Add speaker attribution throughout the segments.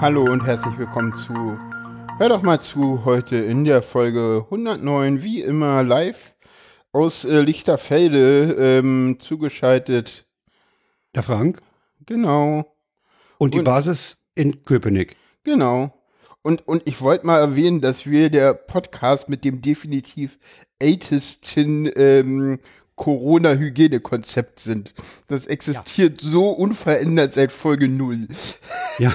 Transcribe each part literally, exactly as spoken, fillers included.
Speaker 1: Hallo und herzlich willkommen zu Hör doch mal zu, heute in der Folge hundertneun, wie immer live aus äh, Lichterfelde ähm, zugeschaltet.
Speaker 2: Der Frank.
Speaker 1: Genau.
Speaker 2: Und die
Speaker 1: Und,
Speaker 2: Basis in Köpenick.
Speaker 1: Genau. Und, und ich wollte mal erwähnen, dass wir der Podcast mit dem definitiv ältesten ähm, Corona-Hygienekonzept sind. Das existiert ja. so unverändert seit Folge null.
Speaker 2: Ja.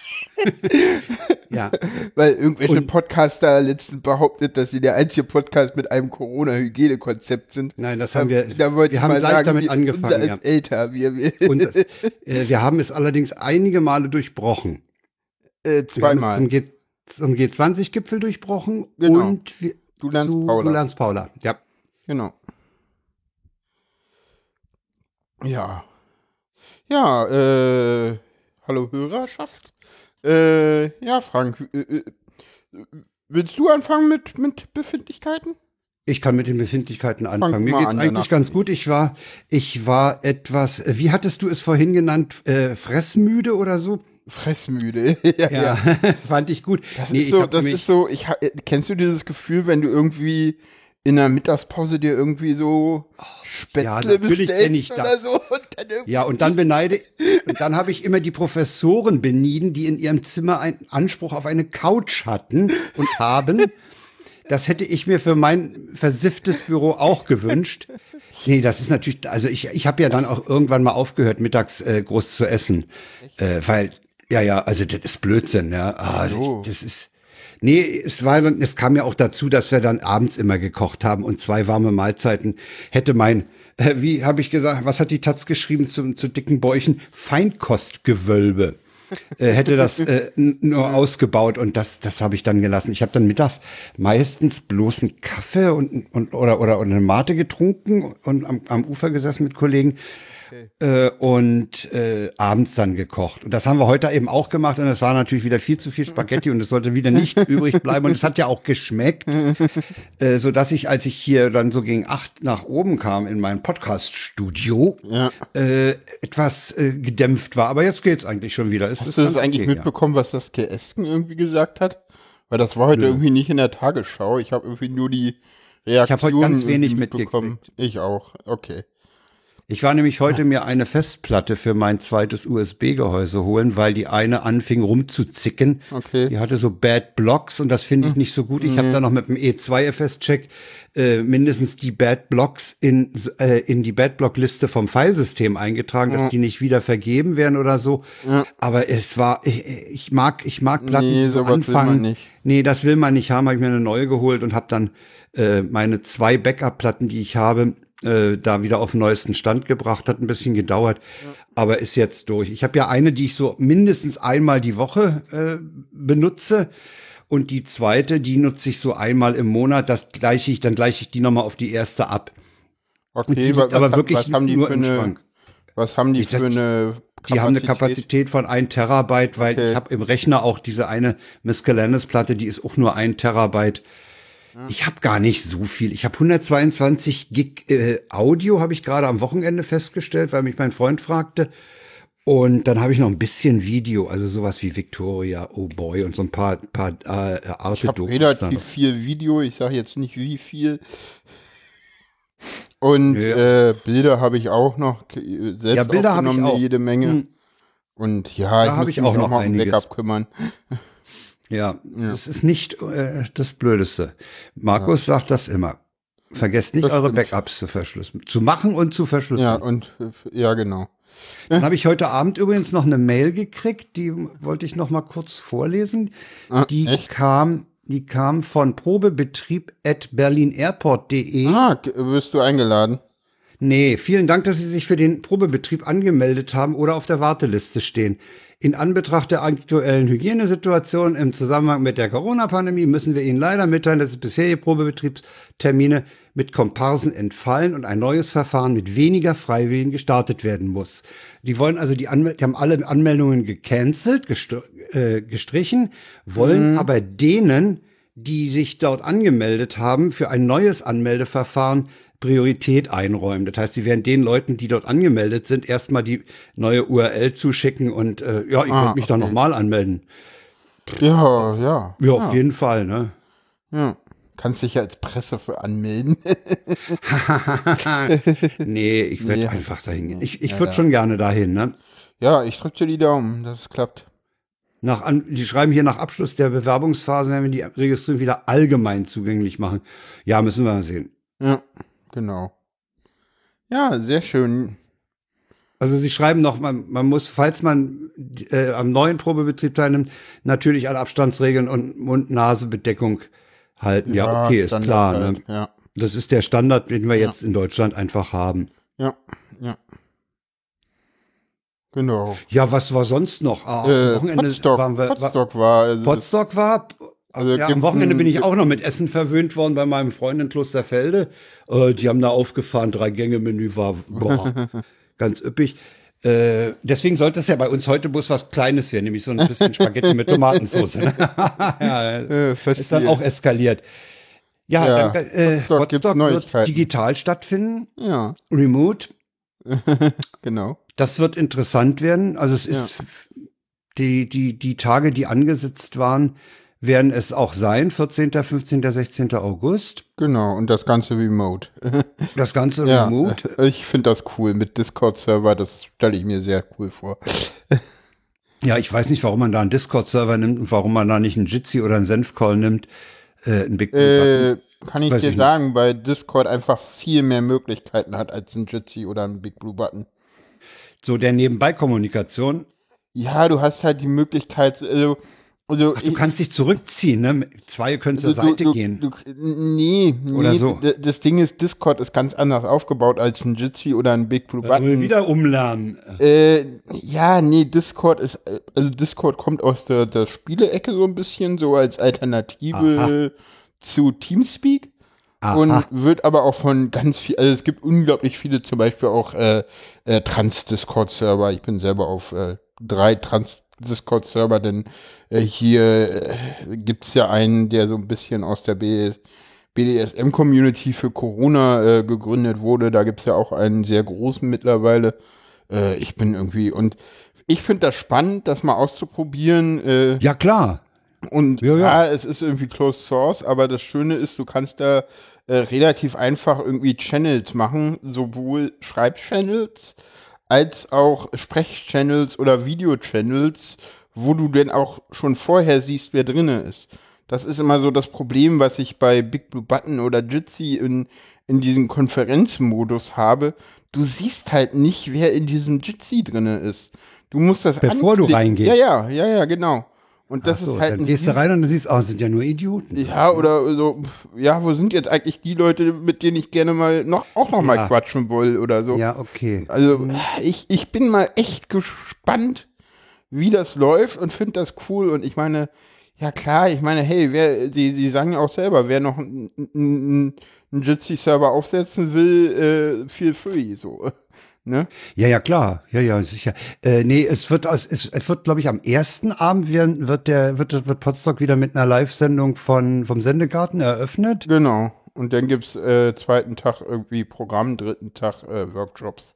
Speaker 2: Ja.
Speaker 1: Weil irgendwelche und Podcaster letztens behauptet, dass sie der einzige Podcast mit einem Corona-Hygienekonzept sind.
Speaker 2: Nein, das haben wir.
Speaker 1: Da wollte
Speaker 2: wir
Speaker 1: ich
Speaker 2: haben
Speaker 1: mal
Speaker 2: gleich
Speaker 1: sagen,
Speaker 2: damit
Speaker 1: wir,
Speaker 2: angefangen.
Speaker 1: Unser
Speaker 2: ja.
Speaker 1: ist älter. Wir, wir,
Speaker 2: und das, äh, wir haben es allerdings einige Male durchbrochen.
Speaker 1: Äh, zweimal.
Speaker 2: Zum, G, zum G zwanzig-Gipfel durchbrochen.
Speaker 1: Genau.
Speaker 2: Und wir,
Speaker 1: du lernst
Speaker 2: zu
Speaker 1: Paula.
Speaker 2: Du lernst Paula. Ja.
Speaker 1: Genau. Ja. Ja, äh, hallo Hörerschaft. Äh, ja, Frank, äh, äh, willst du anfangen mit, mit Befindlichkeiten?
Speaker 2: Ich kann mit den Befindlichkeiten anfangen.
Speaker 1: Fang
Speaker 2: Mir geht's
Speaker 1: an,
Speaker 2: eigentlich ganz gut. Ich war, ich war etwas, wie hattest du es vorhin genannt, äh, fressmüde oder so?
Speaker 1: Fressmüde. ja,
Speaker 2: ja, ja. Fand ich gut.
Speaker 1: Das
Speaker 2: nee,
Speaker 1: ist so, das ist so, ich, kennst du dieses Gefühl, wenn du irgendwie in der Mittagspause dir irgendwie so Spätzle
Speaker 2: ja, natürlich
Speaker 1: bestellst
Speaker 2: ich
Speaker 1: oder
Speaker 2: das.
Speaker 1: so. Und dann
Speaker 2: ja, und dann beneide, und dann habe ich immer die Professoren benieden, die in ihrem Zimmer einen Anspruch auf eine Couch hatten und haben. Das hätte ich mir für mein versifftes Büro auch gewünscht. Nee, das ist natürlich, also ich, ich habe ja dann auch irgendwann mal aufgehört, mittags äh, groß zu essen. Äh, weil, ja, ja, also das ist Blödsinn, ja. Ah,
Speaker 1: so.
Speaker 2: Das ist. Nee, es war dann, es kam ja auch dazu, dass wir dann abends immer gekocht haben und zwei warme Mahlzeiten hätte mein, äh, wie habe ich gesagt, was hat die Taz geschrieben zu, zu dicken Bäuchen? Feinkostgewölbe. äh, hätte das äh, nur ausgebaut und das, das habe ich dann gelassen. Ich habe dann mittags meistens bloß einen Kaffee und, und oder, oder, oder eine Mate getrunken und am, am Ufer gesessen mit Kollegen. Okay. Äh, und äh, abends dann gekocht. Und das haben wir heute eben auch gemacht und es war natürlich wieder viel zu viel Spaghetti und es sollte wieder nicht übrig bleiben und es hat ja auch geschmeckt, äh, so dass ich, als ich hier dann so gegen acht nach oben kam in mein Podcast-Studio,
Speaker 1: ja.
Speaker 2: äh, etwas äh, gedämpft war. Aber jetzt geht's eigentlich schon wieder. Es
Speaker 1: Hast du das eigentlich okay, mitbekommen, ja. was das K. Esken irgendwie gesagt hat? Weil das war heute Nö. irgendwie nicht in der Tagesschau. Ich habe irgendwie nur die Reaktion
Speaker 2: Ich habe heute ganz wenig mitbekommen.
Speaker 1: Ich auch, okay.
Speaker 2: Ich war nämlich heute mir eine Festplatte für mein zweites U S B-Gehäuse holen, weil die eine anfing rumzuzicken.
Speaker 1: Okay.
Speaker 2: Die hatte so Bad Blocks und das finde ich nicht so gut. Ich nee. habe da noch mit dem E zwei F S-Check äh, mindestens die Bad Blocks in, äh, in die Bad Block-Liste vom Filesystem eingetragen, ja. dass die nicht wieder vergeben werden oder so. Ja. Aber es war, ich, ich mag, ich mag Platten,
Speaker 1: nee,
Speaker 2: die so anfangen.
Speaker 1: Will man nicht.
Speaker 2: Nee, das will man nicht haben. Habe ich mir eine neue geholt und habe dann äh, meine zwei Backup-Platten, die ich habe, Äh, da wieder auf den neuesten Stand gebracht, hat ein bisschen gedauert, ja. aber ist jetzt durch. Ich habe ja eine, die ich so mindestens einmal die Woche äh, benutze und die zweite, die nutze ich so einmal im Monat, das gleiche ich, dann gleiche ich die nochmal auf die erste ab.
Speaker 1: Okay, was,
Speaker 2: aber
Speaker 1: was,
Speaker 2: wirklich
Speaker 1: was haben die
Speaker 2: nur
Speaker 1: für
Speaker 2: im
Speaker 1: eine,
Speaker 2: Schrank.
Speaker 1: Was haben die
Speaker 2: ich,
Speaker 1: für eine Kapazität?
Speaker 2: Die haben eine Kapazität von ein Terabyte, weil okay. ich habe im Rechner auch diese eine Miscellaneous-Platte, die ist auch nur ein Terabyte. Ich habe gar nicht so viel. Ich habe hundertzweiundzwanzig Gig äh, Audio, habe ich gerade am Wochenende festgestellt, weil mich mein Freund fragte. Und dann habe ich noch ein bisschen Video, also sowas wie Victoria, Oh Boy und so ein paar, paar äh, Arte-Dokus.
Speaker 1: Ich habe relativ viel Video, ich sage jetzt nicht wie viel. Und ja. äh, Bilder habe ich auch noch, selbst
Speaker 2: ja, Bilder
Speaker 1: aufgenommen,
Speaker 2: ich auch.
Speaker 1: jede Menge. Hm. Und ja,
Speaker 2: da
Speaker 1: ich muss
Speaker 2: ich
Speaker 1: mich
Speaker 2: auch noch
Speaker 1: mal um
Speaker 2: einiges.
Speaker 1: Backup kümmern.
Speaker 2: Ja, ja, das ist nicht äh, das Blödeste. Markus ja. sagt das immer. Vergesst nicht, das eure stimmt. Backups zu verschlüsseln. Zu machen und zu verschlüsseln.
Speaker 1: Ja, und ja, genau.
Speaker 2: Dann habe ich heute Abend übrigens noch eine Mail gekriegt, die wollte ich noch mal kurz vorlesen.
Speaker 1: Ah,
Speaker 2: die
Speaker 1: echt?
Speaker 2: kam, die kam von probebetrieb at berlinairport punkt de.
Speaker 1: Ah, wirst du eingeladen?
Speaker 2: Nee, vielen Dank, dass Sie sich für den Probebetrieb angemeldet haben oder auf der Warteliste stehen. In Anbetracht der aktuellen Hygienesituation im Zusammenhang mit der Corona-Pandemie müssen wir Ihnen leider mitteilen, dass bisherige Probebetriebstermine mit Komparsen entfallen und ein neues Verfahren mit weniger Freiwilligen gestartet werden muss. Die wollen also die, Anmel- die haben alle Anmeldungen gecancelt, gestr- äh, gestrichen, wollen mhm. aber denen, die sich dort angemeldet haben, für ein neues Anmeldeverfahren Priorität einräumen. Das heißt, sie werden den Leuten, die dort angemeldet sind, erstmal die neue U R L zuschicken und äh, ja, ich
Speaker 1: ah,
Speaker 2: würde mich
Speaker 1: okay.
Speaker 2: da nochmal anmelden.
Speaker 1: Ja, ja.
Speaker 2: Ja, auf jeden Fall, ne?
Speaker 1: Ja. Kannst dich ja als Presse für anmelden.
Speaker 2: Nee, ich werde
Speaker 1: Nee,
Speaker 2: einfach dahin gehen. Ich, ich
Speaker 1: ja,
Speaker 2: würde
Speaker 1: ja.
Speaker 2: schon gerne dahin, ne?
Speaker 1: Ja, ich drücke dir die Daumen, dass es klappt.
Speaker 2: Nach an, die schreiben hier nach Abschluss der Bewerbungsphase, werden wir die Registrierung wieder allgemein zugänglich machen. Ja, müssen wir mal sehen.
Speaker 1: Ja, genau. Ja, sehr schön.
Speaker 2: Also sie schreiben noch, man, man muss, falls man äh, am neuen Probebetrieb teilnimmt, natürlich alle Abstandsregeln und Mund-Nase-Bedeckung halten. Ja,
Speaker 1: Ja,
Speaker 2: okay, ist
Speaker 1: Standard
Speaker 2: klar.
Speaker 1: halt,
Speaker 2: Ne?
Speaker 1: ja.
Speaker 2: Das ist der Standard, den wir
Speaker 1: Ja.
Speaker 2: jetzt in Deutschland einfach haben.
Speaker 1: Ja, ja. Genau.
Speaker 2: Ja, was war sonst noch? Ah,
Speaker 1: Äh,
Speaker 2: am Wochenende
Speaker 1: Potsdok,
Speaker 2: waren wir.
Speaker 1: Potsdok war. Also das-
Speaker 2: Potsdok war.
Speaker 1: Also
Speaker 2: ja, am
Speaker 1: gibt
Speaker 2: Wochenende
Speaker 1: ein-
Speaker 2: bin ich
Speaker 1: gibt-
Speaker 2: auch noch mit Essen verwöhnt worden bei meinem Freund in Klosterfelde. Äh, die haben da aufgefahren, drei Gänge-Menü war boah, ganz üppig. Äh, deswegen sollte es ja bei uns heute bloß was Kleines werden, nämlich so ein bisschen Spaghetti mit Tomatensauce. Ne? ja,
Speaker 1: Äh, verstehe.
Speaker 2: ist dann auch eskaliert. Ja,
Speaker 1: Ja,
Speaker 2: dann, äh,
Speaker 1: Potsdok gibt's
Speaker 2: Potsdok wird
Speaker 1: Neuigkeiten.
Speaker 2: digital stattfinden,
Speaker 1: Ja,
Speaker 2: remote.
Speaker 1: genau.
Speaker 2: Das wird interessant werden. Also es ist die, die, die Tage, die angesetzt waren, werden es auch sein. vierzehnten, fünfzehnten, sechzehnten August.
Speaker 1: Genau. Und das Ganze remote.
Speaker 2: Das Ganze
Speaker 1: Ja,
Speaker 2: remote.
Speaker 1: äh, ich finde das cool mit Discord-Server. Das stelle ich mir sehr cool vor.
Speaker 2: Ja, ich weiß nicht, warum man da einen Discord-Server nimmt und warum man da nicht einen Jitsi oder einen Senf-Call nimmt. Äh, ein Big
Speaker 1: Äh, kann ich
Speaker 2: Weiß
Speaker 1: dir
Speaker 2: ich
Speaker 1: sagen, weil Discord einfach viel mehr Möglichkeiten hat als ein Jitsi oder ein Big Blue Button.
Speaker 2: So der Nebenbei-Kommunikation.
Speaker 1: Ja, du hast halt die Möglichkeit, also, also
Speaker 2: Ach, du kannst dich zurückziehen, ne? Zwei können zur
Speaker 1: du,
Speaker 2: Seite
Speaker 1: du,
Speaker 2: gehen.
Speaker 1: Du, nee, nee,
Speaker 2: Oder so.
Speaker 1: d- das Ding ist, Discord ist ganz anders aufgebaut als ein Jitsi oder ein Big Blue
Speaker 2: Da wollen wir
Speaker 1: Button.
Speaker 2: wieder umlernen.
Speaker 1: Äh, ja, nee, Discord ist, äh, also Discord kommt aus der, der Spiele-Ecke so ein bisschen, so als Alternative zu Teamspeak.
Speaker 2: Aha.
Speaker 1: Und wird aber auch von ganz viel, also es gibt unglaublich viele, zum Beispiel auch äh, äh, Trans-Discord-Server. Ich bin selber auf äh, drei Trans-Discord-Server, denn äh, hier äh, gibt's ja einen, der so ein bisschen aus der B D S M-Community für Corona äh, gegründet wurde. Da gibt's ja auch einen sehr großen mittlerweile. Äh, ich bin irgendwie, und ich finde das spannend, das mal auszuprobieren. Äh,
Speaker 2: Ja, klar.
Speaker 1: und
Speaker 2: Ja,
Speaker 1: ja,
Speaker 2: ja.
Speaker 1: es ist irgendwie Closed Source, aber das Schöne ist, du kannst da äh, relativ einfach irgendwie Channels machen, sowohl Schreibchannels als auch Sprechchannels oder Videochannels, wo du denn auch schon vorher siehst, wer drinne ist. Das ist immer so das Problem, was ich bei Big Blue Button oder Jitsi in, in diesem Konferenzmodus habe. Du siehst halt nicht, wer in diesem Jitsi drinne ist. Du musst das
Speaker 2: Bevor du
Speaker 1: anklicken.
Speaker 2: reingehst.
Speaker 1: Ja, ja, ja, ja, genau. Und das
Speaker 2: Ach so,
Speaker 1: ist halt
Speaker 2: dann
Speaker 1: ein
Speaker 2: gehst du rein und dann siehst, oh, sind ja nur Idioten.
Speaker 1: ja, oder so, ja, wo sind jetzt eigentlich die Leute, mit denen ich gerne mal noch, auch noch mal
Speaker 2: Ja.
Speaker 1: quatschen will oder so.
Speaker 2: Ja, okay.
Speaker 1: Also, ich, ich bin mal echt gespannt, wie das läuft und finde das cool. Und ich meine, ja klar, ich meine, hey, wer, sie, sie sagen ja auch selber, wer noch einen ein, ein Jitsi-Server aufsetzen will, äh, feel free, so. Ne?
Speaker 2: Ja, ja, klar. Ja, ja, sicher. Äh, nee, es wird, aus- es, es wird, glaube ich, am ersten Abend werden, wird der, wird, wird Potsdok wieder mit einer Live-Sendung von, vom Sendegarten eröffnet.
Speaker 1: Genau. Und dann gibt's äh, zweiten Tag irgendwie Programm, dritten Tag äh, Workshops.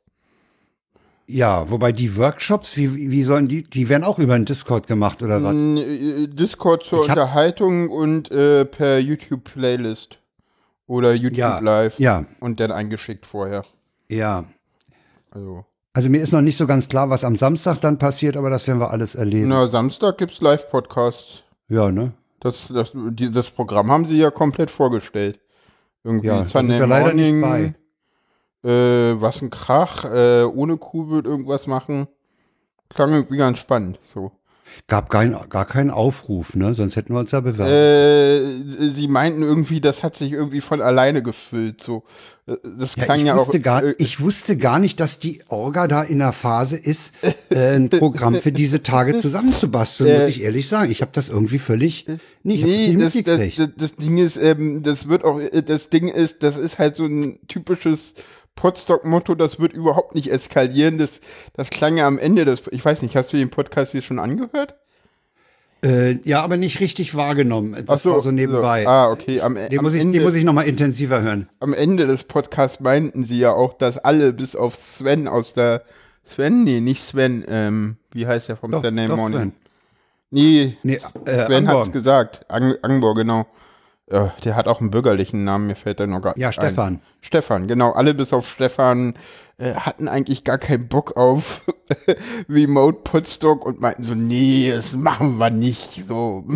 Speaker 2: Ja, wobei die Workshops, wie, wie sollen die, die werden auch über den Discord gemacht oder was?
Speaker 1: N- äh, Discord zur
Speaker 2: Ich hab-
Speaker 1: Unterhaltung und äh, per YouTube-Playlist oder YouTube
Speaker 2: Ja,
Speaker 1: Live
Speaker 2: ja,
Speaker 1: und dann eingeschickt vorher.
Speaker 2: ja.
Speaker 1: Also,
Speaker 2: Also mir ist noch nicht so ganz klar, was am Samstag dann passiert, aber das werden wir alles erleben.
Speaker 1: na, Samstag gibt's Live-Podcasts.
Speaker 2: Ja, ne?
Speaker 1: Das, das, die, das Programm haben sie ja komplett vorgestellt. Irgendwie
Speaker 2: Ja, da sind
Speaker 1: Sunday
Speaker 2: wir leider nicht
Speaker 1: Morning, äh, was ein Krach, äh, ohne Kuh wird irgendwas machen. Klang irgendwie ganz spannend, so.
Speaker 2: Gab kein, gar keinen Aufruf, ne? Sonst hätten wir uns ja bewerben.
Speaker 1: Äh, sie meinten irgendwie, das hat sich irgendwie von alleine gefüllt, so. Äh, Das
Speaker 2: Ja,
Speaker 1: klang
Speaker 2: ich,
Speaker 1: ja,
Speaker 2: wusste
Speaker 1: auch.
Speaker 2: gar,
Speaker 1: äh,
Speaker 2: ich wusste gar nicht, dass die Orga da in der Phase ist, äh, ein Programm für diese Tage zusammenzubasteln, muss ich ehrlich sagen. Ich habe das irgendwie völlig nee, ich hab
Speaker 1: Nee,
Speaker 2: nicht
Speaker 1: das, das,
Speaker 2: mitgekriegt.
Speaker 1: das, das Ding ist, ähm, das wird auch, äh, das Ding ist, das ist halt so ein typisches Podstock-Motto, das wird überhaupt nicht eskalieren. Das, das klang ja am Ende des, ich weiß nicht, hast du den Podcast hier schon angehört?
Speaker 2: Äh, ja, aber nicht richtig wahrgenommen. Das
Speaker 1: Ach so,
Speaker 2: war so nebenbei.
Speaker 1: so. Ah, okay. Am,
Speaker 2: Den
Speaker 1: am,
Speaker 2: muss ich,
Speaker 1: Ende,
Speaker 2: den muss ich noch mal intensiver hören.
Speaker 1: am Ende des Podcasts meinten sie ja auch, dass alle, bis auf Sven aus der, Sven? Nee, nicht Sven, ähm, wie heißt der vom
Speaker 2: Doch,
Speaker 1: Sunday
Speaker 2: doch,
Speaker 1: Morning?
Speaker 2: Sven.
Speaker 1: Nee,
Speaker 2: Nee, äh,
Speaker 1: Sven hat's
Speaker 2: Angborn.
Speaker 1: gesagt. Ang Angbor, genau. Ja, der hat auch einen bürgerlichen Namen, mir fällt da noch gar
Speaker 2: Ja,
Speaker 1: nicht ein.
Speaker 2: Stefan.
Speaker 1: Stefan, genau. Alle bis auf Stefan äh, hatten eigentlich gar keinen Bock auf Remote Podstock und meinten so, nee, das machen wir nicht. So.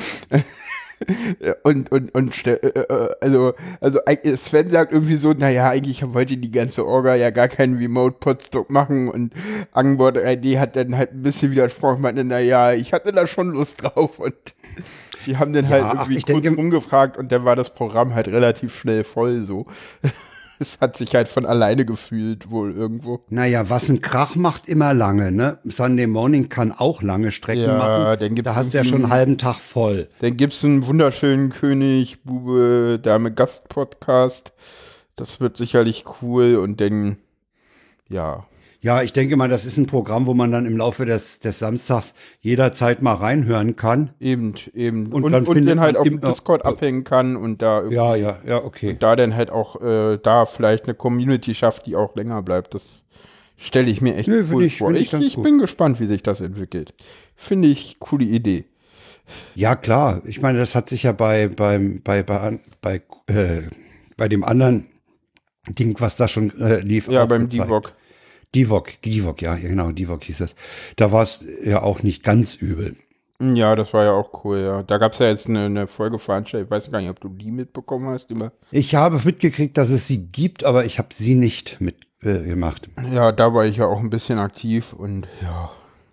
Speaker 1: Und, und, und, Ste- äh, äh, also, also eig- Sven sagt irgendwie so, naja, eigentlich wollte die ganze Orga ja gar keinen Remote-Podstock machen und Angbor drei D hat dann halt ein bisschen widersprochen, meinte, naja, ich hatte da schon Lust drauf und die haben dann halt
Speaker 2: Ja, ach,
Speaker 1: irgendwie
Speaker 2: ich
Speaker 1: kurz
Speaker 2: denke-
Speaker 1: rumgefragt und dann war das Programm halt relativ schnell voll so. Es hat sich halt von alleine gefühlt wohl irgendwo.
Speaker 2: Naja, was ein Krach macht, immer lange, ne? Sunday Morning kann auch lange Strecken
Speaker 1: Ja,
Speaker 2: machen.
Speaker 1: dann gibt's
Speaker 2: Da hast du ja schon einen
Speaker 1: irgendwie-
Speaker 2: halben Tag voll.
Speaker 1: Dann gibt's einen wunderschönen König, Bube, Dame Gast-Podcast. Das wird sicherlich cool und dann, ja.
Speaker 2: Ja, ich denke mal, das ist ein Programm, wo man dann im Laufe des, des Samstags jederzeit mal reinhören kann.
Speaker 1: Eben, eben.
Speaker 2: Und
Speaker 1: Und,
Speaker 2: dann
Speaker 1: und, und
Speaker 2: findet
Speaker 1: dann halt
Speaker 2: man
Speaker 1: auf dem
Speaker 2: immer-
Speaker 1: Discord abhängen kann und da irgendwie,
Speaker 2: Ja, ja, ja, okay.
Speaker 1: da dann halt auch, äh, da vielleicht eine Community schafft, die auch länger bleibt. Das stelle ich mir echt
Speaker 2: Nö, find
Speaker 1: cool
Speaker 2: ich-
Speaker 1: vor.
Speaker 2: find ich
Speaker 1: Ich,
Speaker 2: ganz
Speaker 1: ich
Speaker 2: gut.
Speaker 1: bin gespannt, wie sich das entwickelt. Finde ich coole Idee.
Speaker 2: Ja, klar. Ich meine, das hat sich ja bei, beim, bei, bei, bei, äh, bei dem anderen Ding, was da schon äh, lief.
Speaker 1: Ja,
Speaker 2: auch
Speaker 1: beim
Speaker 2: gezeigt.
Speaker 1: Divok.
Speaker 2: Divok, Divok, ja, genau, Divok hieß es. Da war es ja auch nicht ganz übel.
Speaker 1: Ja, das war ja auch cool, ja. Da gab es ja jetzt eine, eine Folge veranstaltet. Ich weiß gar nicht, ob du die mitbekommen hast. Über
Speaker 2: Ich habe mitgekriegt, dass es sie gibt, aber ich habe sie nicht mitgemacht. Äh, gemacht.
Speaker 1: Ja, da war ich ja auch ein bisschen aktiv und ja.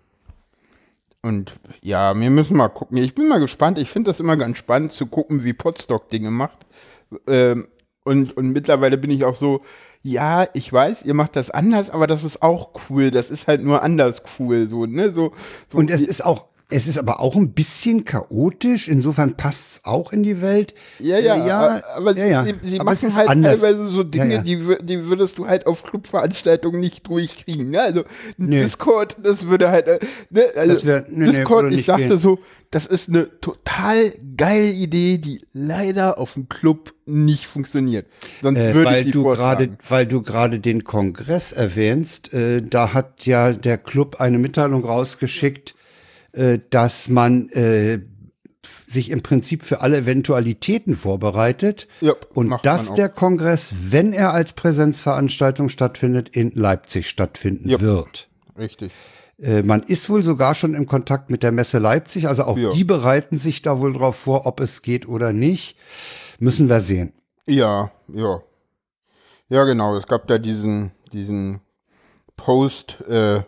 Speaker 1: Und ja, wir müssen mal gucken. Ich bin mal gespannt. Ich finde das immer ganz spannend zu gucken, wie Podstock Dinge macht. Ähm, und, und mittlerweile bin ich auch so, ja, ich weiß, ihr macht das anders, aber das ist auch cool. Das ist halt nur anders cool, so, ne? So, so
Speaker 2: Und es ist auch, es ist aber auch ein bisschen chaotisch. Insofern passt es auch in die Welt.
Speaker 1: Ja, ja,
Speaker 2: Äh, ja,
Speaker 1: aber
Speaker 2: ja, ja.
Speaker 1: sie, sie
Speaker 2: Aber es
Speaker 1: machen
Speaker 2: ist
Speaker 1: halt
Speaker 2: anders.
Speaker 1: teilweise so Dinge,
Speaker 2: Ja, ja.
Speaker 1: Die, wür- die würdest du halt auf Clubveranstaltungen nicht durchkriegen. Ne? Also ein
Speaker 2: Nee.
Speaker 1: Discord, das würde halt, äh, ne? also
Speaker 2: Das wär- nee, nee,
Speaker 1: Discord,
Speaker 2: würde
Speaker 1: ich
Speaker 2: nicht
Speaker 1: sagte
Speaker 2: gehen.
Speaker 1: so, das ist eine total geile Idee, die leider auf dem Club nicht funktioniert. Sonst
Speaker 2: Äh,
Speaker 1: würde
Speaker 2: weil
Speaker 1: ich die
Speaker 2: du
Speaker 1: vorschlagen.
Speaker 2: gerade, weil du gerade den Kongress erwähnst, äh, da hat ja der Club eine Mitteilung rausgeschickt, äh, dass man äh, sich im Prinzip für alle Eventualitäten vorbereitet
Speaker 1: Ja,
Speaker 2: und
Speaker 1: macht man
Speaker 2: dass
Speaker 1: auch.
Speaker 2: der Kongress, wenn er als Präsenzveranstaltung stattfindet, in Leipzig stattfinden
Speaker 1: Ja.
Speaker 2: wird.
Speaker 1: Richtig.
Speaker 2: Äh, man ist wohl sogar schon im Kontakt mit der Messe Leipzig, also auch
Speaker 1: Ja.
Speaker 2: die bereiten sich da wohl drauf vor, ob es geht oder nicht. Müssen wir sehen.
Speaker 1: Ja, ja. Ja, genau. Es gab da diesen, diesen Post, äh,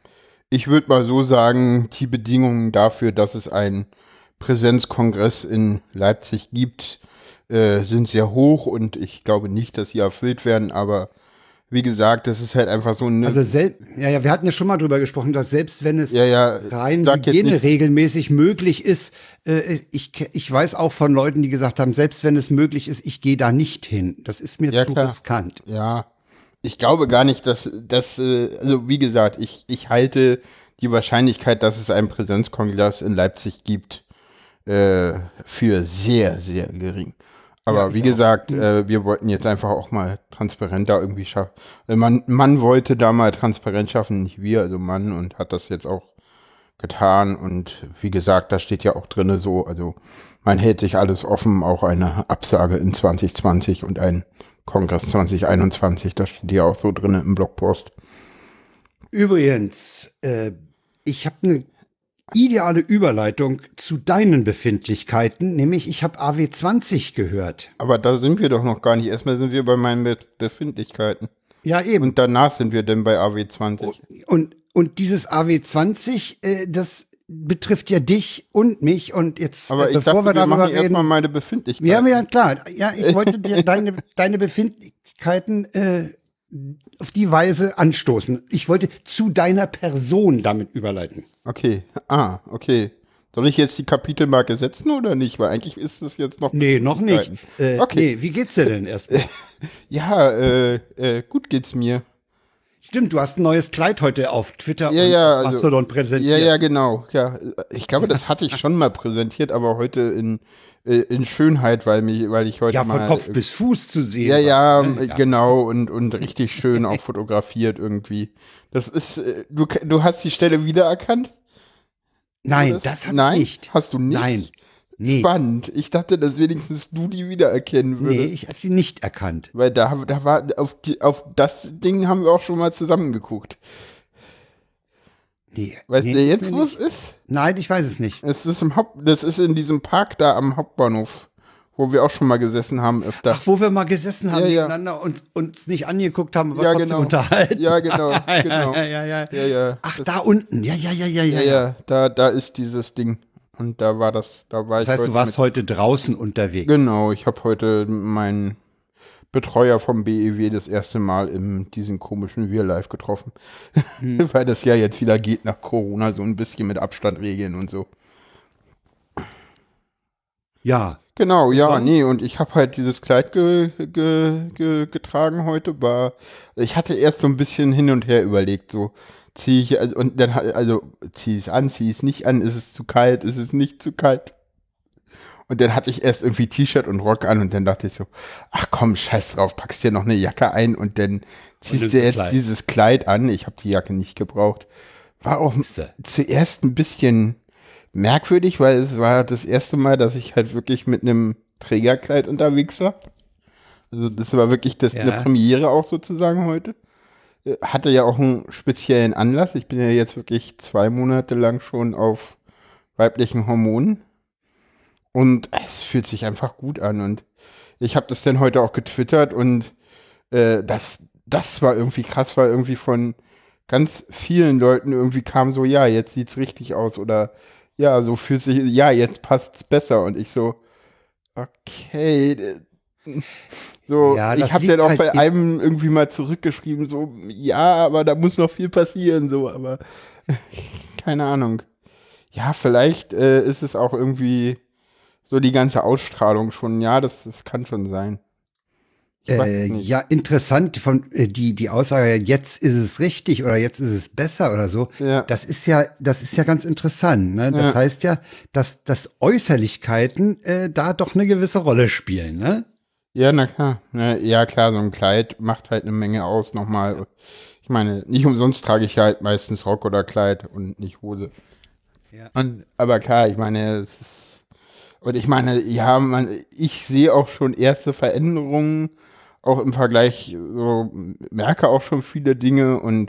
Speaker 1: ich würde mal so sagen, die Bedingungen dafür, dass es einen Präsenzkongress in Leipzig gibt, äh, sind sehr hoch und ich glaube nicht, dass sie erfüllt werden, aber wie gesagt, das ist halt einfach so eine.
Speaker 2: Also sel ja, ja, wir hatten ja schon mal drüber gesprochen, dass selbst wenn es
Speaker 1: ja, ja,
Speaker 2: rein
Speaker 1: sag jetzt
Speaker 2: Hygiene
Speaker 1: nicht-
Speaker 2: regelmäßig möglich ist, äh, ich, ich weiß auch von Leuten, die gesagt haben, selbst wenn es möglich ist, ich gehe da nicht hin. Das ist mir
Speaker 1: Ja,
Speaker 2: zu
Speaker 1: klar.
Speaker 2: riskant.
Speaker 1: Ja, ich glaube gar nicht, dass das, äh, also wie gesagt, ich, ich halte die Wahrscheinlichkeit, dass es einen Präsenzkongress in Leipzig gibt, äh, für sehr, sehr gering. Aber
Speaker 2: Ja,
Speaker 1: wie
Speaker 2: ich auch.
Speaker 1: gesagt, äh, wir wollten jetzt einfach auch mal transparent da irgendwie schaffen. Man, man wollte da mal transparent schaffen, nicht wir, also Mann, und hat das jetzt auch getan. Und wie gesagt, da steht ja auch drinne so, also man hält sich alles offen, auch eine Absage in zwanzig zwanzig und ein Kongress zwanzig einundzwanzig, das steht ja auch so drinne im Blogpost.
Speaker 2: Übrigens, äh, ich habe eine ideale Überleitung zu deinen Befindlichkeiten, nämlich ich habe A W zwanzig gehört.
Speaker 1: Aber da sind wir doch noch gar nicht. Erstmal sind wir bei meinen Be Befindlichkeiten.
Speaker 2: Ja, eben.
Speaker 1: Und danach sind wir dann bei A W zwanzig.
Speaker 2: Und, und dieses A W zwanzig, äh, das betrifft ja dich und mich. Und jetzt,
Speaker 1: Aber
Speaker 2: äh,
Speaker 1: ich
Speaker 2: bevor
Speaker 1: dachte,
Speaker 2: wir
Speaker 1: wir
Speaker 2: darüber
Speaker 1: machen erstmal
Speaker 2: reden.
Speaker 1: meine Befindlichkeiten.
Speaker 2: Ja, ja, klar. Ja, ich wollte dir deine, deine Befindlichkeiten äh, auf die Weise anstoßen. Ich wollte zu deiner Person damit überleiten.
Speaker 1: Okay, ah, okay. Soll ich jetzt die Kapitelmarke setzen oder nicht? Weil eigentlich ist es jetzt noch...
Speaker 2: Nee, noch nicht. Äh,
Speaker 1: Okay.
Speaker 2: Nee, wie geht's dir denn erst?
Speaker 1: Ja, äh, äh, gut geht's mir.
Speaker 2: Stimmt, du hast ein neues Kleid heute auf Twitter
Speaker 1: Ja,
Speaker 2: und
Speaker 1: ja,
Speaker 2: auf
Speaker 1: also-
Speaker 2: Mastodon präsentiert.
Speaker 1: Ja, ja, genau. Ja, ich glaube, das hatte ich schon mal präsentiert, aber heute in, äh, in Schönheit, weil, mich, weil ich heute
Speaker 2: Ja,
Speaker 1: mal...
Speaker 2: von Kopf bis Fuß zu sehen.
Speaker 1: Ja, ja,
Speaker 2: war, ne?
Speaker 1: äh, genau, und, und richtig schön auch fotografiert irgendwie. Das ist, äh, du, du hast die Stelle wiedererkannt?
Speaker 2: Nein,
Speaker 1: Oder
Speaker 2: das habe
Speaker 1: Nein?
Speaker 2: ich nicht.
Speaker 1: Hast du nicht?
Speaker 2: Nein. Nee.
Speaker 1: Spannend. Ich dachte, dass wenigstens du die wiedererkennen würdest.
Speaker 2: Nee, ich habe sie nicht erkannt.
Speaker 1: Weil da, da war, auf, die, auf das Ding haben wir auch schon mal zusammen geguckt.
Speaker 2: Nee,
Speaker 1: Weißt
Speaker 2: nee,
Speaker 1: du
Speaker 2: ist
Speaker 1: jetzt,
Speaker 2: mir
Speaker 1: wo es
Speaker 2: nicht-
Speaker 1: ist?
Speaker 2: Nein, ich weiß es nicht.
Speaker 1: Es ist im Haupt, das ist in diesem Park da am Hauptbahnhof, wo wir auch schon mal gesessen haben öfter.
Speaker 2: Ach, wo wir mal gesessen haben
Speaker 1: Ja, ja.
Speaker 2: nebeneinander und uns nicht angeguckt haben, aber
Speaker 1: Ja,
Speaker 2: trotzdem
Speaker 1: genau.
Speaker 2: unterhalten.
Speaker 1: Ja, genau, genau.
Speaker 2: ja, ja, ja.
Speaker 1: Ja, ja.
Speaker 2: Ach,
Speaker 1: Das-
Speaker 2: da unten. Ja, ja, ja, ja,
Speaker 1: Ja,
Speaker 2: ja.
Speaker 1: ja, da, da ist dieses Ding. Und da war das, da war
Speaker 2: Das
Speaker 1: ich
Speaker 2: heißt,
Speaker 1: heute
Speaker 2: du warst
Speaker 1: mit.
Speaker 2: heute draußen unterwegs.
Speaker 1: Genau, ich habe heute meinen Betreuer vom B E W das erste Mal in diesem komischen Real Life getroffen.
Speaker 2: Hm.
Speaker 1: Weil das ja jetzt wieder geht nach Corona, so ein bisschen mit Abstand regeln und so.
Speaker 2: Ja.
Speaker 1: Genau, ja,
Speaker 2: sonst?
Speaker 1: nee, und ich habe halt dieses Kleid ge, ge, ge, getragen heute. War, ich hatte erst so ein bisschen hin und her überlegt, so ziehe ich, also, und dann, ha- also ziehe ich es an, ziehe ich es nicht an, ist es zu kalt, ist es nicht zu kalt? Und dann hatte ich erst irgendwie T-Shirt und Rock an und dann dachte ich so, ach komm, scheiß drauf, packst dir noch eine Jacke ein und dann ziehst
Speaker 2: nimmst
Speaker 1: du
Speaker 2: ein
Speaker 1: jetzt
Speaker 2: Kleid.
Speaker 1: dieses Kleid an. Ich habe die Jacke nicht gebraucht. War auch
Speaker 2: Siehste.
Speaker 1: zuerst ein bisschen merkwürdig, weil es war das erste Mal, dass ich halt wirklich mit einem Trägerkleid unterwegs war. Also das war wirklich das,
Speaker 2: Ja.
Speaker 1: eine Premiere auch sozusagen heute. Äh, Hatte ja auch einen speziellen Anlass. Ich bin ja jetzt wirklich zwei Monate lang schon auf weiblichen Hormonen. Und es fühlt sich einfach gut an. Und ich habe das dann heute auch getwittert und äh, das, das war irgendwie krass, weil irgendwie von ganz vielen Leuten irgendwie kam so, ja, jetzt sieht's richtig aus oder ja, so fühlt sich, ja, jetzt passt's besser. Und ich so, okay. äh, So,
Speaker 2: Ja,
Speaker 1: ich
Speaker 2: das
Speaker 1: habe
Speaker 2: liegt
Speaker 1: dann auch
Speaker 2: halt
Speaker 1: bei
Speaker 2: in-
Speaker 1: einem irgendwie mal zurückgeschrieben, so, ja, aber da muss noch viel passieren, so, aber keine Ahnung. Ja, vielleicht äh, ist es auch irgendwie so die ganze Ausstrahlung schon, ja, das, das kann schon sein. Ich weiß
Speaker 2: Äh,
Speaker 1: es nicht.
Speaker 2: ja, interessant, von, äh, die, die Aussage, jetzt ist es richtig oder jetzt ist es besser oder so.
Speaker 1: Ja.
Speaker 2: Das ist ja, das ist ja ganz interessant. Ne? Das
Speaker 1: Ja.
Speaker 2: heißt ja, dass, dass Äußerlichkeiten äh, da doch eine gewisse Rolle spielen. Ne?
Speaker 1: Ja, na klar. Ne, ja, klar, so ein Kleid macht halt eine Menge aus nochmal. Ich meine, nicht umsonst trage ich halt meistens Rock oder Kleid und nicht Hose.
Speaker 2: Ja.
Speaker 1: Und, aber klar, ich meine, es ist, und ich meine, ja, man, ich sehe auch schon erste Veränderungen, auch im Vergleich, so, merke auch schon viele Dinge und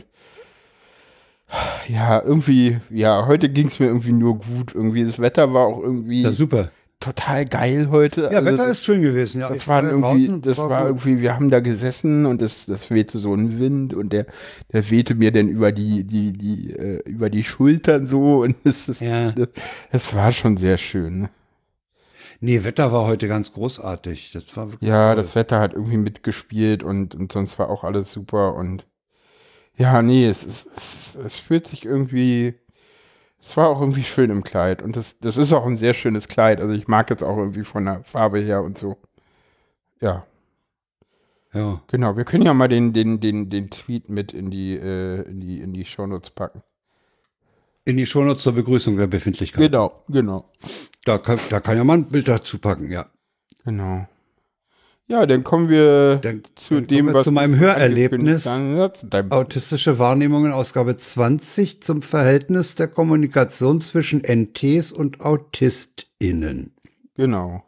Speaker 1: ja, irgendwie, ja, heute ging es mir irgendwie nur gut. Irgendwie, das Wetter war auch irgendwie
Speaker 2: Ja, super.
Speaker 1: total geil heute.
Speaker 2: Ja,
Speaker 1: Also
Speaker 2: Wetter
Speaker 1: das-
Speaker 2: ist schön gewesen. Ja,
Speaker 1: Das
Speaker 2: ich
Speaker 1: war
Speaker 2: war
Speaker 1: irgendwie,
Speaker 2: draußen,
Speaker 1: das war
Speaker 2: gut.
Speaker 1: irgendwie, wir haben da gesessen und das, das wehte so ein Wind und der, der wehte mir dann über die, die, die, äh, über die Schultern so und das, ist,
Speaker 2: Ja.
Speaker 1: das, das war schon sehr schön. Ne?
Speaker 2: Nee, Wetter war heute ganz großartig. Das war wirklich
Speaker 1: Ja,
Speaker 2: toll.
Speaker 1: das Wetter hat irgendwie mitgespielt und, und sonst war auch alles super und ja, nee, es, ist, es, es fühlt sich irgendwie, es war auch irgendwie schön im Kleid und das, das ist auch ein sehr schönes Kleid. Also ich mag jetzt auch irgendwie von der Farbe her und so. Ja.
Speaker 2: Ja.
Speaker 1: Genau, wir können ja mal den, den, den, den Tweet mit in die, äh, in die, in die Shownotes packen.
Speaker 2: In die Shownotes zur Begrüßung der Befindlichkeit.
Speaker 1: Genau, genau,
Speaker 2: Da kann, da kann ja man ein Bild dazu packen, ja.
Speaker 1: genau. Ja, dann kommen wir
Speaker 2: Dann,
Speaker 1: zu
Speaker 2: dann
Speaker 1: dem,
Speaker 2: kommen wir
Speaker 1: was
Speaker 2: zu meinem
Speaker 1: du
Speaker 2: Hörerlebnis.
Speaker 1: angekündigt hast. Ja, zu deinem-
Speaker 2: Autistische Wahrnehmungen, Ausgabe zwanzig zum Verhältnis der Kommunikation zwischen N Ts und AutistInnen.
Speaker 1: Genau.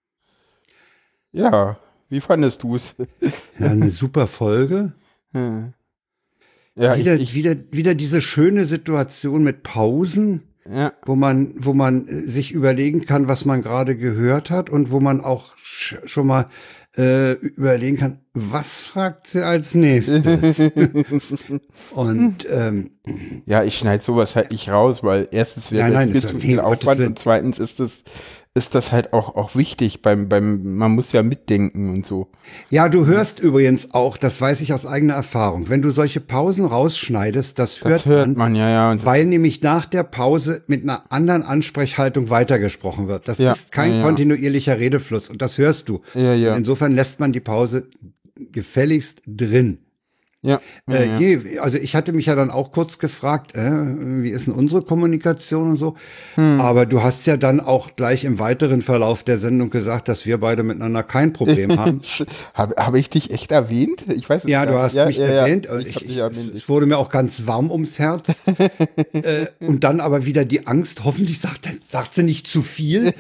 Speaker 1: Ja, wie fandest du es?
Speaker 2: Ja, eine super Folge.
Speaker 1: Ja,
Speaker 2: wieder,
Speaker 1: ich, ich,
Speaker 2: wieder, wieder diese schöne Situation mit Pausen,
Speaker 1: ja,
Speaker 2: wo man, wo man äh, sich überlegen kann, was man gerade gehört hat und wo man auch sch schon mal äh, überlegen kann, was fragt sie als nächstes? Und ähm,
Speaker 1: ja, ich schneide sowas halt nicht raus, weil erstens wäre
Speaker 2: Nein,
Speaker 1: das
Speaker 2: nein,
Speaker 1: viel
Speaker 2: das-
Speaker 1: zu
Speaker 2: nee,
Speaker 1: viel
Speaker 2: um Gottes
Speaker 1: Aufwand
Speaker 2: Willen.
Speaker 1: und zweitens ist das, ist das halt auch, auch wichtig beim, beim, man muss ja mitdenken und so.
Speaker 2: ja, du hörst übrigens auch, das weiß ich aus eigener Erfahrung, wenn du solche Pausen rausschneidest, das hört,
Speaker 1: Das hört
Speaker 2: man,
Speaker 1: man, ja, ja. Und
Speaker 2: weil nämlich nach der Pause mit einer anderen Ansprechhaltung weitergesprochen wird. Das
Speaker 1: Ja,
Speaker 2: ist kein
Speaker 1: ja, ja.
Speaker 2: kontinuierlicher Redefluss und das hörst du.
Speaker 1: Ja, ja.
Speaker 2: Und insofern lässt man die Pause gefälligst drin.
Speaker 1: Ja. ja,
Speaker 2: Äh,
Speaker 1: ja.
Speaker 2: je, also ich hatte mich ja dann auch kurz gefragt, äh, wie ist denn unsere Kommunikation und so. Hm. Aber du hast ja dann auch gleich im weiteren Verlauf der Sendung gesagt, dass wir beide miteinander kein Problem haben.
Speaker 1: Habe hab ich dich echt erwähnt? Ich weiß es
Speaker 2: Ja,
Speaker 1: gar
Speaker 2: du
Speaker 1: nicht.
Speaker 2: hast
Speaker 1: ja,
Speaker 2: mich
Speaker 1: ja,
Speaker 2: erwähnt.
Speaker 1: Ja.
Speaker 2: Ich,
Speaker 1: Ich hab
Speaker 2: ich,
Speaker 1: dich
Speaker 2: es,
Speaker 1: erwähnt.
Speaker 2: es wurde mir auch ganz warm ums Herz. äh, und dann aber wieder die Angst, hoffentlich sagt, sagt sie nicht zu viel.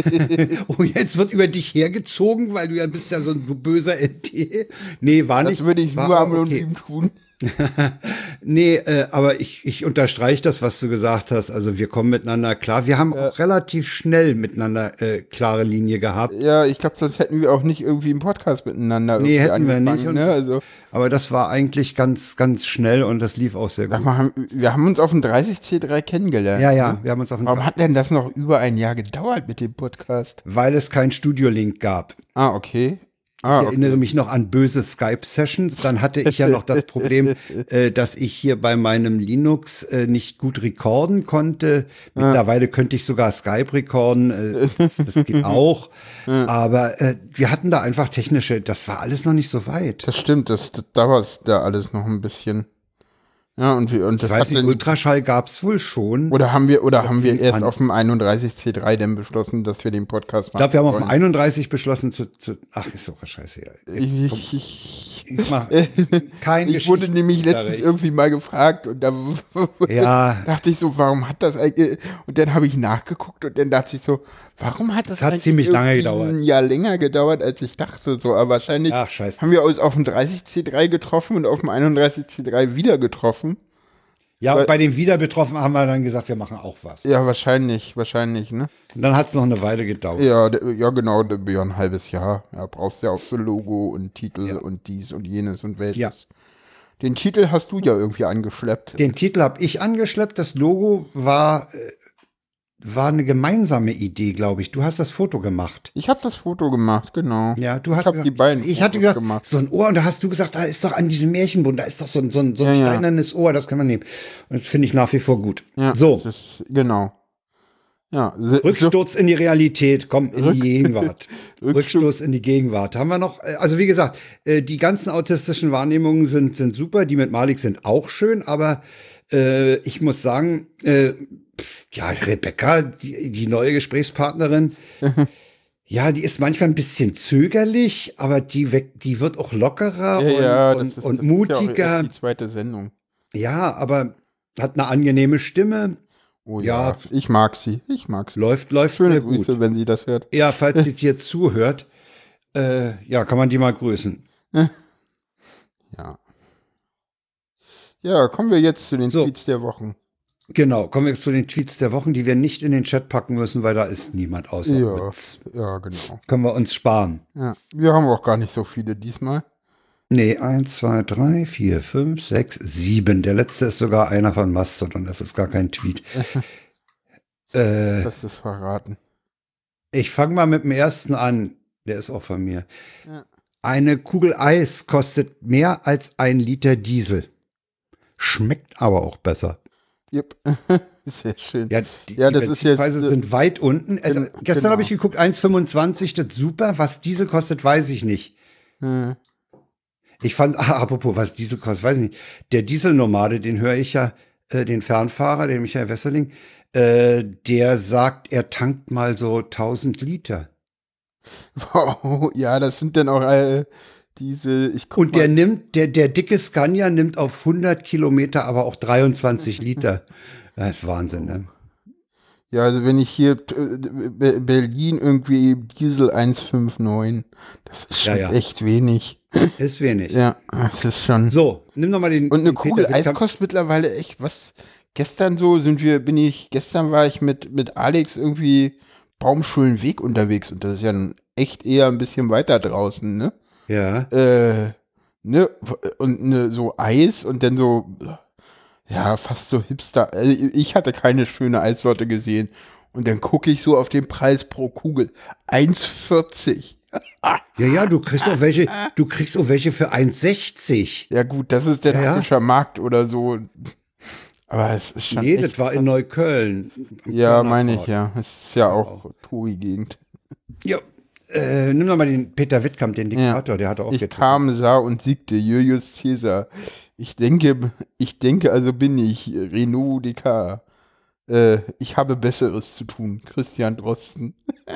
Speaker 2: Und jetzt wird über dich hergezogen, weil du ja bist ja so ein böser N T. Nee, war nicht.
Speaker 1: Das würde ich
Speaker 2: war
Speaker 1: nur
Speaker 2: aber
Speaker 1: anonym tun.
Speaker 2: Nee, äh, aber ich, ich unterstreiche das, was du gesagt hast. Also wir kommen miteinander klar. Wir haben
Speaker 1: Ja.
Speaker 2: auch relativ schnell miteinander äh, klare Linie gehabt.
Speaker 1: Ja, ich glaube, sonst hätten wir auch nicht irgendwie einen Podcast miteinander
Speaker 2: Nee,
Speaker 1: irgendwie
Speaker 2: hätten wir
Speaker 1: angefangen,
Speaker 2: nicht. Und
Speaker 1: Ne? Also,
Speaker 2: aber das war eigentlich ganz, ganz schnell und das lief auch sehr
Speaker 1: sag
Speaker 2: gut.
Speaker 1: mal, haben, wir haben uns auf dem dreißig C drei kennengelernt.
Speaker 2: Ja, ja,
Speaker 1: Ne?
Speaker 2: wir haben uns auf den
Speaker 1: Warum hat denn das noch über ein Jahr gedauert mit dem Podcast?
Speaker 2: weil es kein Studio-Link gab.
Speaker 1: Ah, okay.
Speaker 2: Ich
Speaker 1: Ah,
Speaker 2: erinnere
Speaker 1: okay.
Speaker 2: mich noch an böse Skype-Sessions. Dann hatte ich ja noch das Problem, äh, dass ich hier bei meinem Linux äh, nicht gut recorden konnte. Mittlerweile könnte ich sogar Skype recorden. Äh, das, das geht auch. Aber äh, wir hatten da einfach technische, das war alles noch nicht so weit.
Speaker 1: Das stimmt, das, das dauert da alles noch ein bisschen. Ja, und wir, und
Speaker 2: Ich
Speaker 1: das
Speaker 2: weiß
Speaker 1: hat
Speaker 2: nicht,
Speaker 1: dann,
Speaker 2: Ultraschall gab's wohl schon.
Speaker 1: oder haben wir, oder haben wir
Speaker 2: fing
Speaker 1: erst
Speaker 2: an.
Speaker 1: auf dem einunddreißig C drei denn beschlossen, dass wir den Podcast
Speaker 2: Ich glaube, wir haben auf dem
Speaker 1: wollen?
Speaker 2: einunddreißig beschlossen zu, zu ach, ist doch was scheiße. Ja.
Speaker 1: Ich, ich, ich,
Speaker 2: Ich mach kein
Speaker 1: ich wurde nämlich letztens
Speaker 2: Geschichtsunterricht.
Speaker 1: irgendwie mal gefragt und da
Speaker 2: Ja.
Speaker 1: dachte ich so, warum hat das eigentlich, und dann habe ich nachgeguckt und dann dachte ich so, warum hat das,
Speaker 2: Das hat
Speaker 1: eigentlich
Speaker 2: ziemlich lange
Speaker 1: irgendwie
Speaker 2: gedauert.
Speaker 1: ein Jahr länger gedauert, als ich dachte, so, aber wahrscheinlich
Speaker 2: Ach, scheiße.
Speaker 1: haben wir uns auf dem dreißig C drei getroffen und auf dem einunddreißig C drei wieder getroffen.
Speaker 2: Ja,
Speaker 1: Weil-
Speaker 2: und bei den Wiederbetroffenen haben wir dann gesagt, wir machen auch was.
Speaker 1: Ja, wahrscheinlich, wahrscheinlich, ne?
Speaker 2: Und dann hat es noch eine Weile gedauert.
Speaker 1: Ja, der, ja genau, der, ja, ein halbes Jahr. Ja, brauchst ja auch für Logo und Titel
Speaker 2: Ja.
Speaker 1: und dies und jenes und welches.
Speaker 2: Ja.
Speaker 1: Den Titel hast du ja irgendwie angeschleppt.
Speaker 2: Den Titel habe ich angeschleppt. Das Logo war, äh, war eine gemeinsame Idee, glaube ich. Du hast das Foto gemacht.
Speaker 1: Ich habe das Foto gemacht, genau.
Speaker 2: Ja, du hast
Speaker 1: hab
Speaker 2: gesagt,
Speaker 1: die beiden
Speaker 2: ich hatte
Speaker 1: Fotos
Speaker 2: gesagt,
Speaker 1: gemacht.
Speaker 2: so ein Ohr, und da hast du gesagt, da ist doch an diesem Märchenbund, da ist doch so ein, so ein, so ein
Speaker 1: Ja, ja.
Speaker 2: steinernes Ohr, das kann man nehmen. Und das finde ich nach wie vor gut.
Speaker 1: Ja,
Speaker 2: So,
Speaker 1: Das ist, genau. Ja, se- so,
Speaker 2: Rücksturz in die Realität, komm, in
Speaker 1: Rück-
Speaker 2: die Gegenwart.
Speaker 1: Rücksturz-
Speaker 2: Rückstoß in die Gegenwart. Haben wir noch, äh, also wie gesagt, äh, die ganzen autistischen Wahrnehmungen sind, sind super, die mit Malik sind auch schön, aber äh, ich muss sagen, äh, pff, ja, Rebecca, die, die neue Gesprächspartnerin, ja, die ist manchmal ein bisschen zögerlich, aber die, weg, die wird auch lockerer
Speaker 1: ja, ja,
Speaker 2: und,
Speaker 1: das
Speaker 2: und,
Speaker 1: ist,
Speaker 2: und
Speaker 1: das ist ja auch
Speaker 2: mutiger.
Speaker 1: erst die zweite Sendung.
Speaker 2: Ja, aber hat eine angenehme Stimme.
Speaker 1: Oh
Speaker 2: Ja.
Speaker 1: ja, ich mag sie. Ich mag sie.
Speaker 2: Läuft, läuft
Speaker 1: Schöne
Speaker 2: sehr gut.
Speaker 1: Grüße, wenn sie das hört.
Speaker 2: Ja, falls sie dir zuhört, äh, ja, kann man die mal grüßen.
Speaker 1: Ja. Ja, kommen wir jetzt zu den
Speaker 2: So.
Speaker 1: Tweets der Wochen.
Speaker 2: Genau, kommen wir jetzt zu den Tweets der Wochen, die wir nicht in den Chat packen müssen, weil da ist niemand außer
Speaker 1: Ja,
Speaker 2: uns.
Speaker 1: ja, genau.
Speaker 2: Können wir uns sparen.
Speaker 1: Ja, wir haben auch gar nicht so viele diesmal.
Speaker 2: Nee, eins, zwei, drei, vier, fünf, sechs, sieben. Der letzte ist sogar einer von Mastodon, das ist gar kein Tweet. äh,
Speaker 1: Das ist verraten.
Speaker 2: ich fange mal mit dem ersten an. Der ist auch von mir.
Speaker 1: Ja.
Speaker 2: Eine Kugel Eis kostet mehr als ein Liter Diesel. Schmeckt aber auch besser.
Speaker 1: Yep. Sehr schön.
Speaker 2: Ja, die,
Speaker 1: Ja,
Speaker 2: die
Speaker 1: das ist jetzt,
Speaker 2: Benzinpreise
Speaker 1: äh,
Speaker 2: sind weit unten. Also,
Speaker 1: gen-
Speaker 2: gestern
Speaker 1: genau.
Speaker 2: habe ich geguckt, eins fünfundzwanzig, das ist super. Was Diesel kostet, weiß ich nicht.
Speaker 1: Hm.
Speaker 2: Ich fand, ah, apropos, was Diesel kostet, weiß ich nicht. Der Dieselnomade, den höre ich ja, äh, den Fernfahrer, den Michael Wesserling, äh, der sagt, er tankt mal so tausend Liter.
Speaker 1: Wow, ja, das sind dann auch äh, diese, ich guck
Speaker 2: Und der
Speaker 1: mal,
Speaker 2: nimmt, der, der dicke Scania nimmt auf hundert Kilometer aber auch dreiundzwanzig Liter. Das ist Wahnsinn, ne?
Speaker 1: ja, also wenn ich hier äh, Be- Berlin irgendwie Diesel eins Komma neunundfünfzig, das ist schon
Speaker 2: Ja, ja.
Speaker 1: echt wenig.
Speaker 2: Ist wenig.
Speaker 1: Ja, das ist schon.
Speaker 2: So, nimm noch mal den.
Speaker 1: Und eine
Speaker 2: den
Speaker 1: Kugel
Speaker 2: Peter
Speaker 1: Eis
Speaker 2: Wittkamp-
Speaker 1: kostet mittlerweile echt was. Gestern so sind wir, bin ich, gestern war ich mit, mit Alex irgendwie Baumschulenweg unterwegs und das ist ja nun echt eher ein bisschen weiter draußen, ne?
Speaker 2: Ja.
Speaker 1: Äh, ne? Und ne, so Eis und dann so, ja, fast so Hipster. Also ich hatte keine schöne Eissorte gesehen. Und dann gucke ich so auf den Preis pro Kugel. eins vierzig.
Speaker 2: Ja, ja, du kriegst auch welche, du kriegst auch welche für eins sechzig.
Speaker 1: Ja gut, das ist der
Speaker 2: Ja, ja.
Speaker 1: Hackischer Markt oder so. Aber es ist schon
Speaker 2: Nee,
Speaker 1: echt
Speaker 2: das war in Neukölln. am
Speaker 1: Ja,
Speaker 2: Kölner
Speaker 1: meine ich,
Speaker 2: Park.
Speaker 1: ja. Es ist ja auch Touri-Gegend.
Speaker 2: Ja. Äh, nimm doch mal den Peter Wittkamp, den Diktator, ja. Der hat auch
Speaker 1: Ich
Speaker 2: getwittert.
Speaker 1: kam, sah und siegte, Julius Caesar. Ich denke, ich denke, also bin ich, Renaud Descartes. Äh, ich habe Besseres zu tun, Christian Drosten.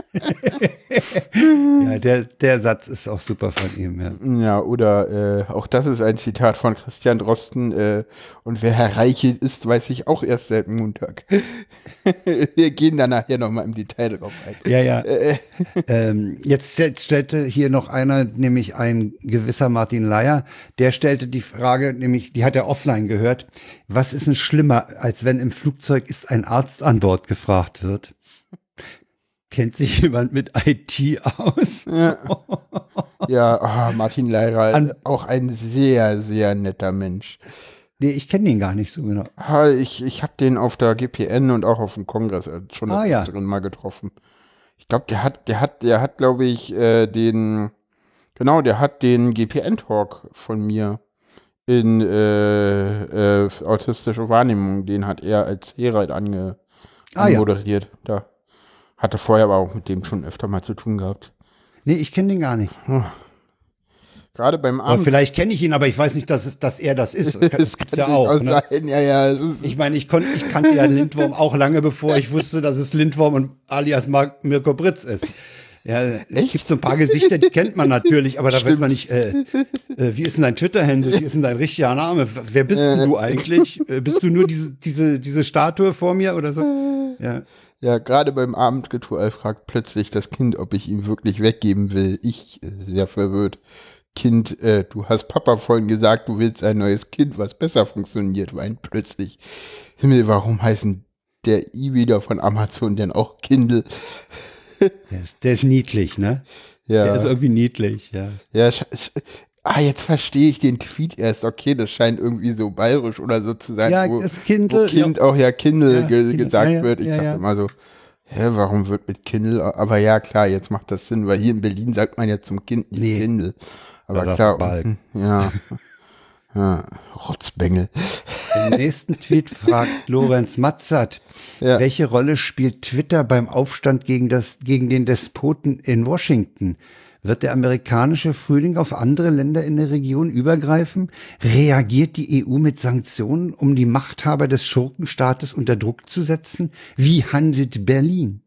Speaker 2: Ja, der, der Satz ist auch super von ihm, ja.
Speaker 1: Ja, oder äh, auch das ist ein Zitat von Christian Drosten. Äh, und wer Herr Reiche ist, weiß ich auch erst seit Montag. Wir gehen da nachher nochmal im Detail drauf ein.
Speaker 2: Ja, ja. Äh, ähm, jetzt stellte hier noch einer, nämlich ein gewisser Martin Leier, der stellte die Frage, nämlich, die hat er offline gehört, was ist denn schlimmer, als wenn im Flugzeug ist ein Arzt an Bord gefragt wird? Kennt sich jemand mit I T aus?
Speaker 1: Ja, ja, oh, Martin Leier ist auch ein sehr, sehr netter Mensch.
Speaker 2: Nee, ich kenne ihn gar nicht so genau.
Speaker 1: Ich, ich habe den auf der G P N und auch auf dem Kongress schon
Speaker 2: ah, ja.
Speaker 1: drin mal getroffen. Ich glaube, der hat, der hat, der hat, glaube ich, äh, den, genau, der hat den G P N-Talk von mir in äh, äh, autistische Wahrnehmung, den hat er als Herald ange,
Speaker 2: ah,
Speaker 1: moderiert. Ja. Da hatte vorher aber auch mit dem schon öfter mal zu tun gehabt.
Speaker 2: Nee, ich kenne den gar nicht.
Speaker 1: Oh. Gerade beim Abend.
Speaker 2: Oder vielleicht kenne ich ihn, aber ich weiß nicht, dass, es, dass er das ist. Das, das gibt's ja auch. Ne?
Speaker 1: Ja, ja, es ist
Speaker 2: ich meine, ich, kon, ich kannte ja Lindwurm auch lange, bevor ich wusste, dass es Lindwurm und alias Mark, Mirko Britz ist. Ja, es gibt so ein paar Gesichter, die kennt man natürlich, aber da Stimmt. weiß man nicht, äh, äh, wie ist denn dein Twitter-Handle, wie ist denn dein richtiger Name, wer bist denn du eigentlich? Äh, bist du nur diese, diese, diese Statue vor mir oder so? Ja.
Speaker 1: Ja, gerade beim Abendritual fragt plötzlich das Kind, ob ich ihn wirklich weggeben will. Ich, sehr verwirrt. Kind, äh, du hast Papa vorhin gesagt, du willst ein neues Kind, was besser funktioniert, weint plötzlich. Himmel, warum heißen der E-Reader von Amazon denn auch Kindle?
Speaker 2: Der ist, der ist niedlich, ne?
Speaker 1: Ja.
Speaker 2: Der ist irgendwie niedlich, ja.
Speaker 1: Ja, ah, jetzt verstehe ich den Tweet erst. Okay, das scheint irgendwie so bayerisch oder so zu sein,
Speaker 2: ja,
Speaker 1: wo,
Speaker 2: das Kindle,
Speaker 1: wo Kind ja. auch ja Kindle ja, ge gesagt ja, ja, wird. Ich
Speaker 2: ja,
Speaker 1: dachte
Speaker 2: ja.
Speaker 1: immer so, hä, warum wird mit Kindle? Aber ja, klar, jetzt macht das Sinn, weil hier in Berlin sagt man ja zum Kind nicht nee. Kindle. Aber
Speaker 2: ja,
Speaker 1: klar, unten, ja. ja, Rotzbengel.
Speaker 2: Im nächsten Tweet fragt Lorenz Matzert, ja. welche Rolle spielt Twitter beim Aufstand gegen, das, gegen den Despoten in Washington? Wird der amerikanische Frühling auf andere Länder in der Region übergreifen? Reagiert die E U mit Sanktionen, um die Machthaber des Schurkenstaates unter Druck zu setzen? Wie handelt Berlin?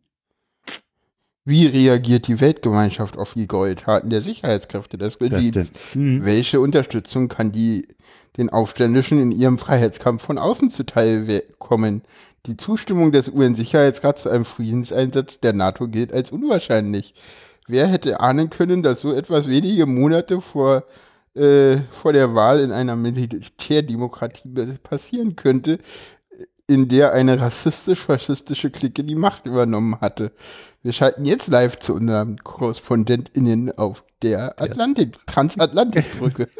Speaker 1: Wie reagiert die Weltgemeinschaft auf die Gräueltaten der Sicherheitskräfte des Regimes? Mhm. Welche Unterstützung kann die den Aufständischen in ihrem Freiheitskampf von außen zuteil kommen? Die Zustimmung des U N-Sicherheitsrats zu einem Friedenseinsatz der NATO gilt als unwahrscheinlich. Wer hätte ahnen können, dass so etwas wenige Monate vor, äh, vor der Wahl in einer Militärdemokratie passieren könnte, in der eine rassistisch-faschistische Clique die Macht übernommen hatte? Wir schalten jetzt live zu unseren KorrespondentInnen auf der Atlantik, Transatlantikbrücke.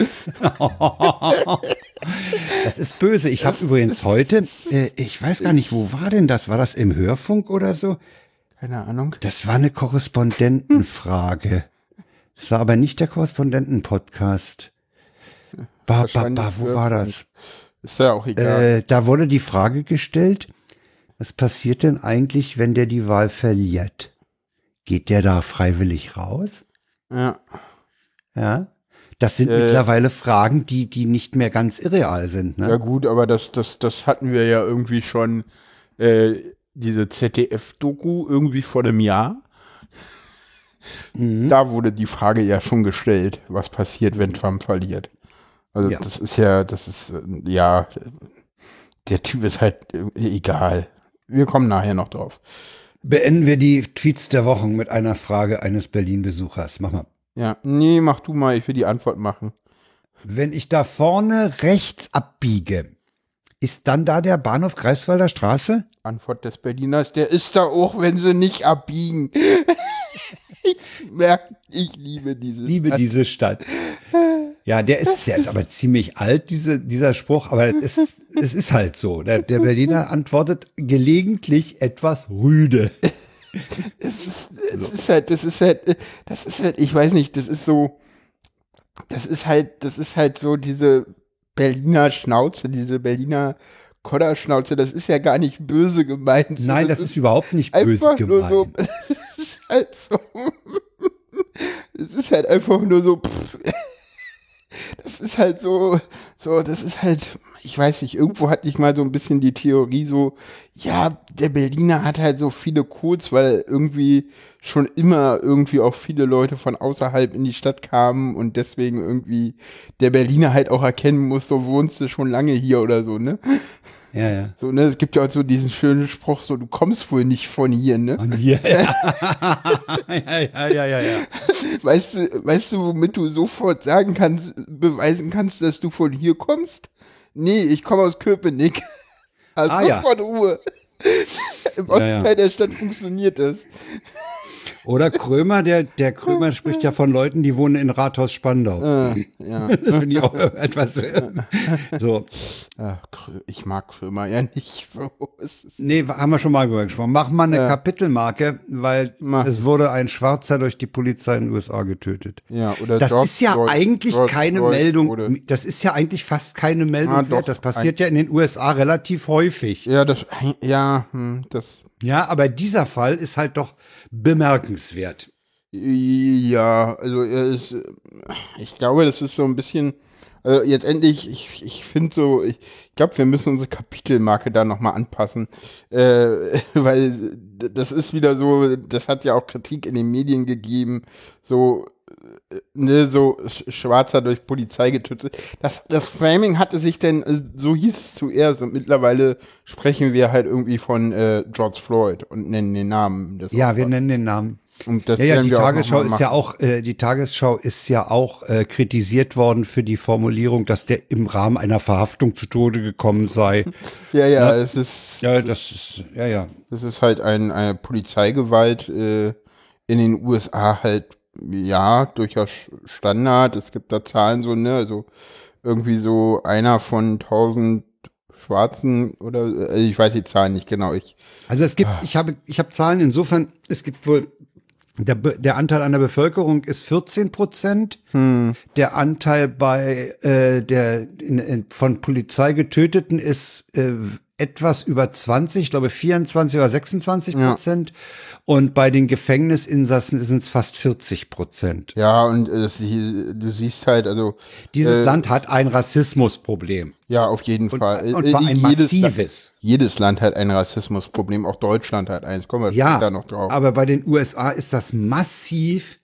Speaker 2: Das ist böse. Ich habe übrigens heute, äh, ich weiß gar nicht, wo war denn das? War das im Hörfunk oder so?
Speaker 1: Keine Ahnung.
Speaker 2: Das war eine Korrespondentenfrage. Das war aber nicht der Korrespondenten-Podcast. Ba, ba, ba, wo war das?
Speaker 1: Ist ja auch egal.
Speaker 2: Äh, da wurde die Frage gestellt, was passiert denn eigentlich, wenn der die Wahl verliert? Geht der da freiwillig raus?
Speaker 1: Ja.
Speaker 2: Ja. Das sind äh, mittlerweile Fragen, die, die nicht mehr ganz irreal sind. Ne?
Speaker 1: Ja gut, aber das, das, das hatten wir ja irgendwie schon, äh, diese Z D F-Doku irgendwie vor einem Jahr. Mhm. Da wurde die Frage ja schon gestellt, was passiert, wenn Trump verliert. Also ja. das ist ja, das ist, ja, der Typ ist halt egal. Wir kommen nachher noch drauf.
Speaker 2: Beenden wir die Tweets der Wochen mit einer Frage eines Berlin-Besuchers. Mach mal.
Speaker 1: Ja, nee, mach du mal, ich will die Antwort machen.
Speaker 2: Wenn ich da vorne rechts abbiege, ist dann da der Bahnhof Greifswalder Straße?
Speaker 1: Antwort des Berliners, der ist da auch, wenn sie nicht abbiegen. Ich merke, ich liebe diese
Speaker 2: Liebe Stadt. diese Stadt. Ja, der ist, der ist aber ziemlich alt, diese, dieser Spruch, aber es, es ist halt so. Der, der Berliner antwortet gelegentlich etwas rüde.
Speaker 1: Es ist, es ist halt, das ist halt, das ist halt, ich weiß nicht, das ist so, das ist halt, das ist halt so diese Berliner Schnauze, diese Berliner Kodderschnauze, das ist ja gar nicht böse gemeint.
Speaker 2: Nein, das, das ist, ist überhaupt nicht böse gemeint.
Speaker 1: So, das ist halt so. es ist halt einfach nur so, pff, das ist halt so, so, das ist halt, ich weiß nicht, irgendwo hatte ich mal so ein bisschen die Theorie so, ja, der Berliner hat halt so viele Codes, weil irgendwie schon immer irgendwie auch viele Leute von außerhalb in die Stadt kamen und deswegen irgendwie der Berliner halt auch erkennen muss, du wohnst du schon lange hier oder so, ne?
Speaker 2: Ja, ja.
Speaker 1: So, ne, es gibt ja auch so diesen schönen Spruch, so, du kommst wohl nicht von hier, ne?
Speaker 2: Und hier, ja. ja, ja, ja, ja, ja.
Speaker 1: Weißt du, weißt du, womit du sofort sagen kannst, beweisen kannst, dass du von hier kommst? Nee, ich komme aus Köpenick. Also
Speaker 2: Ah, ja.
Speaker 1: von Ruhe. Im
Speaker 2: Ja,
Speaker 1: Ostteil
Speaker 2: ja.
Speaker 1: der Stadt funktioniert das.
Speaker 2: Oder Krömer, der, der Krömer spricht ja von Leuten, die wohnen in Rathaus Spandau.
Speaker 1: Äh, ja.
Speaker 2: Das finde ich auch etwas so.
Speaker 1: Ach, Krö- ich mag Krömer ja nicht so. Es ist,
Speaker 2: Nee, haben wir schon mal drüber gesprochen. Mach mal eine
Speaker 1: Ja.
Speaker 2: Kapitelmarke, weil
Speaker 1: Mach.
Speaker 2: es wurde ein Schwarzer durch die Polizei in den U S A getötet.
Speaker 1: ja, oder
Speaker 2: Das
Speaker 1: George
Speaker 2: ist ja
Speaker 1: Floyd-
Speaker 2: eigentlich
Speaker 1: George
Speaker 2: keine
Speaker 1: Floyd
Speaker 2: Meldung,
Speaker 1: wurde-
Speaker 2: das ist ja eigentlich fast keine Meldung
Speaker 1: Ah,
Speaker 2: wert.
Speaker 1: doch,
Speaker 2: Das passiert ja in den U S A relativ häufig.
Speaker 1: Ja, das, ja, hm, das,
Speaker 2: Ja, aber dieser Fall ist halt doch bemerkenswert.
Speaker 1: ja, also er ist, ich glaube, das ist so ein bisschen, also jetzt endlich, ich, ich finde so, ich, ich glaube, wir müssen unsere Kapitelmarke da nochmal anpassen, äh, weil das ist wieder so, das hat ja auch Kritik in den Medien gegeben, so, äh, ne, so Sch- Schwarzer durch Polizei getötet. Das, das Framing hatte sich denn, äh, so hieß es zuerst und mittlerweile sprechen wir halt irgendwie von äh, George Floyd und nennen den Namen des
Speaker 2: Ja, wir
Speaker 1: Opfers.
Speaker 2: nennen den Namen.
Speaker 1: Und das
Speaker 2: Ja, ja,
Speaker 1: werden
Speaker 2: die
Speaker 1: wir auch
Speaker 2: Tagesschau
Speaker 1: noch mal
Speaker 2: ist ja
Speaker 1: machen.
Speaker 2: auch, äh, die Tagesschau ist ja auch äh, kritisiert worden für die Formulierung, dass der im Rahmen einer Verhaftung zu Tode gekommen sei.
Speaker 1: Ja, ja,
Speaker 2: Ja.
Speaker 1: es ist,
Speaker 2: Ja, das ist, ja, ja.
Speaker 1: das ist halt ein, eine Polizeigewalt äh, in den U S A halt, ja, durchaus Standard. Es gibt da Zahlen so, ne, also irgendwie so einer von tausend Schwarzen oder, äh, ich weiß die Zahlen nicht genau. Ich,
Speaker 2: Also es gibt, ich habe, ich habe Zahlen insofern, es gibt wohl, der, Be- der Anteil an der Bevölkerung ist vierzehn Prozent. Der Anteil bei äh, der in, in, von Polizei Getöteten ist äh, etwas über zwanzig, ich glaube vierundzwanzig oder sechsundzwanzig Prozent. Und bei den Gefängnisinsassen sind es fast vierzig Prozent.
Speaker 1: ja, und äh, das, du siehst halt, also,
Speaker 2: Dieses
Speaker 1: äh,
Speaker 2: Land hat ein Rassismusproblem.
Speaker 1: ja, auf jeden Fall.
Speaker 2: Und
Speaker 1: Äh,
Speaker 2: zwar ein
Speaker 1: jedes La-
Speaker 2: massives.
Speaker 1: Jedes Land hat ein Rassismusproblem, auch Deutschland hat eins. Kommen wir
Speaker 2: Ja,
Speaker 1: später noch drauf.
Speaker 2: aber bei den U S A ist das massiv.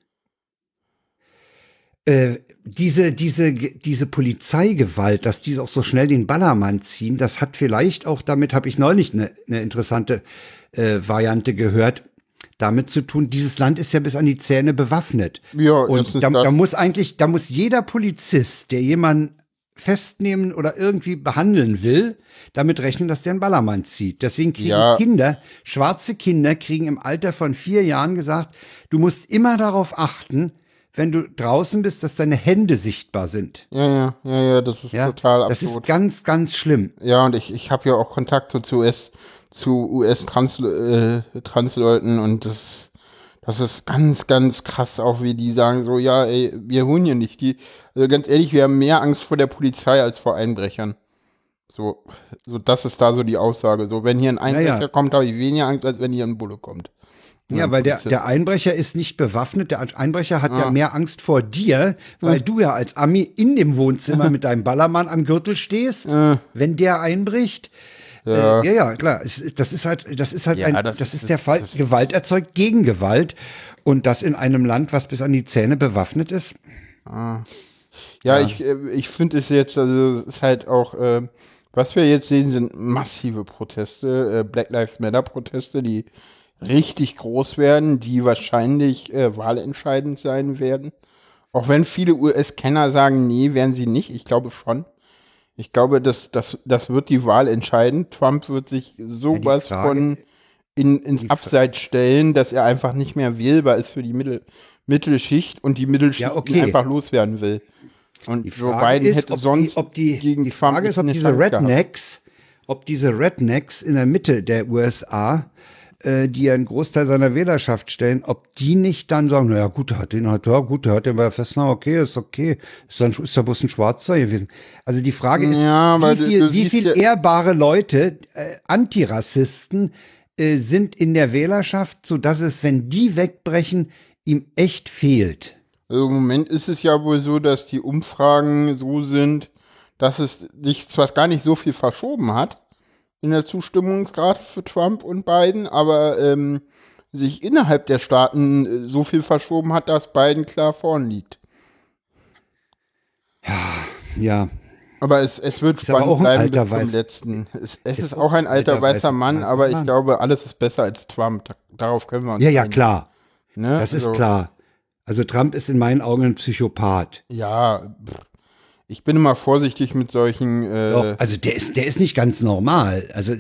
Speaker 2: Äh, diese, diese, diese Polizeigewalt, dass diese auch so schnell den Ballermann ziehen, das hat vielleicht auch damit, habe ich neulich eine ne interessante äh, Variante gehört, damit zu tun, dieses Land ist ja bis an die Zähne bewaffnet.
Speaker 1: Ja, das
Speaker 2: Und
Speaker 1: ist
Speaker 2: da,
Speaker 1: das-
Speaker 2: da muss eigentlich, da muss jeder Polizist, der jemanden festnehmen oder irgendwie behandeln will, damit rechnen, dass der einen Ballermann zieht. Deswegen kriegen
Speaker 1: Ja.
Speaker 2: Kinder, schwarze Kinder kriegen im Alter von vier Jahren gesagt, du musst immer darauf achten, wenn du draußen bist, dass deine Hände sichtbar sind.
Speaker 1: Ja, ja, ja, ja, das ist
Speaker 2: Ja,
Speaker 1: total
Speaker 2: das
Speaker 1: absurd.
Speaker 2: ist ganz, ganz schlimm.
Speaker 1: Ja, und ich, ich habe ja auch Kontakte zu U S, zu U S-Transleuten und das, das ist ganz, ganz krass, auch wie die sagen so, ja, ey, wir holen hier nicht die. Also ganz ehrlich, wir haben mehr Angst vor der Polizei als vor Einbrechern. So, so das ist da so die Aussage. So, wenn hier ein Einbrecher
Speaker 2: ja.
Speaker 1: kommt, habe ich weniger Angst, als wenn hier ein Bulle kommt.
Speaker 2: Ja,
Speaker 1: ein
Speaker 2: weil der,
Speaker 1: Polizist.
Speaker 2: der Einbrecher ist nicht bewaffnet. Der Einbrecher hat ja mehr Angst vor dir, weil du ja als Ami in dem Wohnzimmer mit deinem Ballermann am Gürtel stehst, wenn der einbricht.
Speaker 1: Ja.
Speaker 2: Äh, ja, ja, klar. Es, ist- das ist halt, das ist halt
Speaker 1: Ja,
Speaker 2: ein,
Speaker 1: das
Speaker 2: das,
Speaker 1: ist-
Speaker 2: ist der Fall.
Speaker 1: das-
Speaker 2: Gewalt erzeugt Gegengewalt. Und das in einem Land, was bis an die Zähne bewaffnet ist.
Speaker 1: Ja, ich, äh, ich finde es jetzt, also es ist halt auch, äh, was wir jetzt sehen, sind massive Proteste, äh, Black Lives Matter Proteste, die richtig groß werden, die wahrscheinlich äh, wahlentscheidend sein werden. Auch wenn viele U S-Kenner sagen, nee, werden sie nicht. Ich glaube schon. Ich glaube, das, das, das wird die Wahl entscheiden. Trump wird sich sowas
Speaker 2: Frage-
Speaker 1: von in, ins Abseits stellen, dass er einfach nicht mehr wählbar ist für die Mittel, Mittelschicht und die Mittelschicht
Speaker 2: Ja,
Speaker 1: ihn
Speaker 2: okay.
Speaker 1: einfach loswerden will. Und
Speaker 2: Die
Speaker 1: Joe
Speaker 2: Frage
Speaker 1: Biden
Speaker 2: ist,
Speaker 1: hätte
Speaker 2: ob
Speaker 1: sonst
Speaker 2: die, ob die,
Speaker 1: gegen
Speaker 2: die
Speaker 1: Trump
Speaker 2: Frage ist, ob
Speaker 1: eine
Speaker 2: diese
Speaker 1: Chance gehabt.
Speaker 2: Rednecks, ob diese Rednecks in der Mitte der U S A, äh, die ja einen Großteil seiner Wählerschaft stellen, ob die nicht dann sagen, naja, gut, der hat den, hat, ja, gut, der hat den bei Festnahme, okay, ist okay, ist dann, ist der bloß ein Schwarzer gewesen. Also die Frage ist,
Speaker 1: Ja, weil
Speaker 2: wie
Speaker 1: du-
Speaker 2: viel,
Speaker 1: du
Speaker 2: wie
Speaker 1: siehst
Speaker 2: viel
Speaker 1: ja-
Speaker 2: ehrbare Leute, äh, Antirassisten, äh, sind in der Wählerschaft, so dass es, wenn die wegbrechen, ihm echt fehlt.
Speaker 1: Also im Moment ist es ja wohl so, dass die Umfragen so sind, dass es sich zwar gar nicht so viel verschoben hat in der Zustimmungsrate für Trump und Biden, aber ähm, sich innerhalb der Staaten äh, so viel verschoben hat, dass Biden klar vorn liegt.
Speaker 2: Ja, ja.
Speaker 1: Aber es, es wird
Speaker 2: Ist aber
Speaker 1: spannend
Speaker 2: auch ein
Speaker 1: bleiben
Speaker 2: alter
Speaker 1: bis zum
Speaker 2: Weiß-
Speaker 1: letzten. Es, es
Speaker 2: ist
Speaker 1: ist
Speaker 2: auch
Speaker 1: auch ein
Speaker 2: ein
Speaker 1: alter
Speaker 2: alter
Speaker 1: weißer
Speaker 2: weißer-
Speaker 1: Mann,
Speaker 2: weißer
Speaker 1: aber ich
Speaker 2: Mann.
Speaker 1: glaube, alles ist besser als Trump. Da, darauf können wir uns
Speaker 2: Ja, ja,
Speaker 1: einigen,
Speaker 2: klar.
Speaker 1: ne?
Speaker 2: Das ist
Speaker 1: Also,
Speaker 2: klar. Also Trump ist in meinen Augen ein Psychopath.
Speaker 1: Ja, pff. Ich bin immer vorsichtig mit solchen. Äh,
Speaker 2: Doch, also der ist, der ist nicht ganz normal. Also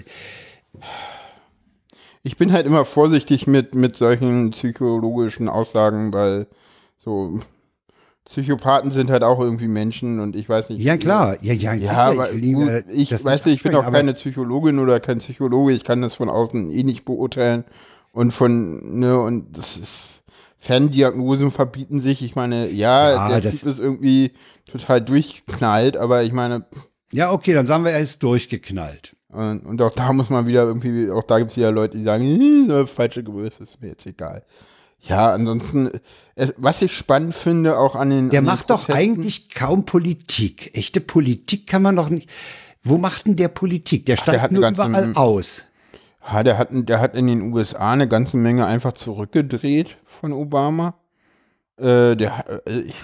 Speaker 1: Ich bin halt immer vorsichtig mit, mit solchen psychologischen Aussagen, weil so Psychopathen sind halt auch irgendwie Menschen und ich weiß nicht.
Speaker 2: ja klar, ja, ja,
Speaker 1: Ja,
Speaker 2: sicher,
Speaker 1: aber
Speaker 2: will ihn,
Speaker 1: gut,
Speaker 2: äh,
Speaker 1: ich
Speaker 2: das
Speaker 1: weiß
Speaker 2: nicht
Speaker 1: nicht, ich bin auch
Speaker 2: absprechen, aber-
Speaker 1: keine Psychologin oder kein Psychologe, ich kann das von außen eh nicht beurteilen und von, ne, und das ist, Ferndiagnosen verbieten sich, ich meine, ja,
Speaker 2: Ja,
Speaker 1: der
Speaker 2: das-
Speaker 1: Typ ist irgendwie total durchgeknallt, aber ich meine,
Speaker 2: Ja, okay, dann sagen wir, er ist durchgeknallt.
Speaker 1: und, und auch da muss man wieder irgendwie, auch da gibt es wieder Leute, die sagen, hm, falsche Größe, ist mir jetzt egal. Ja, ansonsten, es, was ich spannend finde, auch an den
Speaker 2: Der
Speaker 1: an den
Speaker 2: macht doch
Speaker 1: Protesten-
Speaker 2: eigentlich kaum Politik. Echte Politik kann man doch nicht. Wo macht denn der Politik? Der
Speaker 1: der
Speaker 2: stand
Speaker 1: hat eine
Speaker 2: nur
Speaker 1: ganze-
Speaker 2: überall aus.
Speaker 1: Ja, der hat, der hat in den U S A eine ganze Menge einfach zurückgedreht von Obama. Äh, der, äh, ich,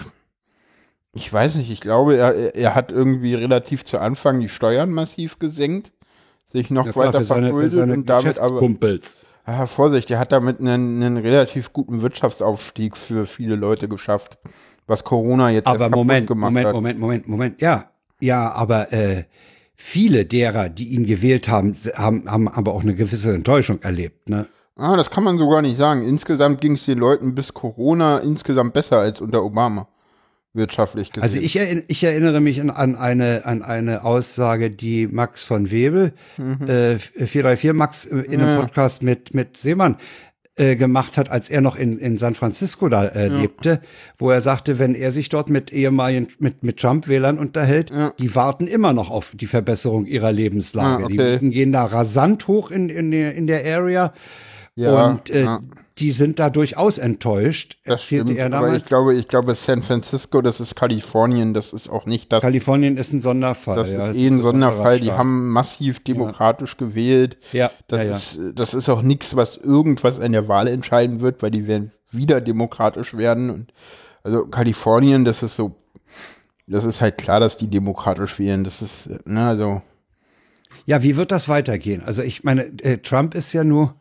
Speaker 1: ich weiß nicht, ich glaube, er, er- er hat irgendwie relativ zu Anfang die Steuern massiv gesenkt, sich noch
Speaker 2: Ja, klar,
Speaker 1: weiter
Speaker 2: für seine, für
Speaker 1: verschuldet
Speaker 2: seine
Speaker 1: und damit aber,
Speaker 2: Geschäftskumpels.
Speaker 1: ah, Vorsicht, der hat damit einen, einen relativ guten Wirtschaftsaufstieg für viele Leute geschafft, was Corona jetzt
Speaker 2: Aber
Speaker 1: kaputt
Speaker 2: Moment,
Speaker 1: gemacht
Speaker 2: Moment,
Speaker 1: hat.
Speaker 2: Moment, Moment, Moment. Ja, ja, aber äh, viele derer, die ihn gewählt haben, haben, haben aber auch eine gewisse Enttäuschung erlebt. Ne?
Speaker 1: Ah, das kann man so gar nicht sagen. Insgesamt ging es den Leuten bis Corona insgesamt besser als unter Obama, wirtschaftlich gesehen.
Speaker 2: Also ich, erinn- ich erinnere mich an, an, eine, an eine Aussage, die Max von Webel, äh, vier drei vier Max äh, in einem
Speaker 1: Ja.
Speaker 2: Podcast mit, mit Seemann äh, gemacht hat, als er noch in, in San Francisco da äh, lebte, wo er sagte, wenn er sich dort mit ehemaligen, mit, mit Trump-Wählern unterhält,
Speaker 1: Ja.
Speaker 2: die warten immer noch auf die Verbesserung ihrer Lebenslage.
Speaker 1: Ah, okay.
Speaker 2: Die gehen da rasant hoch in, in, der, in der Area
Speaker 1: Ja,
Speaker 2: und äh,
Speaker 1: ja.
Speaker 2: die sind da durchaus enttäuscht,
Speaker 1: Das
Speaker 2: erzählte
Speaker 1: stimmt,
Speaker 2: er
Speaker 1: aber
Speaker 2: damals.
Speaker 1: ich glaube, ich glaube, San Francisco, das ist Kalifornien, das ist auch nicht das,
Speaker 2: Kalifornien ist ein Sonderfall.
Speaker 1: das
Speaker 2: ja,
Speaker 1: ist eh ein Sonderfall. Die
Speaker 2: Staat.
Speaker 1: haben massiv demokratisch gewählt.
Speaker 2: Ja,
Speaker 1: Das
Speaker 2: ja, ja.
Speaker 1: ist, das ist auch nichts, was irgendwas in der Wahl entscheiden wird, weil die werden wieder demokratisch werden. Und also Kalifornien, das ist so, das ist halt klar, dass die demokratisch wählen. Das ist, ne, also.
Speaker 2: Ja, wie wird das weitergehen? Also ich meine, äh, Trump ist ja nur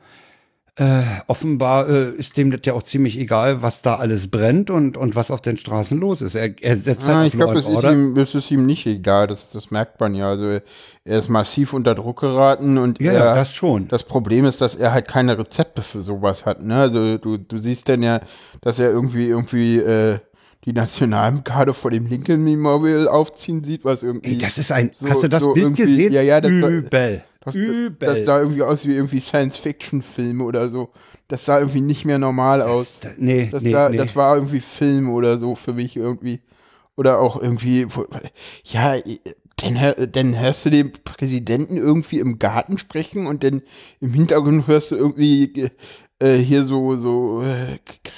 Speaker 2: äh, offenbar äh, ist dem das ja auch ziemlich egal, was da alles brennt und, und was auf den Straßen los ist. Er, er setzt
Speaker 1: Ah,
Speaker 2: halt
Speaker 1: ich
Speaker 2: auf Law
Speaker 1: glaube, es
Speaker 2: and
Speaker 1: ist
Speaker 2: Order.
Speaker 1: ihm, es ist ihm nicht egal, das, das merkt man ja. Also er ist massiv unter Druck geraten und
Speaker 2: Ja,
Speaker 1: er,
Speaker 2: ja, das schon.
Speaker 1: das Problem ist, dass er halt keine Rezepte für sowas hat. Ne? Also du, du siehst dann ja, dass er irgendwie irgendwie äh, die Nationalgarde vor dem Lincoln Memorial aufziehen sieht, was irgendwie.
Speaker 2: Ey, das ist ein,
Speaker 1: so-
Speaker 2: hast du das
Speaker 1: so
Speaker 2: Bild
Speaker 1: irgendwie-
Speaker 2: gesehen?
Speaker 1: Ja, ja, das,
Speaker 2: Übel.
Speaker 1: das, das,
Speaker 2: Übel.
Speaker 1: das sah irgendwie aus wie irgendwie Science-Fiction-Filme oder so. Das sah irgendwie nicht mehr normal aus.
Speaker 2: Da- nee,
Speaker 1: Das,
Speaker 2: nee,
Speaker 1: sah,
Speaker 2: nee.
Speaker 1: das war irgendwie Film oder so für mich irgendwie. Oder auch irgendwie, wo- ja, dann, hör- dann hörst du den Präsidenten irgendwie im Garten sprechen und dann im Hintergrund hörst du irgendwie äh, hier so, so äh,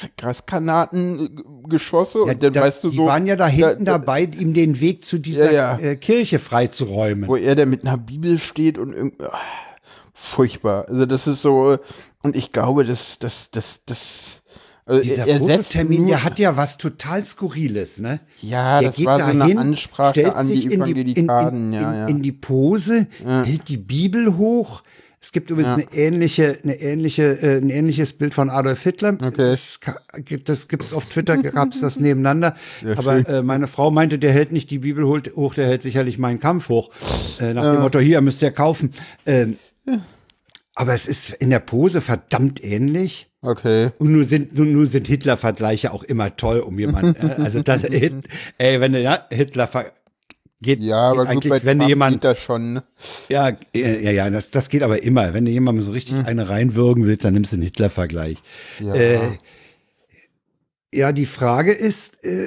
Speaker 1: Grasgranatengeschosse
Speaker 2: Ja,
Speaker 1: und dann
Speaker 2: da,
Speaker 1: weißt du
Speaker 2: die
Speaker 1: so.
Speaker 2: waren ja da hinten
Speaker 1: da-
Speaker 2: dabei, ihm den Weg zu dieser
Speaker 1: Ja, ja.
Speaker 2: Äh, Kirche freizuräumen.
Speaker 1: Wo er da mit einer Bibel steht und irgendwie. ah, furchtbar. Also das ist so, und ich glaube, das, das, das, das. Also
Speaker 2: Dieser
Speaker 1: er setzt
Speaker 2: Fototermin,
Speaker 1: nur,
Speaker 2: der hat ja was total Skurriles, ne?
Speaker 1: Ja,
Speaker 2: Der
Speaker 1: das
Speaker 2: geht
Speaker 1: war so eine
Speaker 2: dahin,
Speaker 1: Ansprache
Speaker 2: stellt
Speaker 1: an
Speaker 2: sich
Speaker 1: die
Speaker 2: in die, in, in,
Speaker 1: Evangelikanen,
Speaker 2: in,
Speaker 1: ja, ja.
Speaker 2: in die Pose, hält die Bibel hoch. Es gibt übrigens
Speaker 1: Ja.
Speaker 2: eine ähnliche, eine ähnliche, äh, ein ähnliches Bild von Adolf Hitler.
Speaker 1: Okay.
Speaker 2: Das, ka- gibt- das gibt's auf Twitter, gab's das nebeneinander.
Speaker 1: Ja,
Speaker 2: Aber
Speaker 1: schön.
Speaker 2: äh, meine Frau meinte, der hält nicht die Bibel hoch, hoch, der hält sicherlich meinen Kampf hoch. Äh, nach dem Motto, hier müsst ihr kaufen. Ähm, aber es ist in der Pose verdammt ähnlich.
Speaker 1: Okay.
Speaker 2: Und nun sind, nun, nun sind Hitler-Vergleiche auch immer toll, um jemanden, äh, also das, Hit, ey, wenn du, ja, Hitler ver- geht,
Speaker 1: Ja, aber
Speaker 2: geht
Speaker 1: gut,
Speaker 2: eigentlich,
Speaker 1: bei
Speaker 2: wenn du
Speaker 1: Trump
Speaker 2: jemand,
Speaker 1: geht das schon. Ne?
Speaker 2: ja, äh, ja, ja, das, das geht aber immer. Wenn du jemandem so richtig eine reinwürgen willst, dann nimmst du einen Hitler-Vergleich.
Speaker 1: Ja.
Speaker 2: Äh, ja, die Frage ist, äh,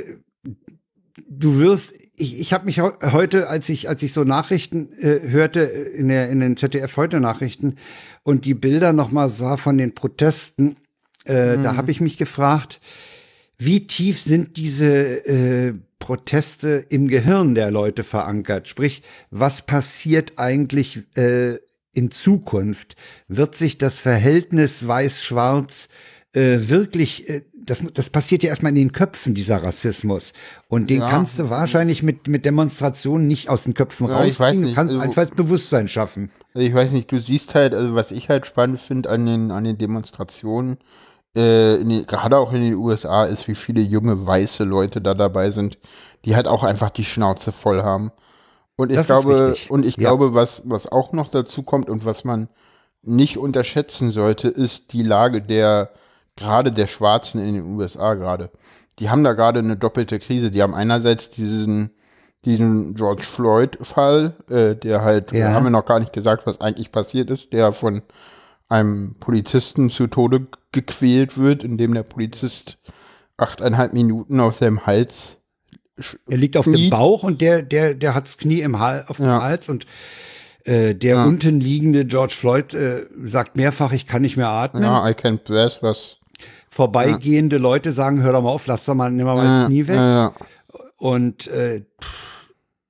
Speaker 2: du wirst, ich, ich habe mich heu- heute, als ich, als ich so Nachrichten äh, hörte, äh, in, der, in den Z D F-Heute-Nachrichten und die Bilder nochmal sah von den Protesten, äh, da habe ich mich gefragt, wie tief sind diese äh, Proteste im Gehirn der Leute verankert? Sprich, was passiert eigentlich äh, in Zukunft? Wird sich das Verhältnis weiß-schwarz äh, wirklich, äh, das, das passiert ja erstmal in den Köpfen, dieser Rassismus. Und den
Speaker 1: Ja.
Speaker 2: kannst du wahrscheinlich mit, mit Demonstrationen nicht aus den Köpfen
Speaker 1: Ja, ich weiß
Speaker 2: rauskriegen. Du
Speaker 1: nicht,
Speaker 2: kannst
Speaker 1: also-
Speaker 2: einfach Bewusstsein schaffen.
Speaker 1: Ich weiß nicht, du siehst halt, also was ich halt spannend finde an den, an den Demonstrationen, äh, in den, gerade auch in den U S A, ist, wie viele junge weiße Leute da dabei sind, die halt auch einfach die Schnauze voll haben. Und ich
Speaker 2: Das ist
Speaker 1: glaube,
Speaker 2: richtig.
Speaker 1: und ich
Speaker 2: Ja.
Speaker 1: glaube, was, was auch noch dazu kommt und was man nicht unterschätzen sollte, ist die Lage der, gerade der Schwarzen in den U S A gerade. Die haben da gerade eine doppelte Krise. Die haben einerseits diesen, diesen George Floyd-Fall, äh, der halt,
Speaker 2: Ja.
Speaker 1: da haben wir noch gar nicht gesagt, was eigentlich passiert ist, der von einem Polizisten zu Tode gequält wird, indem der Polizist achteinhalb Minuten auf seinem Hals
Speaker 2: Er liegt auf dem
Speaker 1: kniet.
Speaker 2: Bauch und der, der, der hat das Knie im Hals, auf dem
Speaker 1: Ja.
Speaker 2: Hals und äh, der
Speaker 1: Ja.
Speaker 2: unten liegende George Floyd äh, sagt mehrfach, ich kann nicht mehr atmen.
Speaker 1: Ja, I can't breathe, was.
Speaker 2: Vorbeigehende Leute sagen, hör doch mal auf, lass doch mal, nimm mal mein
Speaker 1: Ja,
Speaker 2: Knie weg.
Speaker 1: ja, ja.
Speaker 2: Und äh, pff.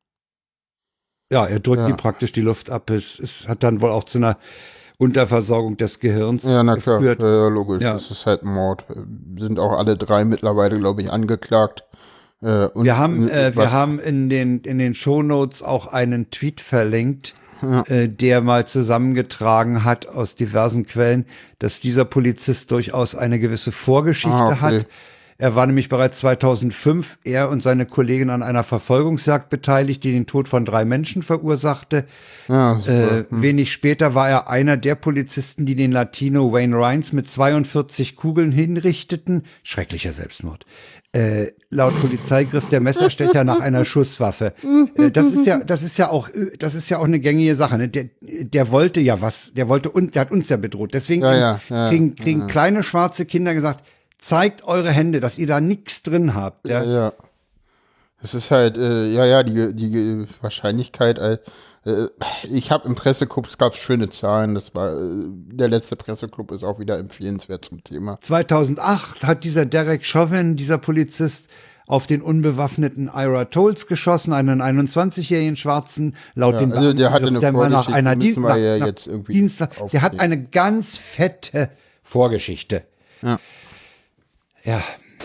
Speaker 2: ja, er drückt
Speaker 1: Ja.
Speaker 2: ihm praktisch die Luft ab. Es, es hat dann wohl auch zu einer Unterversorgung des Gehirns
Speaker 1: Ja, na klar,
Speaker 2: geführt.
Speaker 1: ja, ja, logisch.
Speaker 2: Ja.
Speaker 1: Das ist halt Mord. Sind auch alle drei mittlerweile, glaube ich, angeklagt. Äh, und,
Speaker 2: Wir haben, äh,
Speaker 1: was-
Speaker 2: wir haben in den, in den Shownotes auch einen Tweet verlinkt,
Speaker 1: Ja.
Speaker 2: äh, der mal zusammengetragen hat aus diversen Quellen, dass dieser Polizist durchaus eine gewisse Vorgeschichte
Speaker 1: Ah, okay.
Speaker 2: hat. Er war nämlich bereits zweitausendfünf, er und seine Kollegin an einer Verfolgungsjagd beteiligt, die den Tod von drei Menschen verursachte.
Speaker 1: Ja, super.
Speaker 2: Äh, wenig später war er einer der Polizisten, die den Latino Wayne Rines mit zweiundvierzig Kugeln hinrichteten. Schrecklicher Selbstmord. Äh, laut Polizei griff der Messerstecher nach einer Schusswaffe. Äh, das ist ja, das ist ja auch, äh, das ist ja auch eine gängige Sache. Ne? Der, der wollte ja was, der wollte uns, der hat uns ja bedroht. Deswegen
Speaker 1: Ja, ja, ja,
Speaker 2: kriegen, kriegen kleine schwarze Kinder gesagt, zeigt eure Hände, dass ihr da nichts drin habt. Ja?
Speaker 1: Ja, ja. Das ist halt, äh, ja, ja, die, die Wahrscheinlichkeit, äh, äh, ich habe im Presseclub, es gab schöne Zahlen, das war, äh, der letzte Presseclub ist auch wieder empfehlenswert zum Thema.
Speaker 2: zweitausendacht hat dieser Derek Chauvin, dieser Polizist, auf den unbewaffneten Ira Tolles geschossen, einen einundzwanzigjährigen Schwarzen. Laut
Speaker 1: Ja,
Speaker 2: den
Speaker 1: also der hatte
Speaker 2: griff
Speaker 1: eine
Speaker 2: der mal nach
Speaker 1: Vorgeschichte,
Speaker 2: einer
Speaker 1: müssen
Speaker 2: Dien-
Speaker 1: wir
Speaker 2: nach,
Speaker 1: ja
Speaker 2: nach
Speaker 1: jetzt irgendwie
Speaker 2: Dienst, Der hat
Speaker 1: aufklären.
Speaker 2: eine ganz fette Vorgeschichte.
Speaker 1: Ja.
Speaker 2: Ja,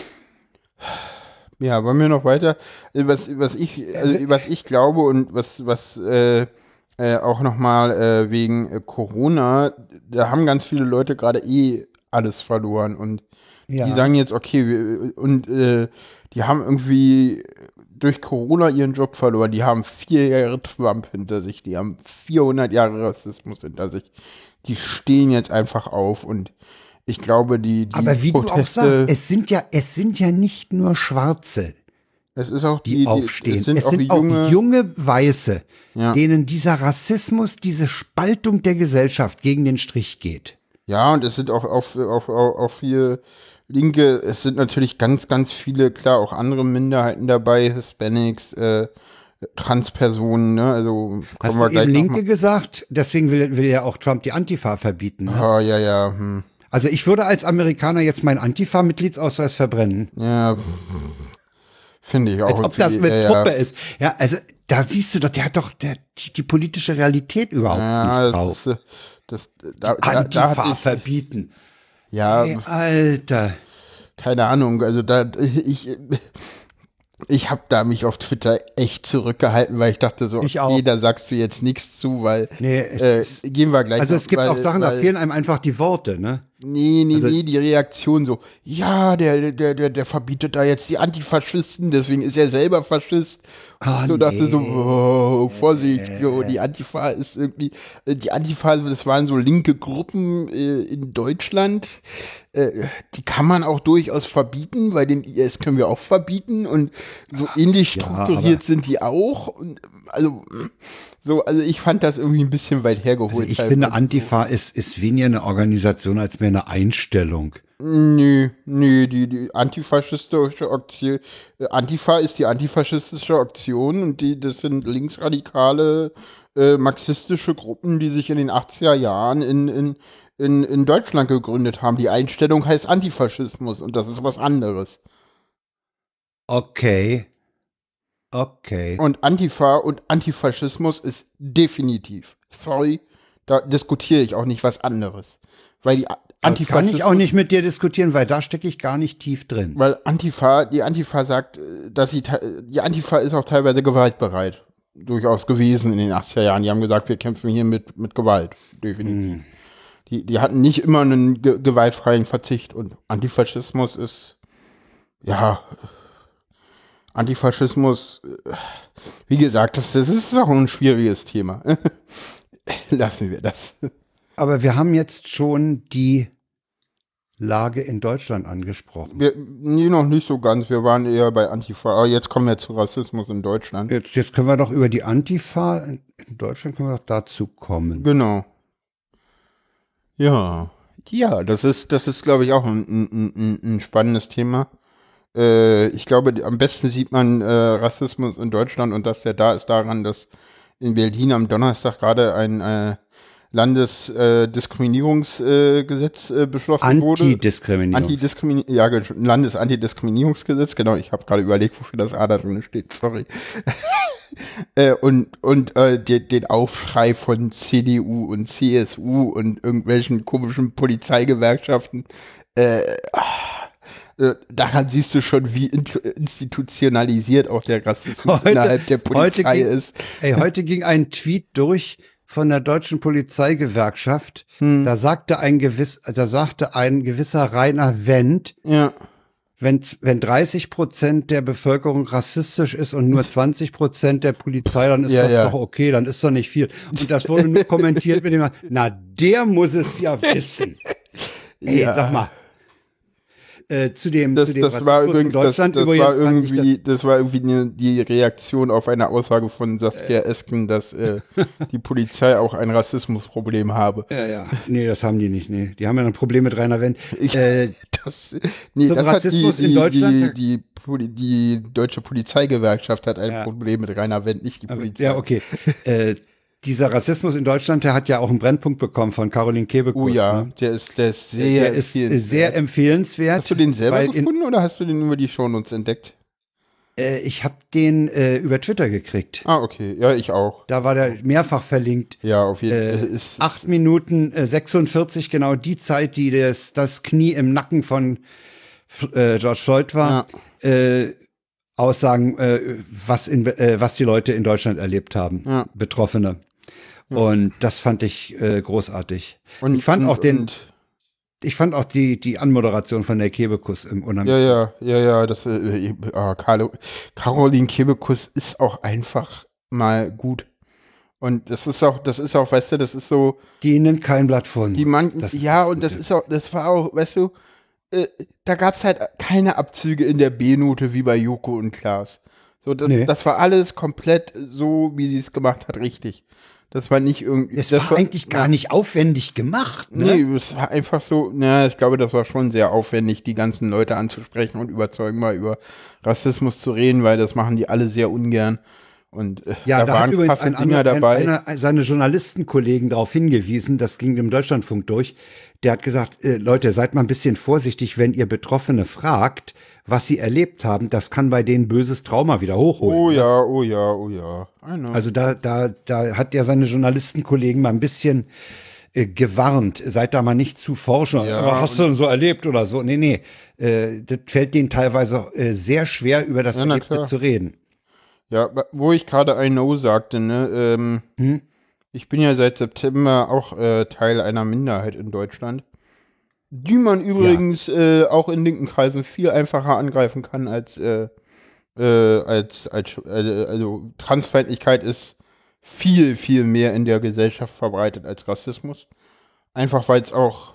Speaker 1: Ja, wollen wir noch weiter? Äh, Was, was ich, also, was ich glaube und was, was äh, äh, auch nochmal äh, wegen äh, Corona, da haben ganz viele Leute gerade eh alles verloren und
Speaker 2: Ja.
Speaker 1: die sagen jetzt, okay, wir, und äh, die haben irgendwie durch Corona ihren Job verloren. Die haben vier Jahre Trump hinter sich, die haben vierhundert Jahre Rassismus hinter sich. Die stehen jetzt einfach auf und ich glaube, die, die
Speaker 2: aber wie
Speaker 1: Proteste,
Speaker 2: du auch sagst, es sind ja, es sind ja nicht nur Schwarze,
Speaker 1: es ist auch
Speaker 2: die,
Speaker 1: die,
Speaker 2: aufstehen.
Speaker 1: es sind
Speaker 2: es
Speaker 1: auch
Speaker 2: sind auch
Speaker 1: junge,
Speaker 2: junge Weiße,
Speaker 1: Ja.
Speaker 2: denen dieser Rassismus, diese Spaltung der Gesellschaft gegen den Strich geht.
Speaker 1: ja, und es sind auch, auch, auch, auch, auch viele Linke, es sind natürlich ganz, ganz viele, klar, auch andere Minderheiten dabei, Hispanics, äh, Transpersonen, ne, also
Speaker 2: Hast
Speaker 1: kommen
Speaker 2: du
Speaker 1: wir
Speaker 2: eben
Speaker 1: gleich noch
Speaker 2: Linke
Speaker 1: mal.
Speaker 2: gesagt? Deswegen will, will ja auch Trump die Antifa verbieten. Ne?
Speaker 1: Ah, ja, ja, hm.
Speaker 2: Also ich würde als Amerikaner jetzt meinen Antifa-Mitgliedsausweis verbrennen.
Speaker 1: Ja, finde ich auch.
Speaker 2: Als ob das
Speaker 1: irgendwie,
Speaker 2: eine
Speaker 1: ja,
Speaker 2: Truppe
Speaker 1: ja.
Speaker 2: ist. Ja, also da siehst du doch, der hat doch der, die, die politische Realität überhaupt
Speaker 1: Ja,
Speaker 2: nicht
Speaker 1: das
Speaker 2: drauf.
Speaker 1: ist, äh, das, da, da, da
Speaker 2: Antifa
Speaker 1: hatte ich,
Speaker 2: verbieten.
Speaker 1: ja,
Speaker 2: Hey, Alter.
Speaker 1: keine Ahnung, also da, ich, ich habe da mich auf Twitter echt zurückgehalten, weil ich dachte so,
Speaker 2: Ich
Speaker 1: okay,
Speaker 2: auch.
Speaker 1: da sagst du jetzt nichts zu, weil,
Speaker 2: Nee,
Speaker 1: äh,
Speaker 2: es-
Speaker 1: gehen wir gleich
Speaker 2: Also
Speaker 1: noch,
Speaker 2: es gibt
Speaker 1: weil,
Speaker 2: auch Sachen, da
Speaker 1: weil,
Speaker 2: fehlen einem einfach die Worte, ne?
Speaker 1: Nee, nee,
Speaker 2: Also-
Speaker 1: nee, die Reaktion so, ja, der, der, der, der verbietet da jetzt die Antifaschisten, deswegen ist er selber Faschist.
Speaker 2: Ah,
Speaker 1: so dachte so,
Speaker 2: nee.
Speaker 1: oh, Vorsicht, jo, die Antifa ist irgendwie, äh, die Antifa, das waren so linke Gruppen äh, in Deutschland, äh, die kann man auch durchaus verbieten, weil den I S können wir auch verbieten und so ähnlich
Speaker 2: ja,
Speaker 1: strukturiert
Speaker 2: aber-
Speaker 1: sind die auch. Und, also, so, also ich fand das irgendwie ein bisschen weit hergeholt.
Speaker 2: Also ich
Speaker 1: teilweise
Speaker 2: finde,
Speaker 1: so.
Speaker 2: Antifa ist, ist weniger eine Organisation als mehr eine Einstellung.
Speaker 1: Nö, nö, die, die antifaschistische Aktion, äh, Antifa ist die antifaschistische Aktion und die, das sind linksradikale äh, marxistische Gruppen, die sich in den achtziger Jahren in, in, in, in Deutschland gegründet haben. Die Einstellung heißt Antifaschismus und das ist was anderes.
Speaker 2: Okay. Okay.
Speaker 1: Und Antifa und Antifaschismus ist definitiv. Sorry, da diskutiere ich auch nicht was anderes. Weil die Antifa.
Speaker 2: Kann ich auch nicht mit dir diskutieren, weil da stecke ich gar nicht tief drin.
Speaker 1: Weil Antifa, die Antifa sagt, dass sie, die Antifa ist auch teilweise gewaltbereit. Durchaus gewesen in den achtziger Jahren. Die haben gesagt, wir kämpfen hier mit, mit Gewalt. Definitiv. Hm. Die, die hatten nicht immer einen ge- gewaltfreien Verzicht. Und Antifaschismus ist, ja, Antifaschismus, wie gesagt, das, das ist auch ein schwieriges Thema. Lassen wir das.
Speaker 2: Aber wir haben jetzt schon die Lage in Deutschland angesprochen.
Speaker 1: Wir, nee, noch nicht so ganz. Wir waren eher bei Antifa. Aber jetzt kommen wir zu Rassismus in Deutschland.
Speaker 2: Jetzt, jetzt können wir doch über die Antifa in Deutschland können wir doch dazu kommen.
Speaker 1: Genau. Ja. Ja, das ist, das ist, glaube ich, auch ein, ein, ein, ein spannendes Thema. Äh, ich glaube, am besten sieht man äh, Rassismus in Deutschland und dass der da ist daran, dass in Berlin am Donnerstag gerade ein äh, Landesdiskriminierungsgesetz äh, äh, beschlossen wurde.
Speaker 2: Antidiskriminierung.
Speaker 1: Antidiskrimi ja, Landesantidiskriminierungsgesetz, genau. Ich habe gerade überlegt, wofür das A da drin steht, sorry. äh, und und äh, de, den Aufschrei von C D U und C S U und irgendwelchen komischen Polizeigewerkschaften. Äh, äh, daran siehst du schon, wie in, institutionalisiert auch der Rassismus heute, innerhalb der Polizei
Speaker 2: heute ging,
Speaker 1: ist.
Speaker 2: Ey, heute ging ein Tweet durch von der deutschen Polizeigewerkschaft. Hm. Da sagte ein gewiss, da sagte ein gewisser Rainer Wendt,
Speaker 1: ja.
Speaker 2: wenn, wenn dreißig Prozent der Bevölkerung rassistisch ist und nur zwanzig Prozent der Polizei, dann ist
Speaker 1: ja,
Speaker 2: das
Speaker 1: ja.
Speaker 2: doch okay, dann ist doch nicht viel. Und das wurde nur kommentiert mit dem, na, der muss es ja wissen. Ey,
Speaker 1: ja.
Speaker 2: sag mal. Äh, zu dem,
Speaker 1: das,
Speaker 2: zu dem
Speaker 1: das war übrigens,
Speaker 2: in Deutschland
Speaker 1: das, das war irgendwie,
Speaker 2: das,
Speaker 1: das war irgendwie eine, die Reaktion auf eine Aussage von Saskia äh, Esken, dass äh, die Polizei auch ein Rassismusproblem habe.
Speaker 2: Ja, ja. Nee, das haben die nicht. Nee, die haben ja ein Problem mit Rainer Wendt. Äh,
Speaker 1: das, nee,
Speaker 2: zum
Speaker 1: das
Speaker 2: Rassismus
Speaker 1: hat die,
Speaker 2: in Deutschland.
Speaker 1: Die, die, die, die deutsche Polizeigewerkschaft hat ein ja. Problem mit Rainer Wendt, nicht die Polizei.
Speaker 2: Ja, okay. äh, Dieser Rassismus in Deutschland, der hat ja auch einen Brennpunkt bekommen von Caroline Kebekus.
Speaker 1: Oh ja,
Speaker 2: ne?
Speaker 1: der ist, der ist sehr
Speaker 2: der ist sehr empfehlenswert.
Speaker 1: Hast du den selber gefunden in, oder hast du den über die Shownotes entdeckt?
Speaker 2: Äh, ich habe den äh, über Twitter gekriegt.
Speaker 1: Ah, okay. Ja, ich auch.
Speaker 2: Da war der mehrfach verlinkt.
Speaker 1: Ja, auf jeden
Speaker 2: Fall.
Speaker 1: Äh,
Speaker 2: acht Minuten äh, sechsundvierzig, genau die Zeit, die das, das Knie im Nacken von äh, George Floyd war. Ja. Äh, Aussagen, äh, was, in, äh, was die Leute in Deutschland erlebt haben, ja. Betroffene. Und das fand ich äh, großartig. Und ich fand und, auch den, ich fand auch die die Anmoderation von der Kebekus im Unheimlich.
Speaker 1: Ja, ja, ja, ja. Das äh, äh, Carlo, Caroline Kebekus ist auch einfach mal gut. Und das ist auch, das ist auch, weißt du, das ist so.
Speaker 2: Die nimmt kein Blatt von.
Speaker 1: Die man, ja, und das ist auch, das war auch, weißt du, äh, da gab's halt keine Abzüge in der B-Note wie bei Joko und Klaas. So, das, nee. das war alles komplett so, wie sie es gemacht hat, richtig. Das war nicht irgendwie.
Speaker 2: Es war, war eigentlich gar nicht aufwendig gemacht, ne?
Speaker 1: Nee, es war einfach so, na, ich glaube, das war schon sehr aufwendig, die ganzen Leute anzusprechen und überzeugen mal über Rassismus zu reden, weil das machen die alle sehr ungern. Und äh,
Speaker 2: ja,
Speaker 1: da,
Speaker 2: da
Speaker 1: waren
Speaker 2: hat übrigens ein
Speaker 1: Dinger
Speaker 2: anderer,
Speaker 1: dabei.
Speaker 2: Einer, seine Journalistenkollegen darauf hingewiesen, das ging im Deutschlandfunk durch, der hat gesagt, äh, Leute, seid mal ein bisschen vorsichtig, wenn ihr Betroffene fragt, was sie erlebt haben, das kann bei denen böses Trauma wieder hochholen.
Speaker 1: Oh ja, oh ja, oh ja.
Speaker 2: Also da, da, da hat ja seine Journalistenkollegen mal ein bisschen äh, gewarnt, seid da mal nicht zu forschen. Ja, aber hast du denn so erlebt oder so? Nee, nee, äh, das fällt denen teilweise äh, sehr schwer, über das
Speaker 1: ja,
Speaker 2: Erlebte zu reden.
Speaker 1: Ja, wo ich gerade I know sagte, ne, ähm, hm? ich bin ja seit September auch äh, Teil einer Minderheit in Deutschland, die man übrigens ja. äh, auch in linken Kreisen viel einfacher angreifen kann als, äh, äh, als, als äh, also Transfeindlichkeit ist viel, viel mehr in der Gesellschaft verbreitet als Rassismus. Einfach weil es auch,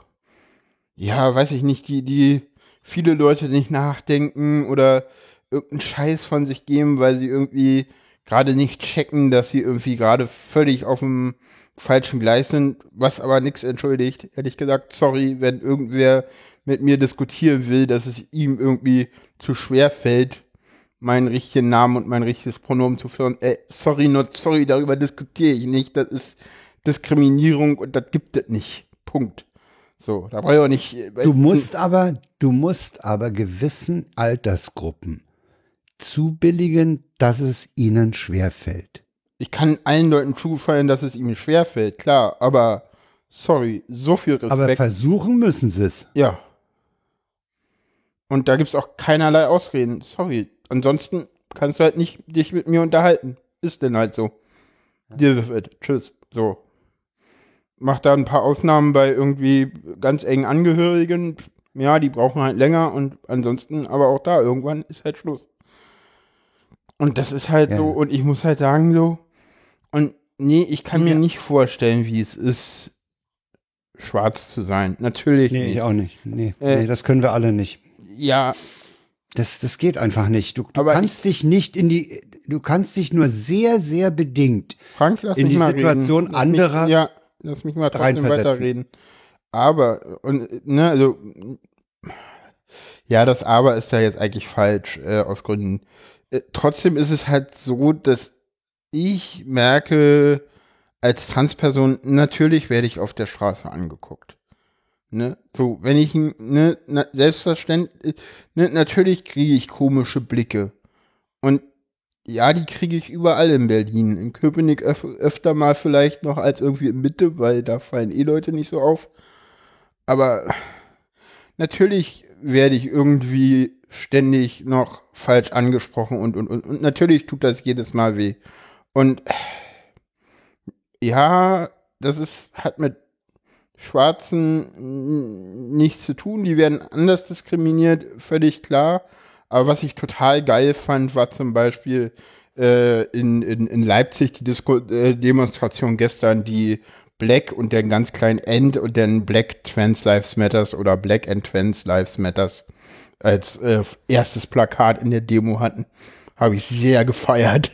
Speaker 1: ja, weiß ich nicht, die, die viele Leute nicht nachdenken oder irgendeinen Scheiß von sich geben, weil sie irgendwie gerade nicht checken, dass sie irgendwie gerade völlig auf dem falschen Gleis sind, was aber nichts entschuldigt. Ehrlich gesagt, sorry, wenn irgendwer mit mir diskutieren will, dass es ihm irgendwie zu schwer fällt, meinen richtigen Namen und mein richtiges Pronomen zu führen. Äh, sorry, not sorry, darüber diskutiere ich nicht. Das ist Diskriminierung und das gibt es nicht. Punkt. So, da brauche ich auch nicht.
Speaker 2: Du musst aber, du musst aber gewissen Altersgruppen zubilligen, dass es ihnen schwerfällt.
Speaker 1: Ich kann allen Leuten zufallen, dass es ihnen schwerfällt, klar, aber sorry, so viel Respekt.
Speaker 2: Aber versuchen müssen sie es.
Speaker 1: Ja. Und da gibt es auch keinerlei Ausreden. Sorry. Ansonsten kannst du halt nicht dich mit mir unterhalten. Ist denn halt so. Deal with it. Tschüss. So. Mach da ein paar Ausnahmen bei irgendwie ganz engen Angehörigen. Ja, die brauchen halt länger und ansonsten, aber auch da, irgendwann ist halt Schluss. Und das ist halt
Speaker 2: Ja.
Speaker 1: so, und ich muss halt sagen so, und nee, ich kann
Speaker 2: Ja.
Speaker 1: mir nicht vorstellen, wie es ist, schwarz zu sein. Natürlich
Speaker 2: Nee,
Speaker 1: nicht.
Speaker 2: ich auch nicht. Nee,
Speaker 1: Äh,
Speaker 2: nee, das können wir alle nicht.
Speaker 1: Ja,
Speaker 2: Das, das geht einfach nicht. Du, du
Speaker 1: Aber
Speaker 2: kannst dich nicht in die, du kannst dich nur sehr, sehr bedingt
Speaker 1: Frank, lass
Speaker 2: in
Speaker 1: mich
Speaker 2: die
Speaker 1: mal
Speaker 2: Situation
Speaker 1: reden. Lass
Speaker 2: anderer
Speaker 1: Mich, ja, lass mich mal trotzdem
Speaker 2: reinversetzen.
Speaker 1: weiterreden. Aber, und, ne, also, ja, das Aber ist ja jetzt eigentlich falsch, äh, aus Gründen. Äh, trotzdem ist es halt so, dass ich merke, als Transperson, natürlich werde ich auf der Straße angeguckt. Ne? So, wenn ich, ne, na, selbstverständlich, ne, natürlich kriege ich komische Blicke. Und ja, die kriege ich überall in Berlin. In Köpenick öf öfter mal vielleicht noch als irgendwie in Mitte, weil da fallen eh Leute nicht so auf. Aber natürlich werde ich irgendwie ständig noch falsch angesprochen und, und, und, und natürlich tut das jedes Mal weh. Und ja, das ist, hat mit Schwarzen nichts zu tun. Die werden anders diskriminiert, völlig klar. Aber was ich total geil fand, war zum Beispiel äh, in, in, in Leipzig die Disco äh, Demonstration gestern, die Black und den ganz kleinen End und dann Black Trans Lives Matters oder Black and Trans Lives Matters als äh, erstes Plakat in der Demo hatten. Habe ich sehr gefeiert.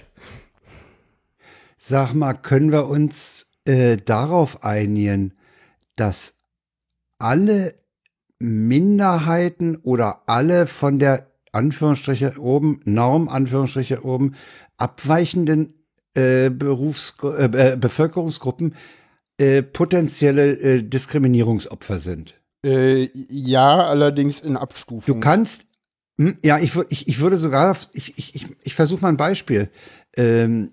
Speaker 2: Sag mal, können wir uns äh, darauf einigen, dass alle Minderheiten oder alle von der Anführungsstriche oben, Norm, Anführungsstriche oben, abweichenden äh, Berufs äh, Bevölkerungsgruppen äh, potenzielle äh, Diskriminierungsopfer sind?
Speaker 1: Äh, ja, allerdings in Abstufung.
Speaker 2: Du kannst, hm, ja, ich, wür- ich, ich würde sogar, ich, ich, ich, ich versuche mal ein Beispiel. Ähm,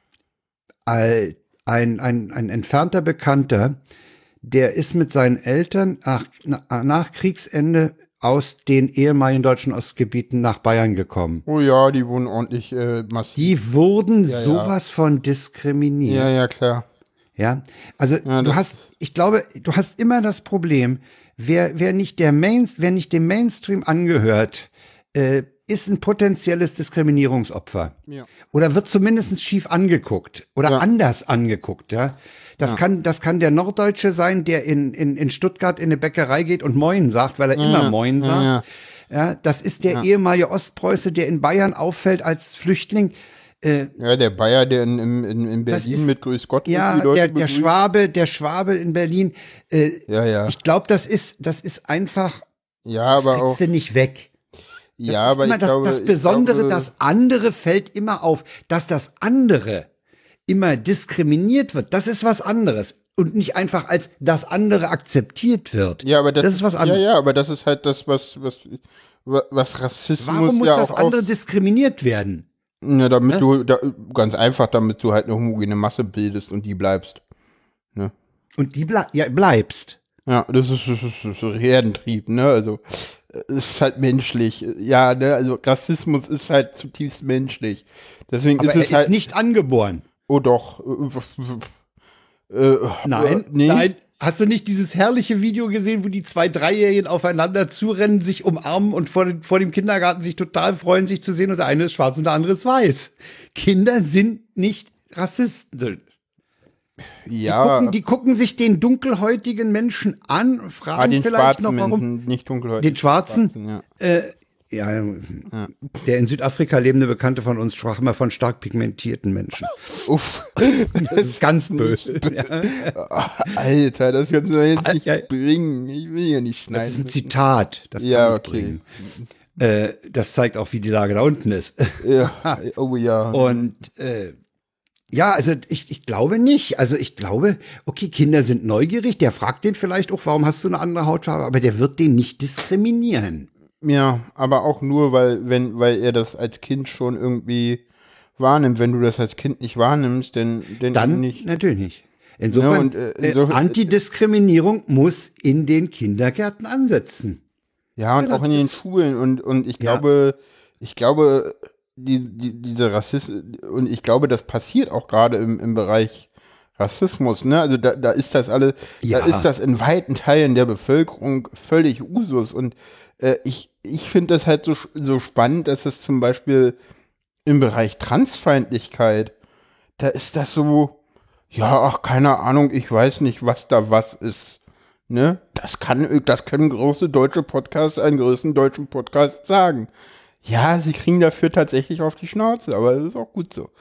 Speaker 2: ein, ein, ein, ein entfernter Bekannter, der ist mit seinen Eltern nach, nach Kriegsende aus den ehemaligen deutschen Ostgebieten nach Bayern gekommen.
Speaker 1: Oh ja, die wurden ordentlich äh, massiv.
Speaker 2: Die wurden
Speaker 1: Ja, ja.
Speaker 2: sowas von diskriminiert.
Speaker 1: Ja, ja, klar.
Speaker 2: Ja, also
Speaker 1: Ja,
Speaker 2: du
Speaker 1: das-
Speaker 2: hast, ich glaube, du hast immer das Problem, wer, wer nicht der Main, wer nicht dem Mainstream angehört, äh, ist ein potenzielles Diskriminierungsopfer.
Speaker 1: Ja.
Speaker 2: Oder wird zumindest schief angeguckt oder
Speaker 1: Ja.
Speaker 2: anders angeguckt, ja. Das
Speaker 1: Ja.
Speaker 2: kann, das kann der Norddeutsche sein, der in, in, in Stuttgart in eine Bäckerei geht und Moin sagt, weil er immer
Speaker 1: ja,
Speaker 2: Moin
Speaker 1: ja,
Speaker 2: sagt.
Speaker 1: ja.
Speaker 2: Ja, das ist der
Speaker 1: Ja.
Speaker 2: ehemalige Ostpreuße, der in Bayern auffällt als Flüchtling. Äh,
Speaker 1: Ja, der Bayer, der in, in, in in
Speaker 2: Das
Speaker 1: Berlin
Speaker 2: ist-
Speaker 1: mit Grüß Gott
Speaker 2: ja,
Speaker 1: die Leute
Speaker 2: der, der
Speaker 1: begrüßt.
Speaker 2: Schwabe, der Schwabe in Berlin. Äh,
Speaker 1: Ja, ja.
Speaker 2: Ich glaube, das ist, das ist einfach,
Speaker 1: Ja,
Speaker 2: das
Speaker 1: aber
Speaker 2: kriegst
Speaker 1: auch.
Speaker 2: du nicht weg. Das
Speaker 1: Ja,
Speaker 2: ist
Speaker 1: aber
Speaker 2: immer
Speaker 1: ich
Speaker 2: das,
Speaker 1: glaube,
Speaker 2: das
Speaker 1: ich
Speaker 2: Besondere,
Speaker 1: glaube,
Speaker 2: das andere fällt immer auf. Dass das andere immer diskriminiert wird, das ist was anderes. Und nicht einfach als das andere akzeptiert wird.
Speaker 1: Ja, aber das,
Speaker 2: das ist was anderes.
Speaker 1: Ja, ja, aber das ist halt das, was, was, was Rassismus
Speaker 2: Warum muss
Speaker 1: ja
Speaker 2: das
Speaker 1: auch
Speaker 2: andere
Speaker 1: aus,
Speaker 2: diskriminiert werden?
Speaker 1: ja, damit
Speaker 2: Ne?
Speaker 1: du, da, ganz einfach, damit du halt eine homogene Masse bildest und die bleibst.
Speaker 2: Und die ble ja, bleibst.
Speaker 1: Ja, das ist, das ist, das ist so Herdentrieb, ne, also, es ist halt menschlich. Ja, ne, also Rassismus ist halt zutiefst menschlich. Deswegen
Speaker 2: Aber
Speaker 1: ist
Speaker 2: er
Speaker 1: es
Speaker 2: ist
Speaker 1: halt,
Speaker 2: nicht angeboren.
Speaker 1: oh doch, äh, äh,
Speaker 2: Nein,
Speaker 1: äh, nee.
Speaker 2: nein. Hast du nicht dieses herrliche Video gesehen, wo die zwei Dreijährigen aufeinander zurennen, sich umarmen und vor, dem- vor dem Kindergarten sich total freuen, sich zu sehen und der eine ist schwarz und der andere ist weiß? Kinder sind nicht Rassisten. Die,
Speaker 1: Ja,
Speaker 2: gucken, die gucken sich den dunkelhäutigen Menschen an,
Speaker 1: ah,
Speaker 2: fragen
Speaker 1: den
Speaker 2: vielleicht
Speaker 1: schwarzen
Speaker 2: noch, warum.
Speaker 1: Menschen, nicht dunkelhäutig.
Speaker 2: Den Schwarzen?
Speaker 1: ja.
Speaker 2: Äh, ja, der in Südafrika lebende Bekannte von uns sprach immer von stark pigmentierten Menschen.
Speaker 1: Uff.
Speaker 2: Das ist ganz böse. Ja.
Speaker 1: Alter, das kannst du jetzt nicht
Speaker 2: Ja.
Speaker 1: bringen. Ich will hier nicht
Speaker 2: Das ist ein
Speaker 1: schneiden.
Speaker 2: Zitat. Das kann
Speaker 1: Ja,
Speaker 2: ich
Speaker 1: okay.
Speaker 2: bringen. Äh, das zeigt auch, wie die Lage da unten ist.
Speaker 1: Ja, oh ja.
Speaker 2: Und äh, ja, also ich, ich glaube nicht. Also ich glaube, okay, Kinder sind neugierig. Der fragt den vielleicht auch, warum hast du eine andere Hautfarbe? Aber der wird den nicht diskriminieren.
Speaker 1: Ja, aber auch nur, weil, wenn, weil er das als Kind schon irgendwie wahrnimmt. Wenn du das als Kind nicht wahrnimmst, dann, dann,
Speaker 2: Dann
Speaker 1: nicht.
Speaker 2: natürlich nicht. Insofern,
Speaker 1: Ja, und, äh, insofern-
Speaker 2: äh, Antidiskriminierung muss in den Kindergärten ansetzen.
Speaker 1: Ja, und
Speaker 2: Ja,
Speaker 1: auch in den
Speaker 2: das-
Speaker 1: Schulen. Und, und ich
Speaker 2: Ja.
Speaker 1: glaube, ich glaube, die, die, diese Rassismus, und ich glaube, das passiert auch gerade im, im Bereich Rassismus, ne? Also da, da ist das alle,
Speaker 2: Ja.
Speaker 1: da ist das in weiten Teilen der Bevölkerung völlig Usus. Und äh, ich, ich finde das halt so, so spannend, dass es zum Beispiel im Bereich Transfeindlichkeit, da ist das so, ja, ach, keine Ahnung, ich weiß nicht, was da was ist. Ne? Das kann, das können große deutsche Podcasts einen größten deutschen Podcast sagen. Ja, sie kriegen dafür tatsächlich auf die Schnauze, aber das ist auch gut so.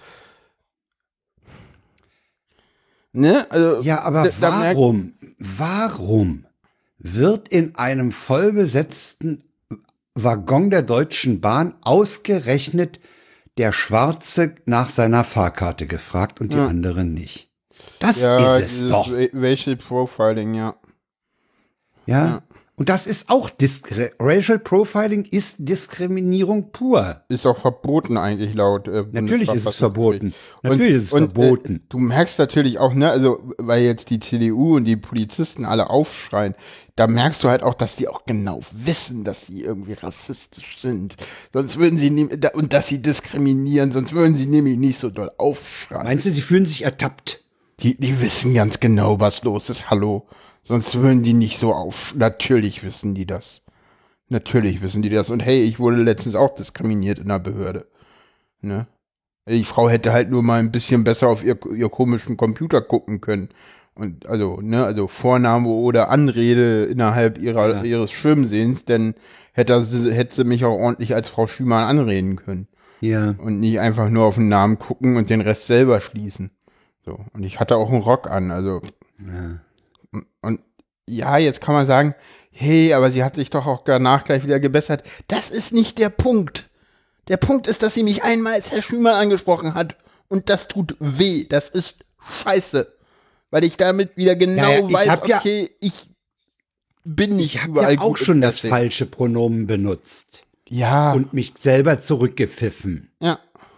Speaker 1: Ne? Also,
Speaker 2: Ja, aber
Speaker 1: da- da merkt-
Speaker 2: warum, warum wird in einem vollbesetzten Waggon der Deutschen Bahn ausgerechnet der Schwarze nach seiner Fahrkarte gefragt und die
Speaker 1: Ja.
Speaker 2: anderen nicht? Das
Speaker 1: Ja,
Speaker 2: ist es
Speaker 1: dieses
Speaker 2: doch.
Speaker 1: Ra- Racial Profiling, ja.
Speaker 2: Ja.
Speaker 1: Ja.
Speaker 2: Und das ist auch Dis Racial Profiling ist Diskriminierung pur.
Speaker 1: Ist auch verboten eigentlich laut. Äh,
Speaker 2: Natürlich ist es verboten.
Speaker 1: Und-
Speaker 2: Natürlich ist es
Speaker 1: und,
Speaker 2: verboten.
Speaker 1: Äh, du merkst natürlich auch, ne, also weil jetzt die C D U und die Polizisten alle aufschreien, da merkst du halt auch, dass die auch genau wissen, dass sie irgendwie rassistisch sind. Sonst würden sie nie, da- und dass sie diskriminieren, sonst würden sie nämlich nicht so doll aufschreien.
Speaker 2: Meinst du, sie fühlen sich ertappt?
Speaker 1: Die, die wissen ganz genau, was los ist, hallo. Sonst würden die nicht so auf. Natürlich wissen die das. Natürlich wissen die das. Und hey, ich wurde letztens auch diskriminiert in der Behörde. Ne? Die Frau hätte halt nur mal ein bisschen besser auf ihr, ihr komischen Computer gucken können. Und also, ne, also Vorname oder Anrede innerhalb ihrer,
Speaker 2: Ja.
Speaker 1: ihres Schwimmsehens, denn hätte sie, hätte sie mich auch ordentlich als Frau Schümann anreden können.
Speaker 2: Ja.
Speaker 1: Und nicht einfach nur auf den Namen gucken und den Rest selber schließen. So. Und ich hatte auch einen Rock an, also.
Speaker 2: Ja.
Speaker 1: Und ja, jetzt kann man sagen, hey, aber sie hat sich doch auch danach gleich wieder gebessert. Das ist nicht der Punkt. Der Punkt ist, dass sie mich einmal als Herr Schümann angesprochen hat. Und das tut weh. Das ist scheiße. Weil ich damit wieder genau
Speaker 2: Ja, ja, ich
Speaker 1: weiß,
Speaker 2: hab ja-
Speaker 1: okay, ich bin nicht
Speaker 2: Ich habe
Speaker 1: überall
Speaker 2: ja auch
Speaker 1: gut
Speaker 2: schon
Speaker 1: im
Speaker 2: das
Speaker 1: Plastik.
Speaker 2: falsche Pronomen benutzt
Speaker 1: Ja,
Speaker 2: und mich selber zurückgepfiffen.
Speaker 1: ja.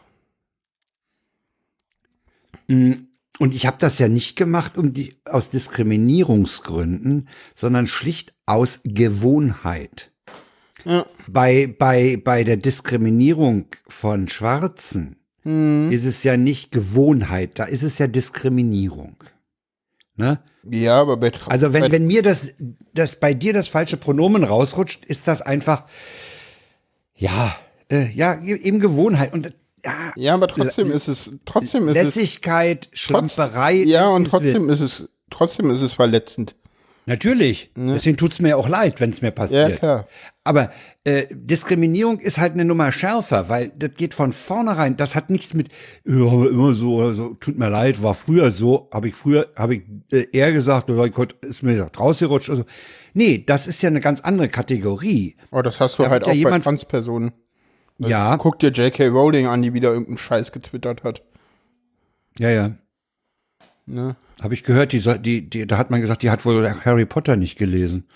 Speaker 2: Und ich habe das ja nicht gemacht um die, aus Diskriminierungsgründen, sondern schlicht aus Gewohnheit.
Speaker 1: Ja.
Speaker 2: Bei, bei, bei der Diskriminierung von Schwarzen
Speaker 1: Hm.
Speaker 2: ist es ja nicht Gewohnheit, da ist es ja Diskriminierung. Ne?
Speaker 1: Ja, aber bei Tra-
Speaker 2: Also
Speaker 1: bei,
Speaker 2: wenn, wenn mir das, das bei dir das falsche Pronomen rausrutscht, ist das einfach, ja, äh, ja, eben Gewohnheit. Und ja,
Speaker 1: ja, aber trotzdem ist es, trotzdem ist es,
Speaker 2: Lässigkeit, Schlamperei.
Speaker 1: ja, und
Speaker 2: ist-
Speaker 1: trotzdem ist es, trotzdem ist es verletzend.
Speaker 2: Natürlich. Deswegen tut's mir auch leid, wenn es mir
Speaker 1: Ja,
Speaker 2: passiert.
Speaker 1: klar.
Speaker 2: Aber äh, Diskriminierung ist halt eine Nummer schärfer, weil das geht von vornherein, das hat nichts mit ja, immer so oder so, tut mir leid, war früher so, habe ich früher, habe ich äh, eher gesagt, oder Gott, ist mir gesagt, rausgerutscht. Also, nee, das ist ja eine ganz andere Kategorie.
Speaker 1: Oh, das hast du
Speaker 2: Da
Speaker 1: halt
Speaker 2: wird ja
Speaker 1: auch bei
Speaker 2: jemand-
Speaker 1: Transpersonen.
Speaker 2: Ja,
Speaker 1: Guck dir J K. Rowling an, die wieder irgendeinen Scheiß getwittert hat.
Speaker 2: ja, ja.
Speaker 1: Ne?
Speaker 2: Habe ich gehört, die, soll- die, die, da hat man gesagt, die hat wohl Harry Potter nicht gelesen.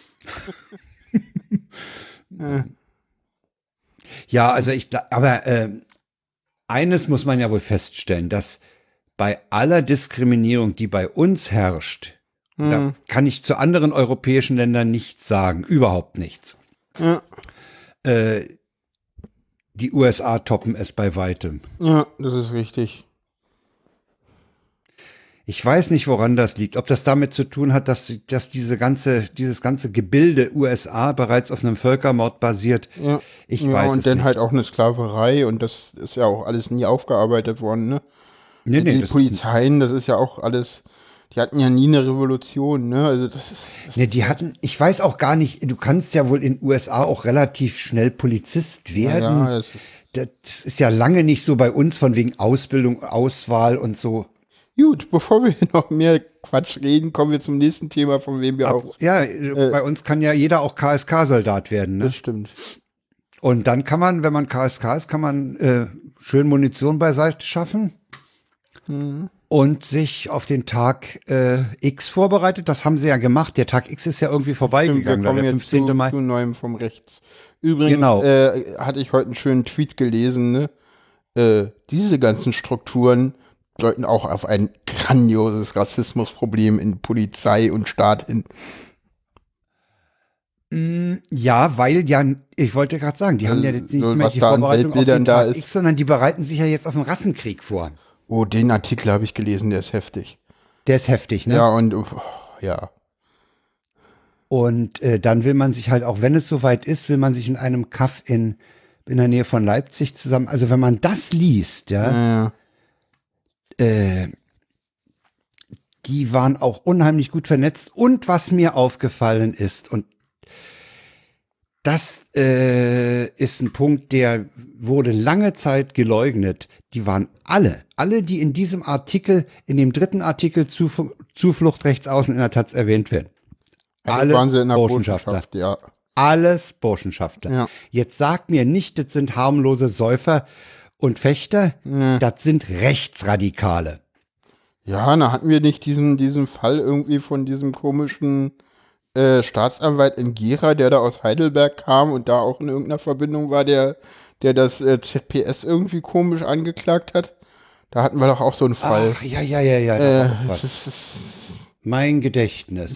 Speaker 2: Ja, also ich, gla- aber äh, eines muss man ja wohl feststellen, dass bei aller Diskriminierung, die bei uns herrscht, da kann ich zu anderen europäischen Ländern nichts sagen, überhaupt nichts.
Speaker 1: Ja,
Speaker 2: Äh, die U S A toppen es bei weitem.
Speaker 1: ja, das ist richtig.
Speaker 2: Ich weiß nicht, woran das liegt. Ob das damit zu tun hat, dass, dass diese ganze, dieses ganze Gebilde U S A bereits auf einem Völkermord basiert.
Speaker 1: Ja,
Speaker 2: Ich
Speaker 1: ja,
Speaker 2: weiß
Speaker 1: und
Speaker 2: es
Speaker 1: dann
Speaker 2: nicht.
Speaker 1: halt auch eine Sklaverei und das ist ja auch alles nie aufgearbeitet worden, ne?
Speaker 2: Nee, nee,
Speaker 1: die
Speaker 2: das,
Speaker 1: Polizeien, das ist ja auch alles, die hatten ja nie eine Revolution, ne? Also das ist, das
Speaker 2: nee, die hatten, ich weiß auch gar nicht, du kannst ja wohl in U S A auch relativ schnell Polizist werden.
Speaker 1: ja, das ist
Speaker 2: Das, das ist ja lange nicht so bei uns von wegen Ausbildung, Auswahl und so.
Speaker 1: gut. Bevor wir hier noch mehr Quatsch reden, kommen wir zum nächsten Thema, von dem wir auch.
Speaker 2: Ja, äh, bei uns kann ja jeder auch K S K-Soldat werden. Ne?
Speaker 1: Das stimmt.
Speaker 2: Und dann kann man, wenn man K S K ist, kann man äh, schön Munition beiseite schaffen
Speaker 1: Mhm.
Speaker 2: und sich auf den Tag äh, X vorbereitet. Das haben sie ja gemacht. Der Tag X ist ja irgendwie
Speaker 1: Wir
Speaker 2: vorbeigegangen, da
Speaker 1: kommen
Speaker 2: der
Speaker 1: jetzt zu,
Speaker 2: fünfzehnten Mai.
Speaker 1: zu neuem vom Rechts. Übrigens
Speaker 2: Genau.
Speaker 1: äh, hatte ich heute einen schönen Tweet gelesen, ne? Äh, diese ganzen Strukturen deuten auch auf ein grandioses Rassismusproblem in Polizei und Staat hin.
Speaker 2: Mm, Ja, weil ja, ich wollte gerade sagen, die haben ja
Speaker 1: Äh,
Speaker 2: jetzt nicht
Speaker 1: so,
Speaker 2: mehr
Speaker 1: was
Speaker 2: die
Speaker 1: da an
Speaker 2: Vorbereitung auf
Speaker 1: Weltbildern
Speaker 2: den
Speaker 1: da
Speaker 2: Tag
Speaker 1: ist.
Speaker 2: X, sondern die bereiten sich ja jetzt auf den Rassenkrieg vor.
Speaker 1: Oh, den Artikel habe ich gelesen, der ist heftig.
Speaker 2: Der ist heftig, ne?
Speaker 1: Ja, und uff, ja.
Speaker 2: Und äh, dann will man sich halt, auch wenn es soweit ist, will man sich in einem Kaff in, in der Nähe von Leipzig zusammen, also wenn man das liest, ja,
Speaker 1: Ja, ja.
Speaker 2: äh, die waren auch unheimlich gut vernetzt. Und was mir aufgefallen ist, und das äh, ist ein Punkt, der wurde lange Zeit geleugnet. Die waren alle, alle, die in diesem Artikel, in dem dritten Artikel Zuf Zuflucht rechts außen in der Taz erwähnt werden.
Speaker 1: Alle waren sie in der
Speaker 2: Burschenschaftler.
Speaker 1: Botschaft, ja.
Speaker 2: Alles Burschenschaftler.
Speaker 1: Ja.
Speaker 2: Jetzt sagt mir nicht, das sind harmlose Säufer und Fechter,
Speaker 1: Nee.
Speaker 2: das sind Rechtsradikale.
Speaker 1: Ja, da hatten wir nicht diesen, diesen Fall irgendwie von diesem komischen äh, Staatsanwalt in Gera, der da aus Heidelberg kam und da auch in irgendeiner Verbindung war, der, der das äh, Z P S irgendwie komisch angeklagt hat. Da hatten wir doch auch so einen Fall.
Speaker 2: Ach, ja, ja, ja, ja.
Speaker 1: äh,
Speaker 2: da war doch
Speaker 1: das
Speaker 2: was.
Speaker 1: ist, das,
Speaker 2: Mein Gedächtnis.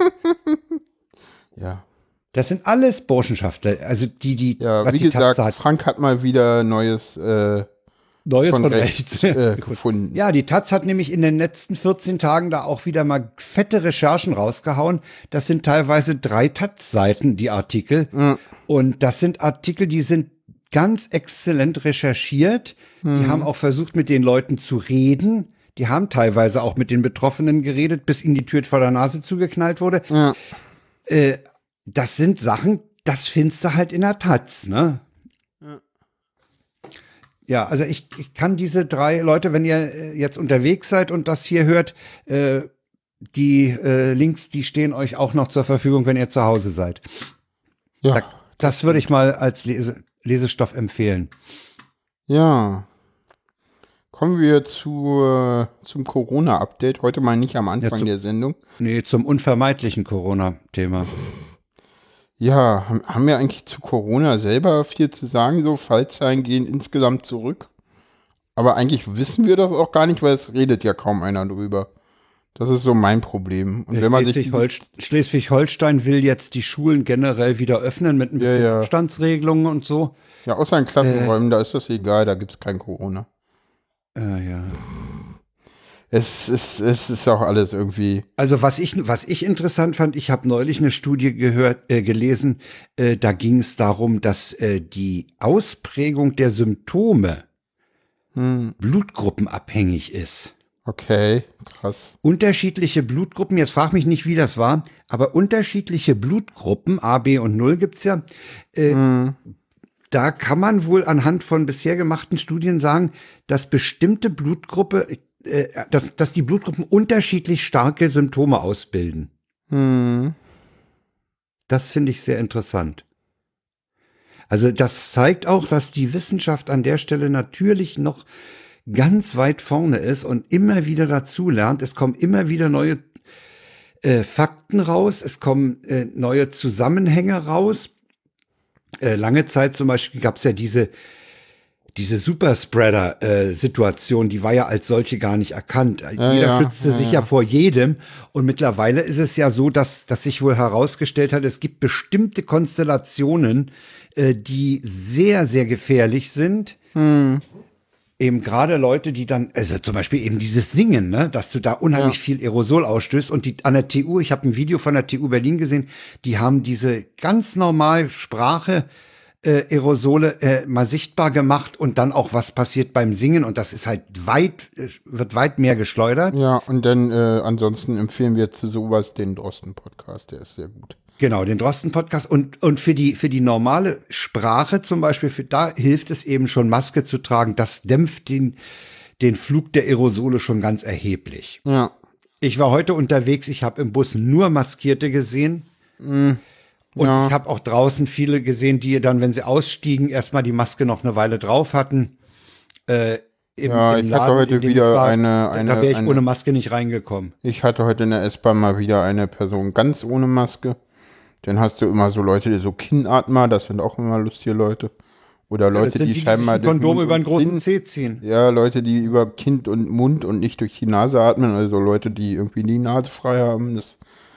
Speaker 1: ja.
Speaker 2: Das sind alles Burschenschaftler. Also die, die,
Speaker 1: Ja,
Speaker 2: was
Speaker 1: wie
Speaker 2: die Taz
Speaker 1: gesagt,
Speaker 2: hat.
Speaker 1: Frank hat mal wieder Neues äh,
Speaker 2: Neues
Speaker 1: von,
Speaker 2: von
Speaker 1: rechts,
Speaker 2: rechts.
Speaker 1: äh, gefunden.
Speaker 2: Ja, die Taz hat nämlich in den letzten vierzehn Tagen da auch wieder mal fette Recherchen rausgehauen. Das sind teilweise drei Taz-Seiten, die Artikel.
Speaker 1: Mhm.
Speaker 2: Und das sind Artikel, die sind ganz exzellent recherchiert.
Speaker 1: Mhm.
Speaker 2: Die haben auch versucht, mit den Leuten zu reden. Die haben teilweise auch mit den Betroffenen geredet, bis ihnen die Tür vor der Nase zugeknallt wurde.
Speaker 1: Ja.
Speaker 2: Äh, das sind Sachen, das findest du halt in der Taz, ne?
Speaker 1: Ja.
Speaker 2: Ja, also ich, ich kann diese drei Leute, wenn ihr äh, jetzt unterwegs seid und das hier hört, äh, die äh, Links, die stehen euch auch noch zur Verfügung, wenn ihr zu Hause seid.
Speaker 1: Ja.
Speaker 2: Da, das würde ich mal als Lese, Lesestoff empfehlen.
Speaker 1: Ja. Kommen wir zu, äh, zum Corona-Update. Heute mal nicht am Anfang
Speaker 2: Ja, zum-
Speaker 1: der Sendung.
Speaker 2: Nee, zum unvermeidlichen Corona-Thema.
Speaker 1: Ja, haben, haben wir eigentlich zu Corona selber viel zu sagen? So, Fallzahlen gehen insgesamt zurück. Aber eigentlich wissen wir das auch gar nicht, weil es redet ja kaum einer drüber. Das ist so mein Problem. Und wenn man sich
Speaker 2: Schleswig-Holst- Schleswig-Holstein will jetzt die Schulen generell wieder öffnen mit ein
Speaker 1: Ja,
Speaker 2: bisschen
Speaker 1: ja.
Speaker 2: Abstandsregelungen und so.
Speaker 1: ja, außer in Klassenräumen, da ist das egal, da gibt es kein Corona.
Speaker 2: Äh, ja.
Speaker 1: Es ist, es ist auch alles irgendwie.
Speaker 2: Also was ich, was ich interessant fand, ich habe neulich eine Studie gehört, äh, gelesen, äh, da ging es darum, dass äh, die Ausprägung der Symptome
Speaker 1: Hm,
Speaker 2: blutgruppenabhängig ist.
Speaker 1: okay, krass.
Speaker 2: Unterschiedliche Blutgruppen, jetzt frag mich nicht, wie das war, aber unterschiedliche Blutgruppen, A, B und Null gibt's ja, äh,
Speaker 1: Hm,
Speaker 2: da kann man wohl anhand von bisher gemachten Studien sagen, dass bestimmte Blutgruppe, äh, dass, dass die Blutgruppen unterschiedlich starke Symptome ausbilden.
Speaker 1: hm,
Speaker 2: Das finde ich sehr interessant. Also das zeigt auch, dass die Wissenschaft an der Stelle natürlich noch ganz weit vorne ist und immer wieder dazu lernt. Es kommen immer wieder neue äh, Fakten raus, es kommen äh, neue Zusammenhänge raus. Äh, lange Zeit zum Beispiel gab es ja diese diese Superspreader-Situation, die war ja als solche gar nicht erkannt.
Speaker 1: Ja,
Speaker 2: Jeder
Speaker 1: ja,
Speaker 2: schützte
Speaker 1: ja,
Speaker 2: sich
Speaker 1: ja.
Speaker 2: ja vor jedem. Und mittlerweile ist es ja so, dass, dass sich wohl herausgestellt hat, es gibt bestimmte Konstellationen, äh, die sehr, sehr gefährlich sind.
Speaker 1: hm,
Speaker 2: Eben gerade Leute, die dann, also zum Beispiel eben dieses Singen, ne, dass du da unheimlich
Speaker 1: Ja.
Speaker 2: viel Aerosol ausstößt. Und die an der T U, ich habe ein Video von der T U Berlin gesehen, die haben diese ganz normal Sprache, äh, Aerosole äh, mal sichtbar gemacht und dann auch, was passiert beim Singen. Und das ist halt weit, äh, wird weit mehr geschleudert.
Speaker 1: ja, und dann äh, ansonsten empfehlen wir zu sowas den Drosten-Podcast, der ist sehr gut.
Speaker 2: Genau, den Drosten-Podcast. Und, und für die, für die normale Sprache zum Beispiel, für, da hilft es eben schon, Maske zu tragen. Das dämpft den, den Flug der Aerosole schon ganz erheblich.
Speaker 1: Ja,
Speaker 2: Ich war heute unterwegs, ich habe im Bus nur Maskierte gesehen. Und
Speaker 1: ja.
Speaker 2: ich habe auch draußen viele gesehen, die dann, wenn sie ausstiegen, erstmal die Maske noch eine Weile drauf hatten. Äh, im,
Speaker 1: Ja,
Speaker 2: im
Speaker 1: ich hatte
Speaker 2: Laden,
Speaker 1: heute
Speaker 2: in dem
Speaker 1: wieder
Speaker 2: ich war,
Speaker 1: eine- eine-
Speaker 2: Da wäre ich
Speaker 1: eine-
Speaker 2: ohne Maske nicht reingekommen.
Speaker 1: Ich hatte heute in der S-Bahn mal wieder eine Person ganz ohne Maske. Dann hast du immer so Leute, die so Kinnatmer, das sind auch immer lustige Leute. Oder Leute,
Speaker 2: ja,
Speaker 1: die,
Speaker 2: die
Speaker 1: scheinbar
Speaker 2: ein Kondom über einen großen
Speaker 1: Kinn,
Speaker 2: Zeh ziehen.
Speaker 1: Ja, Leute, die über Kind und Mund und nicht durch die Nase atmen. Also Leute, die irgendwie die Nase frei haben. Das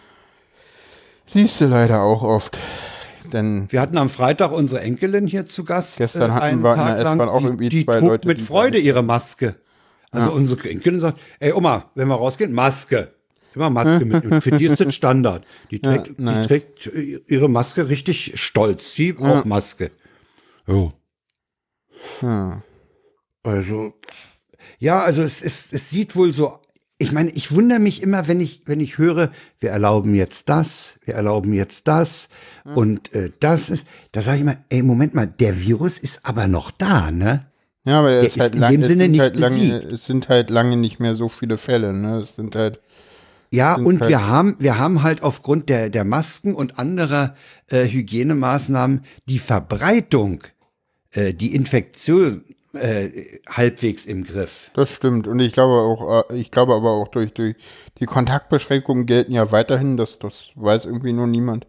Speaker 1: siehst du leider auch oft. Denn
Speaker 2: wir hatten am Freitag unsere Enkelin hier zu Gast.
Speaker 1: Gestern
Speaker 2: äh,
Speaker 1: hatten
Speaker 2: einen
Speaker 1: wir in
Speaker 2: Tag
Speaker 1: der S-Bahn
Speaker 2: lang.
Speaker 1: auch
Speaker 2: die,
Speaker 1: irgendwie
Speaker 2: die
Speaker 1: zwei
Speaker 2: trug
Speaker 1: Leute,
Speaker 2: mit
Speaker 1: die
Speaker 2: Freude
Speaker 1: sagen-
Speaker 2: ihre Maske. Also
Speaker 1: Ja.
Speaker 2: unsere Enkelin sagt, ey Oma, wenn wir rausgehen, Maske. Immer Maske mit. Und für die ist das Standard. Die trägt,
Speaker 1: Ja, nice.
Speaker 2: die trägt ihre Maske richtig stolz. Die auch Maske. Jo.
Speaker 1: Ja.
Speaker 2: Also, ja, also es, es, es sieht wohl so, ich meine, ich wundere mich immer, wenn ich, wenn ich höre, wir erlauben jetzt das, wir erlauben jetzt das und äh, das ist, da sage ich immer, ey, Moment mal, der Virus ist aber noch da, ne?
Speaker 1: Ja, aber er
Speaker 2: Der
Speaker 1: ist halt
Speaker 2: ist in
Speaker 1: lang,
Speaker 2: dem
Speaker 1: es
Speaker 2: Sinne
Speaker 1: sind
Speaker 2: nicht
Speaker 1: halt lange,
Speaker 2: besiegt.
Speaker 1: es sind halt lange nicht mehr so viele Fälle, ne? Es sind halt,
Speaker 2: Ja,
Speaker 1: sind
Speaker 2: und
Speaker 1: halt-
Speaker 2: wir haben, wir haben halt aufgrund der, der Masken und anderer äh, Hygienemaßnahmen die Verbreitung, äh, die Infektion äh, halbwegs im Griff.
Speaker 1: das stimmt. Und ich glaube auch, äh, ich glaube aber auch durch, durch die Kontaktbeschränkungen gelten ja weiterhin, das, das weiß irgendwie nur niemand.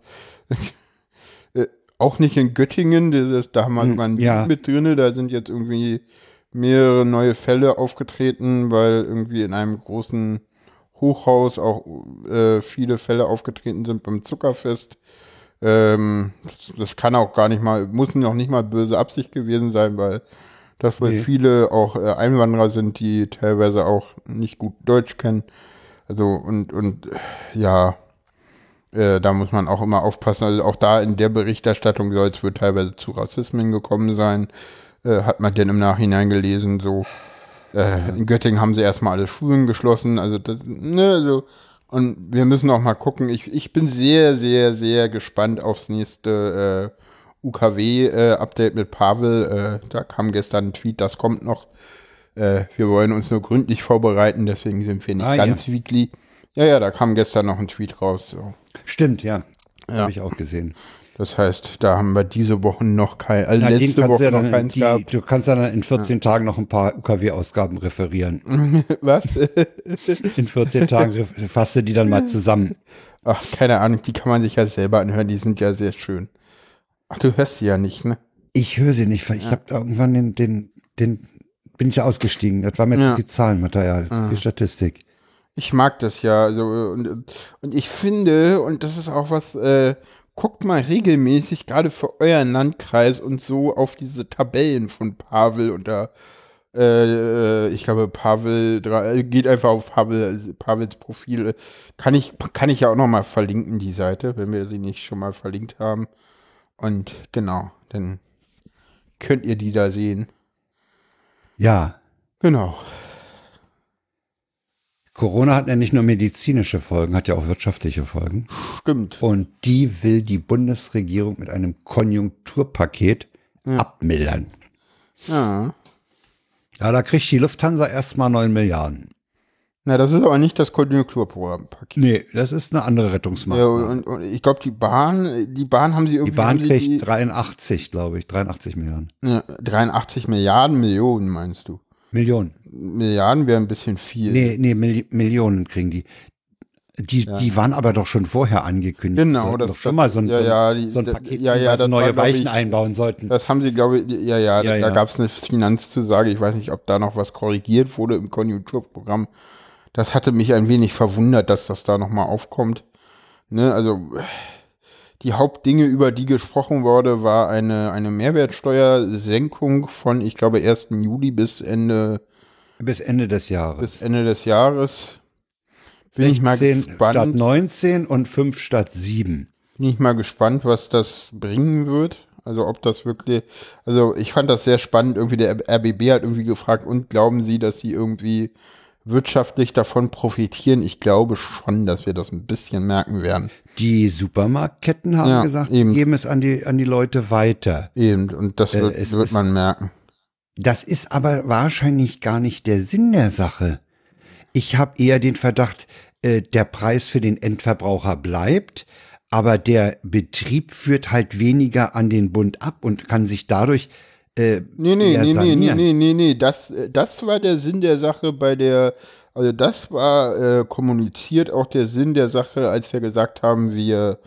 Speaker 1: äh, auch nicht in Göttingen, das, da haben wir mal ein
Speaker 2: ja.
Speaker 1: Lied mit drinne, da sind jetzt irgendwie mehrere neue Fälle aufgetreten, weil irgendwie in einem großen Hochhaus auch äh, viele Fälle aufgetreten sind beim Zuckerfest. Ähm, das, das kann auch gar nicht mal, muss noch nicht mal böse Absicht gewesen sein, weil das wohl
Speaker 2: Nee.
Speaker 1: viele auch äh, Einwanderer sind, die teilweise auch nicht gut Deutsch kennen. Also und, und äh, ja, äh, da muss man auch immer aufpassen. Also auch da in der Berichterstattung soll es wohl teilweise zu Rassismen gekommen sein. Äh, hat man denn im Nachhinein gelesen, so äh, in Göttingen haben sie erstmal alle Schulen geschlossen. Also das, ne, so. Und wir müssen auch mal gucken. Ich, ich bin sehr, sehr, sehr gespannt aufs nächste äh, U K W-Update mit Pavel. Äh, da kam gestern ein Tweet, das kommt noch. Äh, wir wollen uns nur gründlich vorbereiten, deswegen sind wir nicht
Speaker 2: Ah,
Speaker 1: ganz
Speaker 2: ja.
Speaker 1: weekly. Ja, ja, da kam gestern noch ein Tweet raus. So.
Speaker 2: Stimmt, ja.
Speaker 1: Ja.
Speaker 2: Habe ich auch gesehen.
Speaker 1: Das heißt, da haben wir diese Woche noch kein, also
Speaker 2: Na, den
Speaker 1: letzte
Speaker 2: kannst
Speaker 1: Woche
Speaker 2: du ja
Speaker 1: noch
Speaker 2: dann,
Speaker 1: keins
Speaker 2: die,
Speaker 1: gehabt.
Speaker 2: du kannst ja dann in vierzehn Tagen noch ein paar U K W-Ausgaben referieren.
Speaker 1: Was?
Speaker 2: In vierzehn Tagen ref- fasst du die dann mal zusammen.
Speaker 1: Ach, keine Ahnung, die kann man sich ja selber anhören, die sind ja sehr schön. Ach, du hörst sie ja nicht, ne?
Speaker 2: Ich höre sie nicht, weil ich habe irgendwann den, den, den, bin ich ja ausgestiegen. Das war mir
Speaker 1: Ja.
Speaker 2: zu viel Zahlenmaterial, zu viel Statistik.
Speaker 1: Ich mag das ja. Also, und, und ich finde, und das ist auch was, äh, guckt mal regelmäßig, gerade für euren Landkreis und so, auf diese Tabellen von Pavel und da, äh, ich glaube, Pavel, drei- geht einfach auf Pavel, Pavels Profil. Kann ich, kann ich ja auch nochmal verlinken, die Seite, wenn wir sie nicht schon mal verlinkt haben. Und genau, dann könnt ihr die da sehen.
Speaker 2: Ja,
Speaker 1: Genau.
Speaker 2: Corona hat ja nicht nur medizinische Folgen, hat ja auch wirtschaftliche Folgen.
Speaker 1: Stimmt.
Speaker 2: Und die will die Bundesregierung mit einem Konjunkturpaket abmildern.
Speaker 1: Ja.
Speaker 2: Ja, da kriegt die Lufthansa erstmal neun Milliarden.
Speaker 1: Na, das ist aber nicht das Konjunkturprogramm-Paket.
Speaker 2: Nee, das ist eine andere
Speaker 1: Ja,
Speaker 2: Rettungsmaßnahme.
Speaker 1: und, und ich glaube, die Bahn, die Bahn haben sie irgendwie.
Speaker 2: die Bahn
Speaker 1: haben sie
Speaker 2: kriegt
Speaker 1: die,
Speaker 2: dreiundachtzig, glaube ich, dreiundachtzig Milliarden.
Speaker 1: ja, dreiundachtzig Milliarden, Millionen meinst du?
Speaker 2: Millionen.
Speaker 1: Milliarden wäre ein bisschen viel.
Speaker 2: Nee, nee, Milli Millionen kriegen die. Die,
Speaker 1: Ja.
Speaker 2: die waren aber doch schon vorher angekündigt.
Speaker 1: Genau,
Speaker 2: Die sollten
Speaker 1: das-
Speaker 2: doch schon mal so ein,
Speaker 1: ja,
Speaker 2: so ein,
Speaker 1: ja, die-
Speaker 2: so ein
Speaker 1: da-
Speaker 2: Paket,
Speaker 1: ja, ja,
Speaker 2: wo sie
Speaker 1: das
Speaker 2: neue
Speaker 1: war, glaub
Speaker 2: Weichen
Speaker 1: ich-
Speaker 2: einbauen sollten.
Speaker 1: Das haben sie, glaube ich, ja, ja, da,
Speaker 2: Ja,
Speaker 1: da
Speaker 2: ja.
Speaker 1: gab es eine Finanzzusage. Ich weiß nicht, ob da noch was korrigiert wurde im Konjunkturprogramm. Das hatte mich ein wenig verwundert, dass das da nochmal aufkommt. Ne, also die Hauptdinge, über die gesprochen wurde, war eine, eine Mehrwertsteuersenkung von, ich glaube, ersten Juli bis Ende,
Speaker 2: Bis Ende des Jahres.
Speaker 1: bis Ende des Jahres. Bin ich mal
Speaker 2: sechzehn statt
Speaker 1: gespannt.
Speaker 2: neunzehn und fünf statt sieben.
Speaker 1: Bin ich mal gespannt, was das bringen wird. Also ob das wirklich, also ich fand das sehr spannend. Irgendwie der R B B hat irgendwie gefragt, und glauben Sie, dass Sie irgendwie wirtschaftlich davon profitieren? Ich glaube schon, dass wir das ein bisschen merken werden.
Speaker 2: Die Supermarktketten haben
Speaker 1: Ja,
Speaker 2: gesagt,
Speaker 1: eben.
Speaker 2: geben es an die, an die Leute weiter.
Speaker 1: Eben, und das
Speaker 2: Äh,
Speaker 1: wird,
Speaker 2: es
Speaker 1: wird
Speaker 2: ist-
Speaker 1: man merken.
Speaker 2: Das ist aber wahrscheinlich gar nicht der Sinn der Sache. Ich habe eher den Verdacht, äh, der Preis für den Endverbraucher bleibt, aber der Betrieb führt halt weniger an den Bund ab und kann sich dadurch äh,
Speaker 1: Nee, nee,
Speaker 2: eher
Speaker 1: nee, nee, nee,
Speaker 2: sanieren.
Speaker 1: nee, nee, nee, das, äh, das war der Sinn der Sache bei der, also das war äh, kommuniziert auch der Sinn der Sache, als wir gesagt haben, wir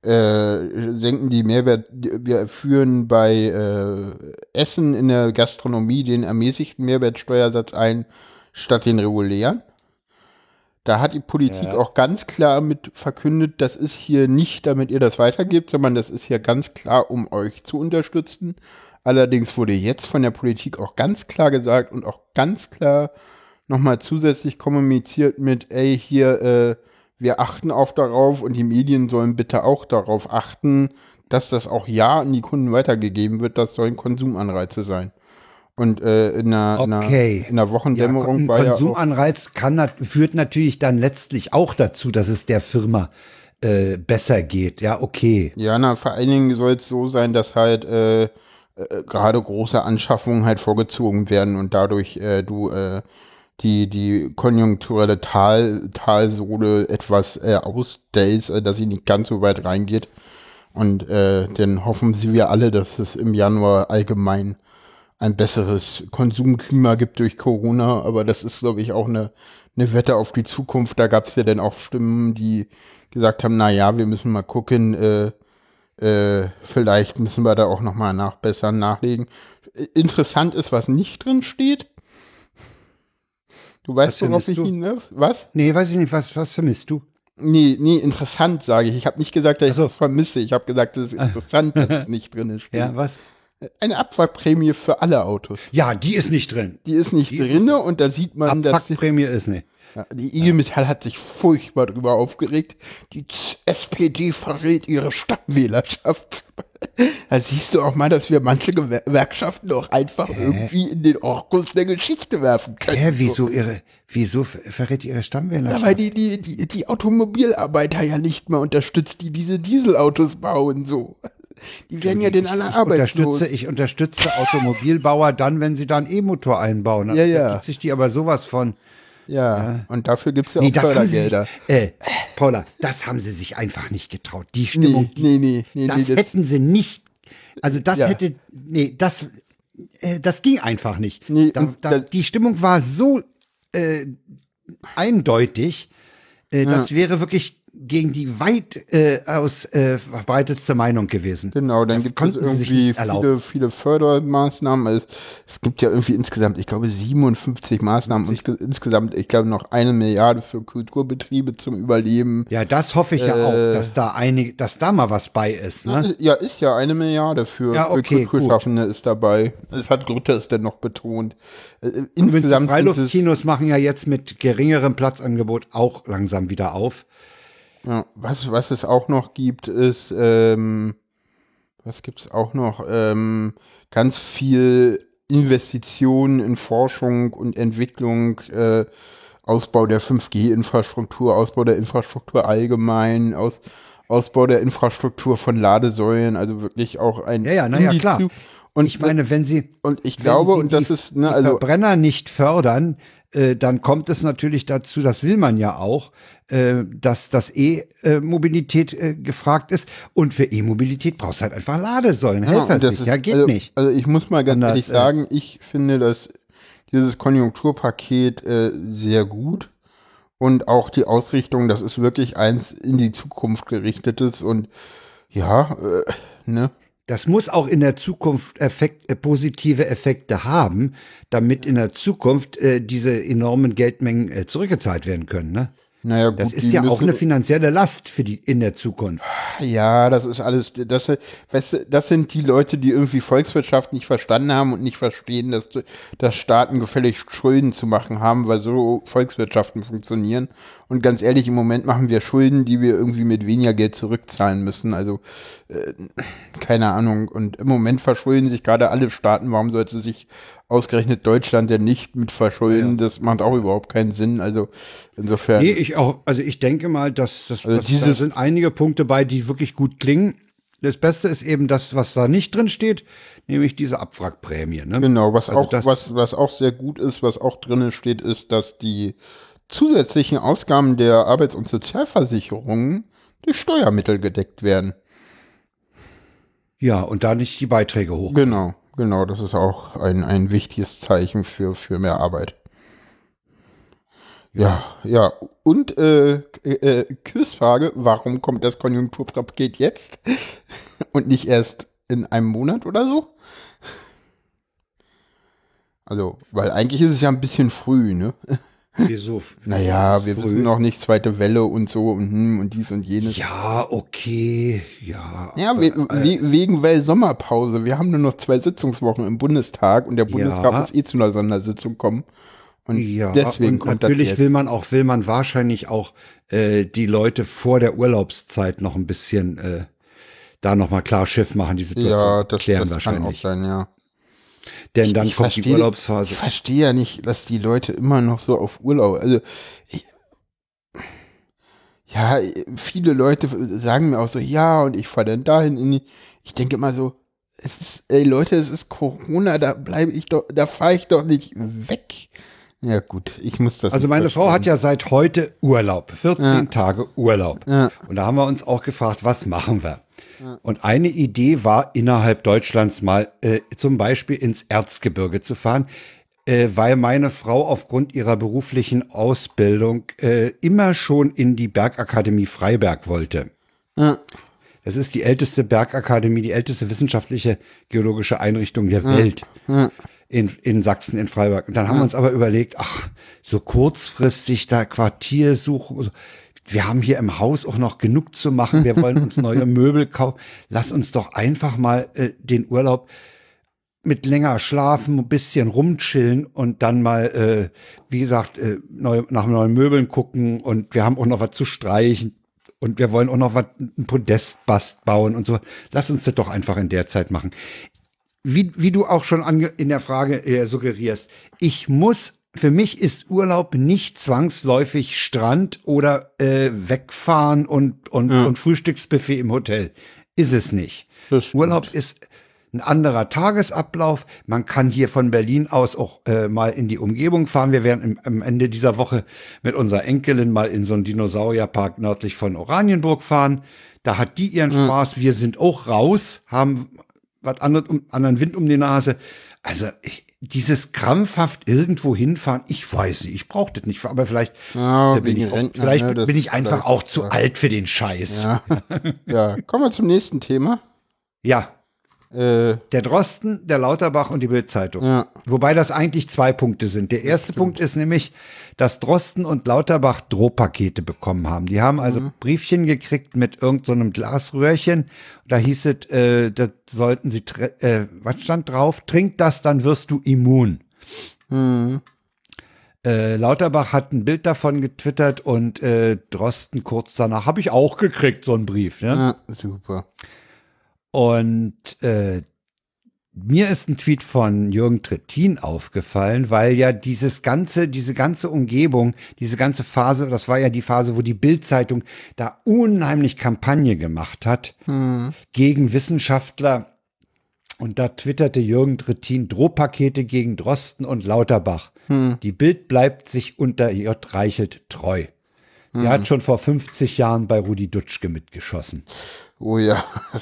Speaker 1: äh, senken die Mehrwert, wir führen bei äh, Essen in der Gastronomie den ermäßigten Mehrwertsteuersatz ein, statt den regulären. Da hat die Politik
Speaker 2: Ja.
Speaker 1: auch ganz klar mit verkündet, das ist hier nicht, damit ihr das weitergebt, sondern das ist hier ganz klar, um euch zu unterstützen. Allerdings wurde jetzt von der Politik auch ganz klar gesagt und auch ganz klar nochmal zusätzlich kommuniziert mit, ey, hier, äh, wir achten auch darauf und die Medien sollen bitte auch darauf achten, dass das auch ja an die Kunden weitergegeben wird. Das sollen Konsumanreize sein. Und äh, in, einer,
Speaker 2: Okay.
Speaker 1: in, einer, in einer Wochendämmerung
Speaker 2: ja, ein
Speaker 1: war ja auch,
Speaker 2: Konsumanreiz kann, nat- führt natürlich dann letztlich auch dazu, dass es der Firma äh, besser geht. Ja, okay.
Speaker 1: ja, na, vor allen Dingen soll es so sein, dass halt äh, äh, gerade große Anschaffungen halt vorgezogen werden und dadurch äh, du äh, die, die konjunkturelle Tal, Talsohle etwas äh, ausstellst, äh, dass sie nicht ganz so weit reingeht. Und äh, dann hoffen sie wir alle, dass es im Januar allgemein ein besseres Konsumklima gibt durch Corona. Aber das ist, glaube ich, auch eine, eine Wette auf die Zukunft. Da gab es ja dann auch Stimmen, die gesagt haben, na ja, wir müssen mal gucken, äh, äh, vielleicht müssen wir da auch noch mal nachbessern, nachlegen. Interessant ist, was nicht drin steht. Du weißt,
Speaker 2: Was
Speaker 1: worauf
Speaker 2: vermisst
Speaker 1: ich
Speaker 2: du?
Speaker 1: hinaus? Was?
Speaker 2: Nee, weiß ich nicht, was, was vermisst du?
Speaker 1: Nee, nee, interessant, sage ich. Ich habe nicht gesagt, dass ich
Speaker 2: Ach so.
Speaker 1: das vermisse. Ich habe gesagt, das ist interessant, dass es nicht drin steht.
Speaker 2: Ja, was?
Speaker 1: Eine Abwrackprämie für alle Autos.
Speaker 2: Ja, die ist nicht drin.
Speaker 1: Die ist nicht
Speaker 2: Die ist
Speaker 1: drin und da sieht man, dass die,
Speaker 2: Abfuckprämie ist nicht.
Speaker 1: ja, die I G Metall hat sich furchtbar drüber aufgeregt. Die S P D verrät ihre Stammwählerschaft. Da siehst du auch mal, dass wir manche Gewerkschaften auch einfach irgendwie in den Orkus der Geschichte werfen können.
Speaker 2: Hä, wieso ihre, wieso ver- verrät ihre Stammwähler?
Speaker 1: Ja, weil die, die, die, die Automobilarbeiter ja nicht mehr unterstützt, die diese Dieselautos bauen, so. Die werden ja denn alle
Speaker 2: ich
Speaker 1: arbeitslos.
Speaker 2: unterstütze, ich unterstütze Automobilbauer dann, wenn sie da einen E-Motor einbauen.
Speaker 1: Ja, ja.
Speaker 2: Da gibt sich die aber sowas von.
Speaker 1: Ja, und dafür gibt's ja
Speaker 2: Nee,
Speaker 1: auch
Speaker 2: das haben sie sich,
Speaker 1: Fördergelder.
Speaker 2: äh, Paula, das haben sie sich einfach nicht getraut. Die Stimmung,
Speaker 1: Nee, nee, nee, nee,
Speaker 2: das
Speaker 1: nee, das-
Speaker 2: hätten sie nicht. Also das
Speaker 1: Ja.
Speaker 2: hätte, nee, das, äh, das ging einfach nicht.
Speaker 1: Nee,
Speaker 2: da,
Speaker 1: und
Speaker 2: da,
Speaker 1: da-
Speaker 2: die Stimmung war so äh, eindeutig, äh, das wäre wirklich gegen die weit äh, aus äh, verbreitetste Meinung gewesen.
Speaker 1: Genau, dann
Speaker 2: das
Speaker 1: gibt es
Speaker 2: konnten sie sich
Speaker 1: irgendwie
Speaker 2: nicht erlauben.
Speaker 1: viele, viele Fördermaßnahmen. Also, es gibt ja irgendwie insgesamt, ich glaube, siebenundfünfzig Maßnahmen und insgesamt, ich glaube, noch eine Milliarde für Kulturbetriebe zum Überleben.
Speaker 2: Ja, das hoffe ich ja
Speaker 1: Äh,
Speaker 2: auch, dass da einige, dass da mal was bei ist. Ne?
Speaker 1: Ja, ist ja eine Milliarde für,
Speaker 2: Ja, okay,
Speaker 1: für Kulturschaffende ist dabei. Das hat Grütte es denn noch betont. Äh,
Speaker 2: Und die
Speaker 1: Insgesamt sind es,
Speaker 2: Freiluftkinos machen ja jetzt mit geringerem Platzangebot auch langsam wieder auf.
Speaker 1: ja, was, was es auch noch gibt, ist, ähm, was gibt's auch noch? Ähm, ganz viel Investitionen in Forschung und Entwicklung, äh, Ausbau der fünf G-Infrastruktur, Ausbau der Infrastruktur allgemein, aus, Ausbau der Infrastruktur von Ladesäulen, also wirklich auch ein
Speaker 2: Ja, ja, na ja,
Speaker 1: in die
Speaker 2: klar.
Speaker 1: Zu- Und
Speaker 2: Ich meine, wenn sie,
Speaker 1: und ich
Speaker 2: wenn
Speaker 1: glaube,
Speaker 2: sie
Speaker 1: und das
Speaker 2: die,
Speaker 1: ist, ne,
Speaker 2: die
Speaker 1: also
Speaker 2: Verbrenner nicht fördern, äh, dann kommt es natürlich dazu, das will man ja auch, äh, dass das E-Mobilität äh, gefragt ist. Und für E-Mobilität brauchst du halt einfach Ladesäulen.
Speaker 1: Ja,
Speaker 2: Helfer
Speaker 1: und das
Speaker 2: nicht.
Speaker 1: ist,
Speaker 2: Ja, geht
Speaker 1: also,
Speaker 2: nicht.
Speaker 1: Also ich muss mal ganz
Speaker 2: Anders,
Speaker 1: ehrlich
Speaker 2: äh,
Speaker 1: sagen, ich finde, dass dieses Konjunkturpaket äh, sehr gut und auch die Ausrichtung, das ist wirklich eins in die Zukunft gerichtetes und ja, äh, ne?
Speaker 2: Das muss auch in der Zukunft Effekt, äh, positive Effekte haben, damit in der Zukunft äh, diese enormen Geldmengen äh, zurückgezahlt werden können. Ne?
Speaker 1: Naja, gut,
Speaker 2: Das ist
Speaker 1: die
Speaker 2: ja auch
Speaker 1: müssen-
Speaker 2: eine finanzielle Last für die in der Zukunft.
Speaker 1: Ja, das ist alles, das, weißt du, das sind die Leute, die irgendwie Volkswirtschaft nicht verstanden haben und nicht verstehen, dass, dass Staaten gefälligst Schulden zu machen haben, weil so Volkswirtschaften funktionieren. Und ganz ehrlich, im Moment machen wir Schulden, die wir irgendwie mit weniger Geld zurückzahlen müssen. Also, äh, keine Ahnung. Und im Moment verschulden sich gerade alle Staaten. Warum sollte sich ausgerechnet Deutschland denn nicht mit verschulden? Das macht auch überhaupt keinen Sinn. Also, insofern.
Speaker 2: Nee, ich auch, also ich denke mal, dass, dass,
Speaker 1: Also
Speaker 2: dass da
Speaker 1: dieses-
Speaker 2: sind einige Punkte bei, die wirklich gut klingen. Das Beste ist eben das, was da nicht drin steht, nämlich diese Abwrackprämie. Ne?
Speaker 1: Genau, was
Speaker 2: Also
Speaker 1: auch,
Speaker 2: das-
Speaker 1: was, was auch sehr gut ist, was auch drinnen steht, ist, dass die zusätzlichen Ausgaben der Arbeits- und Sozialversicherungen durch Steuermittel gedeckt werden.
Speaker 2: Ja, und da nicht die Beiträge hoch.
Speaker 1: Genau, genau, das ist auch ein, ein wichtiges Zeichen für, für mehr Arbeit. Ja, ja. Und äh, äh, Quizfrage, warum kommt das Konjunkturpaket jetzt und nicht erst in einem Monat oder so? Also, weil eigentlich ist es ja ein bisschen früh, ne?
Speaker 2: Wieso?
Speaker 1: Naja, wir
Speaker 2: Früh?
Speaker 1: wissen noch nicht, zweite Welle und so und, hm, und dies und jenes.
Speaker 2: Ja, okay, ja.
Speaker 1: Ja, we we wegen weil Sommerpause. Wir haben nur noch zwei Sitzungswochen im Bundestag und der Bundestag
Speaker 2: Ja.
Speaker 1: muss eh zu einer Sondersitzung kommen. Und
Speaker 2: Ja,
Speaker 1: deswegen
Speaker 2: und
Speaker 1: kommt
Speaker 2: natürlich
Speaker 1: das jetzt.
Speaker 2: will man auch, will man wahrscheinlich auch äh, die Leute vor der Urlaubszeit noch ein bisschen äh, da nochmal klar Schiff machen, die Situation
Speaker 1: Ja, das,
Speaker 2: klären
Speaker 1: das kann auch
Speaker 2: wahrscheinlich.
Speaker 1: sein, ja.
Speaker 2: Denn dann
Speaker 1: ich
Speaker 2: kommt die
Speaker 1: versteh-
Speaker 2: Urlaubsphase.
Speaker 1: Ich verstehe ja nicht, dass die Leute immer noch so auf Urlaub, also ich, ja, viele Leute sagen mir auch so, ja, und ich fahre dann dahin in die, ich denke immer so, es ist, ey Leute, es ist Corona, da bleibe ich doch, da fahre ich doch nicht weg. Ja gut, ich muss das
Speaker 2: Also
Speaker 1: nicht
Speaker 2: meine Frau
Speaker 1: verstehen.
Speaker 2: hat ja seit heute Urlaub, vierzehn
Speaker 1: Ja.
Speaker 2: Tage Urlaub.
Speaker 1: Ja.
Speaker 2: Und da haben wir uns auch gefragt, was machen wir? Und eine Idee war, innerhalb Deutschlands mal äh, zum Beispiel ins Erzgebirge zu fahren, äh, weil meine Frau aufgrund ihrer beruflichen Ausbildung äh, immer schon in die Bergakademie Freiberg wollte.
Speaker 1: Ja.
Speaker 2: Das ist die älteste Bergakademie, die älteste wissenschaftliche geologische Einrichtung der Welt.
Speaker 1: Ja.
Speaker 2: In, in Sachsen, in Freiberg. Und dann haben wir uns aber überlegt, ach, so kurzfristig da Quartier suchen. So. Wir haben hier im Haus auch noch genug zu machen. Wir wollen uns neue Möbel kaufen. Lass uns doch einfach mal äh, den Urlaub mit länger schlafen, ein bisschen rumchillen und dann mal, äh, wie gesagt, äh, neu, nach neuen Möbeln gucken. Und wir haben auch noch was zu streichen. Und wir wollen auch noch was, ein Podestbast bauen und so. Lass uns das doch einfach in der Zeit machen. Wie, wie du auch schon ange in der Frage äh, suggerierst, ich muss, für mich ist Urlaub nicht zwangsläufig Strand oder äh, wegfahren und, und,
Speaker 1: Ja.
Speaker 2: und Frühstücksbuffet im Hotel. Ist es nicht.
Speaker 1: Das stimmt.
Speaker 2: Urlaub ist ein anderer Tagesablauf. Man kann hier von Berlin aus auch äh, mal in die Umgebung fahren. Wir werden im, am Ende dieser Woche mit unserer Enkelin mal in so einen Dinosaurierpark nördlich von Oranienburg fahren. Da hat die ihren Spaß. Wir sind auch raus, haben was anderes, um, anderen Wind um die Nase. Also ich, dieses krampfhaft irgendwo hinfahren, ich weiß nicht, ich brauche das nicht. Aber vielleicht,
Speaker 1: Ja,
Speaker 2: äh, bin,
Speaker 1: wegen
Speaker 2: ich, auch,
Speaker 1: Rentner,
Speaker 2: vielleicht
Speaker 1: ne, das
Speaker 2: bin ich
Speaker 1: ist
Speaker 2: einfach
Speaker 1: vielleicht-
Speaker 2: auch zu
Speaker 1: ja.
Speaker 2: alt für den Scheiß.
Speaker 1: Ja. Ja, kommen wir zum nächsten Thema.
Speaker 2: Ja,
Speaker 1: Äh,
Speaker 2: der Drosten, der Lauterbach und die Bild-Zeitung.
Speaker 1: Ja.
Speaker 2: Wobei das eigentlich zwei Punkte sind. Der erste Punkt ist nämlich, dass Drosten und Lauterbach Drohpakete bekommen haben. Die haben also Briefchen gekriegt mit irgendeinem so Glasröhrchen. Da hieß es, äh, da sollten sie, tre- äh, was stand drauf? Trink das, dann wirst du immun.
Speaker 1: hm.
Speaker 2: Äh, Lauterbach hat ein Bild davon getwittert und äh, Drosten kurz danach habe ich auch gekriegt, so einen Brief. Ne?
Speaker 1: Ja, super.
Speaker 2: Und äh, mir ist ein Tweet von Jürgen Trittin aufgefallen, weil ja dieses ganze, diese ganze Umgebung, diese ganze Phase, das war ja die Phase, wo die Bild-Zeitung da unheimlich Kampagne gemacht hat
Speaker 1: Hm.
Speaker 2: gegen Wissenschaftler. Und da twitterte Jürgen Trittin Drohpakete gegen Drosten und Lauterbach.
Speaker 1: Hm.
Speaker 2: Die Bild bleibt sich unter J. Reichelt treu. Sie hat schon vor fünfzig Jahren bei Rudi Dutschke mitgeschossen.
Speaker 1: Oh ja.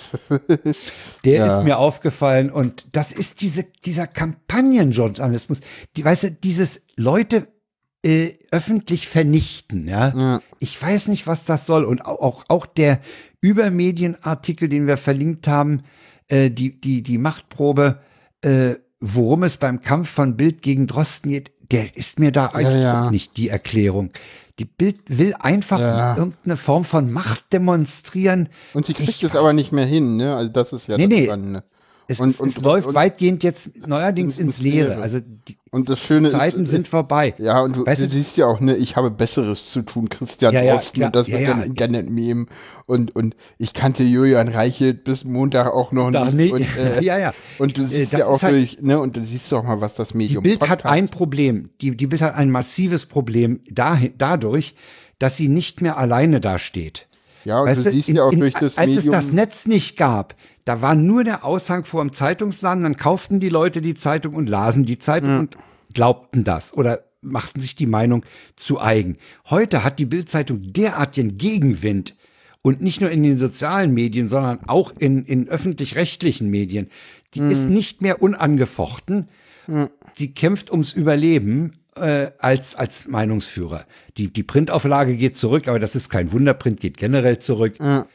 Speaker 2: Der
Speaker 1: Ja.
Speaker 2: ist mir aufgefallen und das ist diese, dieser Kampagnenjournalismus. Die, weißt du, dieses Leute äh, öffentlich vernichten, ja?
Speaker 1: Ja.
Speaker 2: Ich weiß nicht, was das soll. Und auch, auch, auch der Übermedienartikel, den wir verlinkt haben, äh, die, die, die Machtprobe, äh, worum es beim Kampf von Bild gegen Drosten geht, der ist mir da eigentlich
Speaker 1: ja.
Speaker 2: auch nicht die Erklärung. Die Bild will einfach
Speaker 1: Ja.
Speaker 2: irgendeine Form von Macht demonstrieren.
Speaker 1: Und sie kriegt
Speaker 2: Ich
Speaker 1: es
Speaker 2: weiß
Speaker 1: aber nicht mehr hin, ne? Also das ist ja
Speaker 2: Nee,
Speaker 1: das
Speaker 2: nee.
Speaker 1: Spannende.
Speaker 2: Es,
Speaker 1: Und-
Speaker 2: es,
Speaker 1: und-
Speaker 2: es läuft
Speaker 1: und-
Speaker 2: weitgehend jetzt neuerdings
Speaker 1: ins
Speaker 2: ins Leere.
Speaker 1: Leere.
Speaker 2: Also die
Speaker 1: Und das Schöne
Speaker 2: Zeiten
Speaker 1: ist,
Speaker 2: sind vorbei.
Speaker 1: ja, und du,
Speaker 2: Weißt
Speaker 1: du
Speaker 2: du-
Speaker 1: siehst ja auch, ne, ich habe Besseres zu tun, Christian
Speaker 2: Ja, ja,
Speaker 1: Drosten
Speaker 2: klar.
Speaker 1: und das
Speaker 2: Ja,
Speaker 1: mit
Speaker 2: ja.
Speaker 1: den Internet-Meme und, und ich kannte Julian Reichelt bis Montag auch noch
Speaker 2: Doch
Speaker 1: nicht.
Speaker 2: nicht.
Speaker 1: Und, äh,
Speaker 2: Ja, ja.
Speaker 1: Und du
Speaker 2: Äh,
Speaker 1: siehst
Speaker 2: das
Speaker 1: ja auch
Speaker 2: ist halt-
Speaker 1: durch, ne, und dann siehst du auch mal, was das
Speaker 2: Die
Speaker 1: Medium
Speaker 2: Bild hat
Speaker 1: Podcast-
Speaker 2: ein Problem. Die, die Bild hat ein massives Problem dahin, dadurch, dass sie nicht mehr alleine dasteht.
Speaker 1: Ja, und
Speaker 2: Weißt
Speaker 1: du siehst
Speaker 2: in-
Speaker 1: ja auch
Speaker 2: in-
Speaker 1: durch das
Speaker 2: als
Speaker 1: Medium.
Speaker 2: es das Netz nicht gab, da war nur der Aushang vor dem Zeitungsladen, dann kauften die Leute die Zeitung und lasen die Zeitung und glaubten das oder machten sich die Meinung zu eigen. Heute hat die Bild-Zeitung derartigen Gegenwind und nicht nur in den sozialen Medien, sondern auch in, in öffentlich-rechtlichen Medien. Die ist nicht mehr unangefochten. Sie kämpft ums Überleben äh, als, als Meinungsführer. Die, die Printauflage geht zurück, aber das ist kein Wunder. Print geht generell zurück.
Speaker 1: Ja.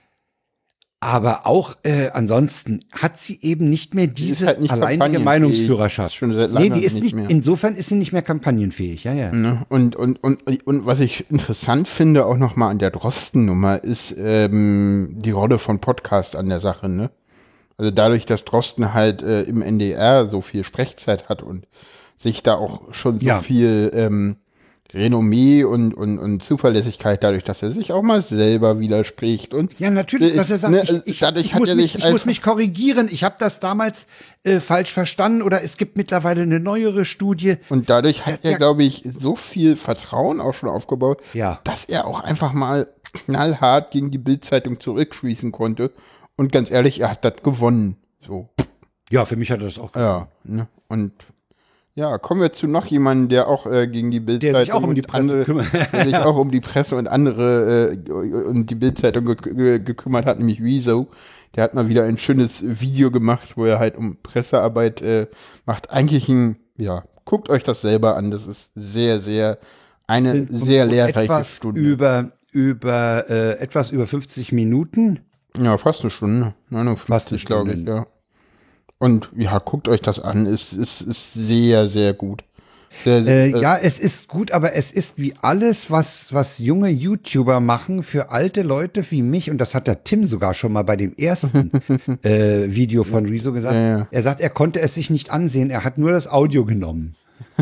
Speaker 2: Aber auch äh, ansonsten hat sie eben nicht mehr
Speaker 1: Die ist
Speaker 2: diese
Speaker 1: halt nicht
Speaker 2: alleinige
Speaker 1: kampagnenfähig.
Speaker 2: Meinungsführerschaft.
Speaker 1: Das ist schon seit
Speaker 2: Nee,
Speaker 1: langem
Speaker 2: die ist
Speaker 1: nicht
Speaker 2: nicht,
Speaker 1: mehr.
Speaker 2: insofern ist sie nicht mehr kampagnenfähig, ja, ja.
Speaker 1: Ne? Und, und, und, und was ich interessant finde, auch nochmal an der Drosten-Nummer, ist ähm, die Rolle von Podcast an der Sache, ne? Also dadurch, dass Drosten halt äh, im N D R so viel Sprechzeit hat und sich da auch schon so
Speaker 2: Ja.
Speaker 1: viel ähm, Renommee und, und, und Zuverlässigkeit dadurch, dass er sich auch mal selber widerspricht und
Speaker 2: Ja, natürlich,
Speaker 1: äh,
Speaker 2: dass er sagt,
Speaker 1: ne,
Speaker 2: ich, ich,
Speaker 1: dadurch
Speaker 2: ich,
Speaker 1: hat
Speaker 2: muss,
Speaker 1: er
Speaker 2: mich,
Speaker 1: sich
Speaker 2: ich muss
Speaker 1: einfach-
Speaker 2: mich korrigieren, ich habe das damals äh, falsch verstanden oder es gibt mittlerweile eine neuere Studie.
Speaker 1: Und dadurch hat
Speaker 2: Ja,
Speaker 1: er,
Speaker 2: ja.
Speaker 1: glaube ich, so viel Vertrauen auch schon aufgebaut,
Speaker 2: Ja.
Speaker 1: dass er auch einfach mal knallhart gegen die Bild-Zeitung zurückschießen konnte. Und ganz ehrlich, er hat das gewonnen. So,
Speaker 2: Ja, für mich hat er das auch
Speaker 1: ja. Ne? Und ja, kommen wir zu noch jemandem, der auch äh, gegen die
Speaker 2: Der sich
Speaker 1: Bild-Zeitung
Speaker 2: auch um die
Speaker 1: und
Speaker 2: Presse
Speaker 1: andere,
Speaker 2: kümmert.
Speaker 1: der sich auch um die Presse und andere äh, und die Bild-Zeitung ge ge gekümmert hat, nämlich Rezo. Der hat mal wieder ein schönes Video gemacht, wo er halt um Pressearbeit äh, macht. Eigentlich ein, ja, guckt euch das selber an. Das ist sehr, sehr, eine
Speaker 2: Sind um-
Speaker 1: sehr
Speaker 2: um
Speaker 1: lehrreiche
Speaker 2: etwas
Speaker 1: Stunde.
Speaker 2: Über, über, äh, etwas über fünfzig Minuten.
Speaker 1: Ja, fast eine Stunde.
Speaker 2: Fast eine
Speaker 1: neunundfünfzig, glaube ich,
Speaker 2: Stunde.
Speaker 1: ja. Und ja, guckt euch das an. Es ist, ist sehr, sehr gut. Sehr,
Speaker 2: Äh,
Speaker 1: äh,
Speaker 2: ja, es ist gut, aber es ist wie alles, was, was junge YouTuber machen für alte Leute wie mich. Und das hat der Tim sogar schon mal bei dem ersten äh, Video von Rezo gesagt.
Speaker 1: Ja, ja.
Speaker 2: Er sagt, er konnte es sich nicht ansehen. Er hat nur das Audio genommen.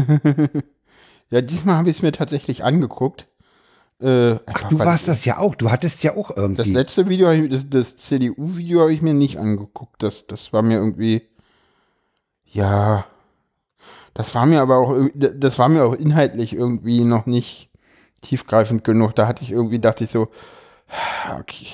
Speaker 1: Ja, diesmal habe ich es mir tatsächlich angeguckt. Äh,
Speaker 2: Ach, du warst das ja auch. Du hattest ja auch
Speaker 1: Das
Speaker 2: irgendwie.
Speaker 1: letzte Video, hab ich- das, das C D U-Video habe ich mir nicht angeguckt. Das, das war mir irgendwie, ja, das war mir aber auch, irg- das war mir auch inhaltlich irgendwie noch nicht tiefgreifend genug. Da hatte ich irgendwie, dachte ich so, okay,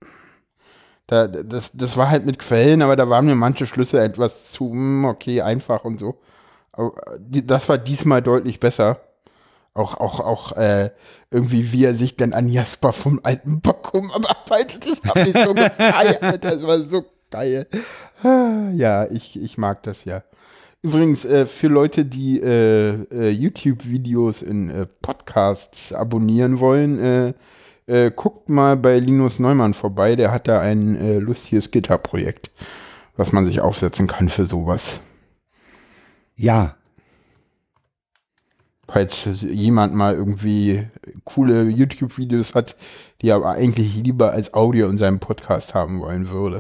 Speaker 1: da, das, das war halt mit Quellen, aber da waren mir manche Schlüsse etwas zu, hm, okay, einfach und so. Aber die, das war diesmal deutlich besser. Auch, auch, auch äh, irgendwie, wie er sich dann an Jasper vom alten Bockum abarbeitet. Das hab ich so gefeiert. Das war so geil. Ah, Ja, ich, ich mag das ja. Übrigens, äh, für Leute, die äh, äh, YouTube-Videos in äh, Podcasts abonnieren wollen, äh, äh, guckt mal bei Linus Neumann vorbei. Der hat da ein äh, lustiges Gitterprojekt, was man sich aufsetzen kann für sowas.
Speaker 2: Ja,
Speaker 1: Falls jemand mal irgendwie coole YouTube-Videos hat, die er aber eigentlich lieber als Audio in seinem Podcast haben wollen würde.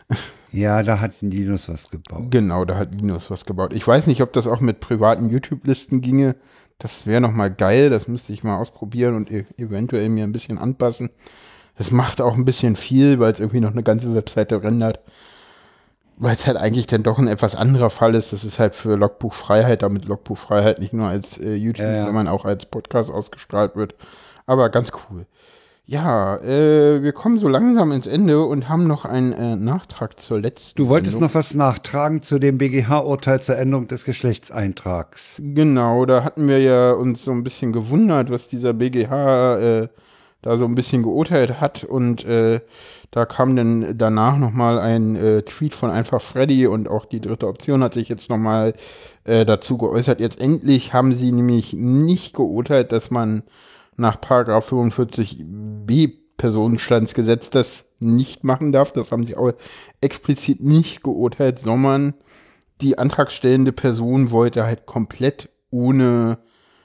Speaker 2: ja, da hat Linus was gebaut.
Speaker 1: Genau, da hat Linus was gebaut. Ich weiß nicht, ob das auch mit privaten YouTube-Listen ginge. Das wäre noch mal geil. Das müsste ich mal ausprobieren und e eventuell mir ein bisschen anpassen. Das macht auch ein bisschen viel, weil es irgendwie noch eine ganze Webseite rendert. Weil es halt eigentlich dann doch ein etwas anderer Fall ist. Das ist halt für Logbuchfreiheit, damit Logbuchfreiheit nicht nur als äh, YouTube,
Speaker 2: Ja, ja.
Speaker 1: sondern auch als Podcast ausgestrahlt wird. Aber ganz cool. Ja, äh, wir kommen so langsam ins Ende und haben noch einen äh, Nachtrag zur letzten.
Speaker 2: Du wolltest
Speaker 1: Sendung.
Speaker 2: noch was nachtragen zu dem B G H-Urteil zur Änderung des Geschlechtseintrags.
Speaker 1: Genau, da hatten wir ja uns so ein bisschen gewundert, was dieser B G H äh, da so ein bisschen geurteilt hat. Und äh, da kam dann danach nochmal ein äh, Tweet von Einfach Freddy und auch die dritte Option hat sich jetzt nochmal äh, dazu geäußert. Jetzt endlich haben sie nämlich nicht geurteilt, dass man nach Paragraph fünfundvierzig b Personenstandsgesetz das nicht machen darf. Das haben sie auch explizit nicht geurteilt, sondern die antragstellende Person wollte halt komplett ohne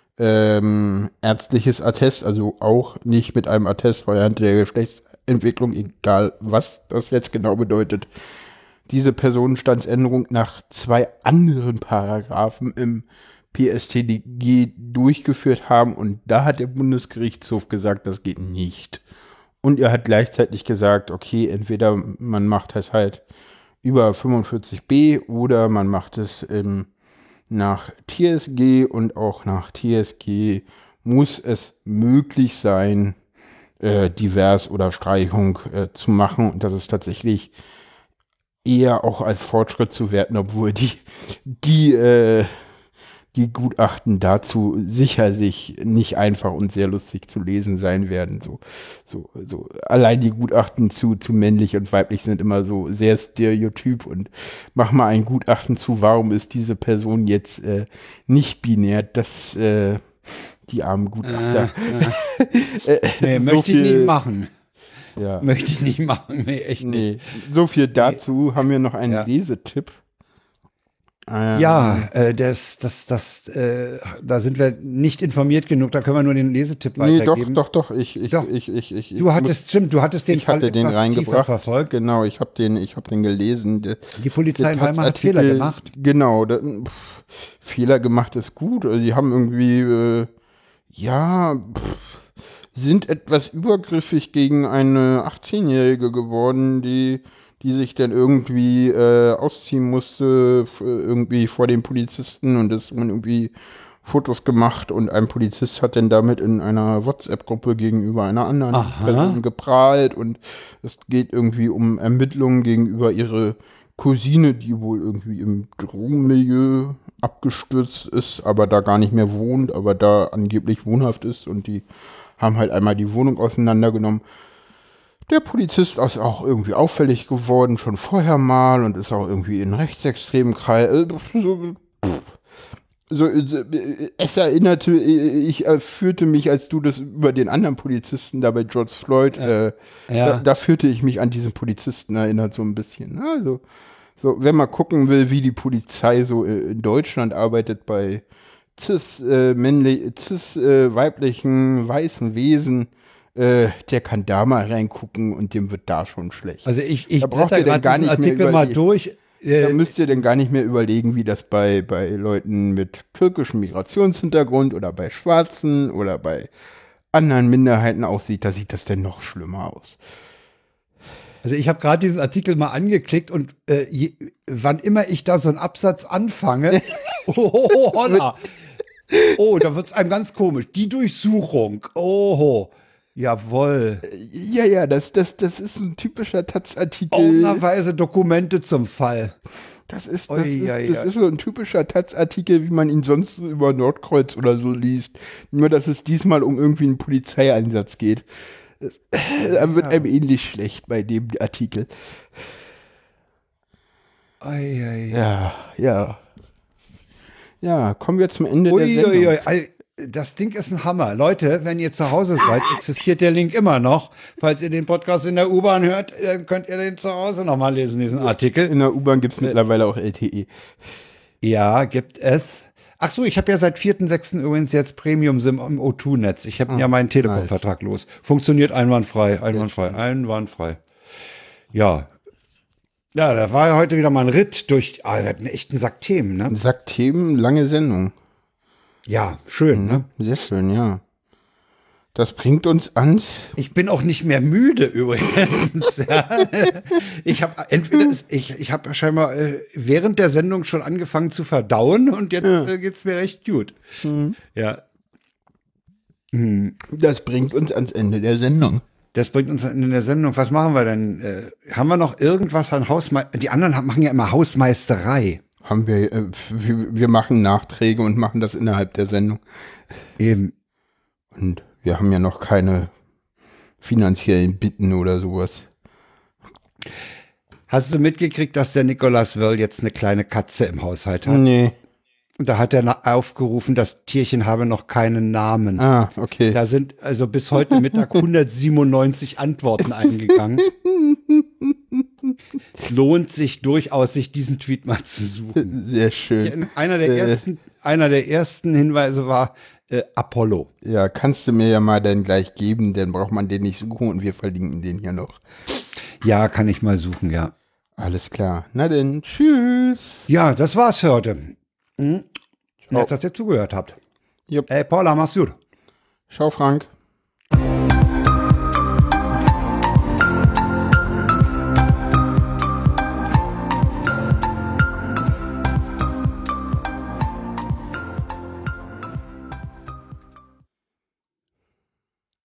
Speaker 1: ähm, ärztliches Attest, also auch nicht mit einem Attest Variante der Geschlechtsentwicklung, egal was das jetzt genau bedeutet, diese Personenstandsänderung nach zwei anderen Paragraphen im P S T D G durchgeführt haben und da hat der Bundesgerichtshof gesagt, das geht nicht. Und er hat gleichzeitig gesagt, okay, entweder man macht es halt über fünfundvierzig b oder man macht es ähm, nach T S G und auch nach T S G muss es möglich sein, äh, Divers oder Streichung äh, zu machen. Und das ist tatsächlich eher auch als Fortschritt zu werten, obwohl die, die, äh, die Gutachten dazu sicherlich nicht einfach und sehr lustig zu lesen sein werden. So, so, so. Allein die Gutachten zu, zu männlich und weiblich sind immer so sehr stereotyp und mach mal ein Gutachten zu, warum ist diese Person jetzt äh, nicht binär, das, äh, die armen Gutachter.
Speaker 2: Äh, äh. nee, so möchte viel, ich nicht machen.
Speaker 1: Ja.
Speaker 2: Möchte ich nicht machen, nee, echt nicht.
Speaker 1: Nee. So viel dazu, nee. Haben wir noch einen ja. Lesetipp.
Speaker 2: Ähm, ja, äh, das, das, das, äh, da sind wir nicht informiert genug, da können wir nur den Lesetipp
Speaker 1: nee,
Speaker 2: weitergeben.
Speaker 1: Doch, doch, doch, ich, ich,
Speaker 2: doch.
Speaker 1: ich, ich, ich,
Speaker 2: Du hattest, stimmt, du hattest den
Speaker 1: ich Fall hatte den reingebracht.
Speaker 2: Verfolgt.
Speaker 1: Genau, ich habe den, ich habe den gelesen. Der,
Speaker 2: die Polizei in Weimar hat Fehler gemacht.
Speaker 1: Genau, der, pff, Fehler gemacht ist gut. Also die haben irgendwie, äh, ja, pff, sind etwas übergriffig gegen eine achtzehnjährige geworden, die die sich dann irgendwie äh, ausziehen musste, f- irgendwie vor den Polizisten und das man irgendwie Fotos gemacht und ein Polizist hat dann damit in einer WhatsApp-Gruppe gegenüber einer anderen
Speaker 2: Aha.
Speaker 1: Person geprahlt und es geht irgendwie um Ermittlungen gegenüber ihre Cousine, die wohl irgendwie im Drogenmilieu abgestürzt ist, aber da gar nicht mehr wohnt, aber da angeblich wohnhaft ist und die haben halt einmal die Wohnung auseinandergenommen. Der Polizist ist auch irgendwie auffällig geworden, schon vorher mal, und ist auch irgendwie in rechtsextremen Kreis. So, so, es erinnerte, ich fühlte mich, als du das über den anderen Polizisten da bei George Floyd,
Speaker 2: ja.
Speaker 1: Äh,
Speaker 2: ja.
Speaker 1: Da, da fühlte ich mich an diesen Polizisten erinnert so ein bisschen. Also, so, wenn man gucken will, wie die Polizei so in Deutschland arbeitet bei cis, äh, männlich, cis äh, weiblichen, weißen Wesen, Äh, der kann da mal reingucken und dem wird da schon schlecht.
Speaker 2: Also ich, ich
Speaker 1: da braucht ihr
Speaker 2: dann
Speaker 1: gar nicht
Speaker 2: Artikel mal durch.
Speaker 1: Äh, da müsst ihr denn gar nicht mehr überlegen, wie das bei, bei Leuten mit türkischem Migrationshintergrund oder bei Schwarzen oder bei anderen Minderheiten aussieht. Da sieht das denn noch schlimmer aus.
Speaker 2: Also ich habe gerade diesen Artikel mal angeklickt und äh, je, wann immer ich da so einen Absatz anfange, oh, oh, holla. Oh, da wird es einem ganz komisch. Die Durchsuchung, oho. Jawohl.
Speaker 1: Ja, ja, das, das, das ist ein typischer Taz-Artikel.
Speaker 2: Ordnerweise Dokumente zum Fall.
Speaker 1: Das ist, das, Ui, ist, ja, das ja. ist so ein typischer Taz-Artikel, wie man ihn sonst über Nordkreuz oder so liest. Nur, dass es diesmal um irgendwie einen Polizeieinsatz geht. Da wird ja. einem ähnlich schlecht bei dem Artikel.
Speaker 2: Ui, ui.
Speaker 1: Ja, ja. Ja, kommen wir zum Ende
Speaker 2: ui,
Speaker 1: der Sendung.
Speaker 2: Ui, ui. Das Ding ist ein Hammer. Leute, wenn ihr zu Hause seid, existiert der Link immer noch. Falls ihr den Podcast in der U-Bahn hört, dann könnt ihr den zu Hause nochmal lesen, diesen Artikel.
Speaker 1: In der U-Bahn gibt es mittlerweile auch L T E.
Speaker 2: Ja, gibt es. Ach so, ich habe ja seit vierten sechsten übrigens jetzt Premium-SIM im O zwei Netz. Ich habe ah, ja meinen Telekom-Vertrag los. Funktioniert einwandfrei, einwandfrei, einwandfrei. Ja. Ja, da war ja heute wieder mal ein Ritt durch, ah, einen echten Sack Themen, ne?
Speaker 1: Ein Sack Themen, lange Sendung.
Speaker 2: Ja, schön, ne?
Speaker 1: Sehr schön, ja. Das bringt uns ans.
Speaker 2: Ich bin auch nicht mehr müde übrigens. Ja. Ich habe entweder ich, ich habe scheinbar äh, während der Sendung schon angefangen zu verdauen und jetzt ja. äh, geht's mir recht gut. Mhm. Ja.
Speaker 1: Mhm. Das bringt uns ans Ende der Sendung.
Speaker 2: Das bringt uns ans Ende der Sendung. Was machen wir denn? Äh, haben wir noch irgendwas an Hausmeisterei? Die anderen machen ja immer Hausmeisterei.
Speaker 1: Haben wir, äh, wir, wir machen Nachträge und machen das innerhalb der Sendung.
Speaker 2: Eben.
Speaker 1: Und wir haben ja noch keine finanziellen Bitten oder sowas.
Speaker 2: Hast du mitgekriegt, dass der Nicolas Wörl jetzt eine kleine Katze im Haushalt hat?
Speaker 1: Nee.
Speaker 2: Und da hat er aufgerufen, das Tierchen habe noch keinen Namen.
Speaker 1: Ah, okay.
Speaker 2: Da sind also bis heute Mittag hundertsiebenundneunzig Antworten eingegangen. Lohnt sich durchaus, sich diesen Tweet mal zu suchen.
Speaker 1: Sehr schön.
Speaker 2: Einer der, äh, ersten, einer der ersten Hinweise war äh, Apollo.
Speaker 1: Ja, kannst du mir ja mal dann gleich geben, dann braucht man den nicht suchen und wir verlinken den hier noch.
Speaker 2: Ja, kann ich mal suchen, ja.
Speaker 1: Alles klar. Na denn, tschüss.
Speaker 2: Ja, das war's für heute. Mhm. Nett, dass ihr zugehört habt.
Speaker 1: Yep.
Speaker 2: Ey, Paula, mach's gut.
Speaker 1: Ciao, Frank.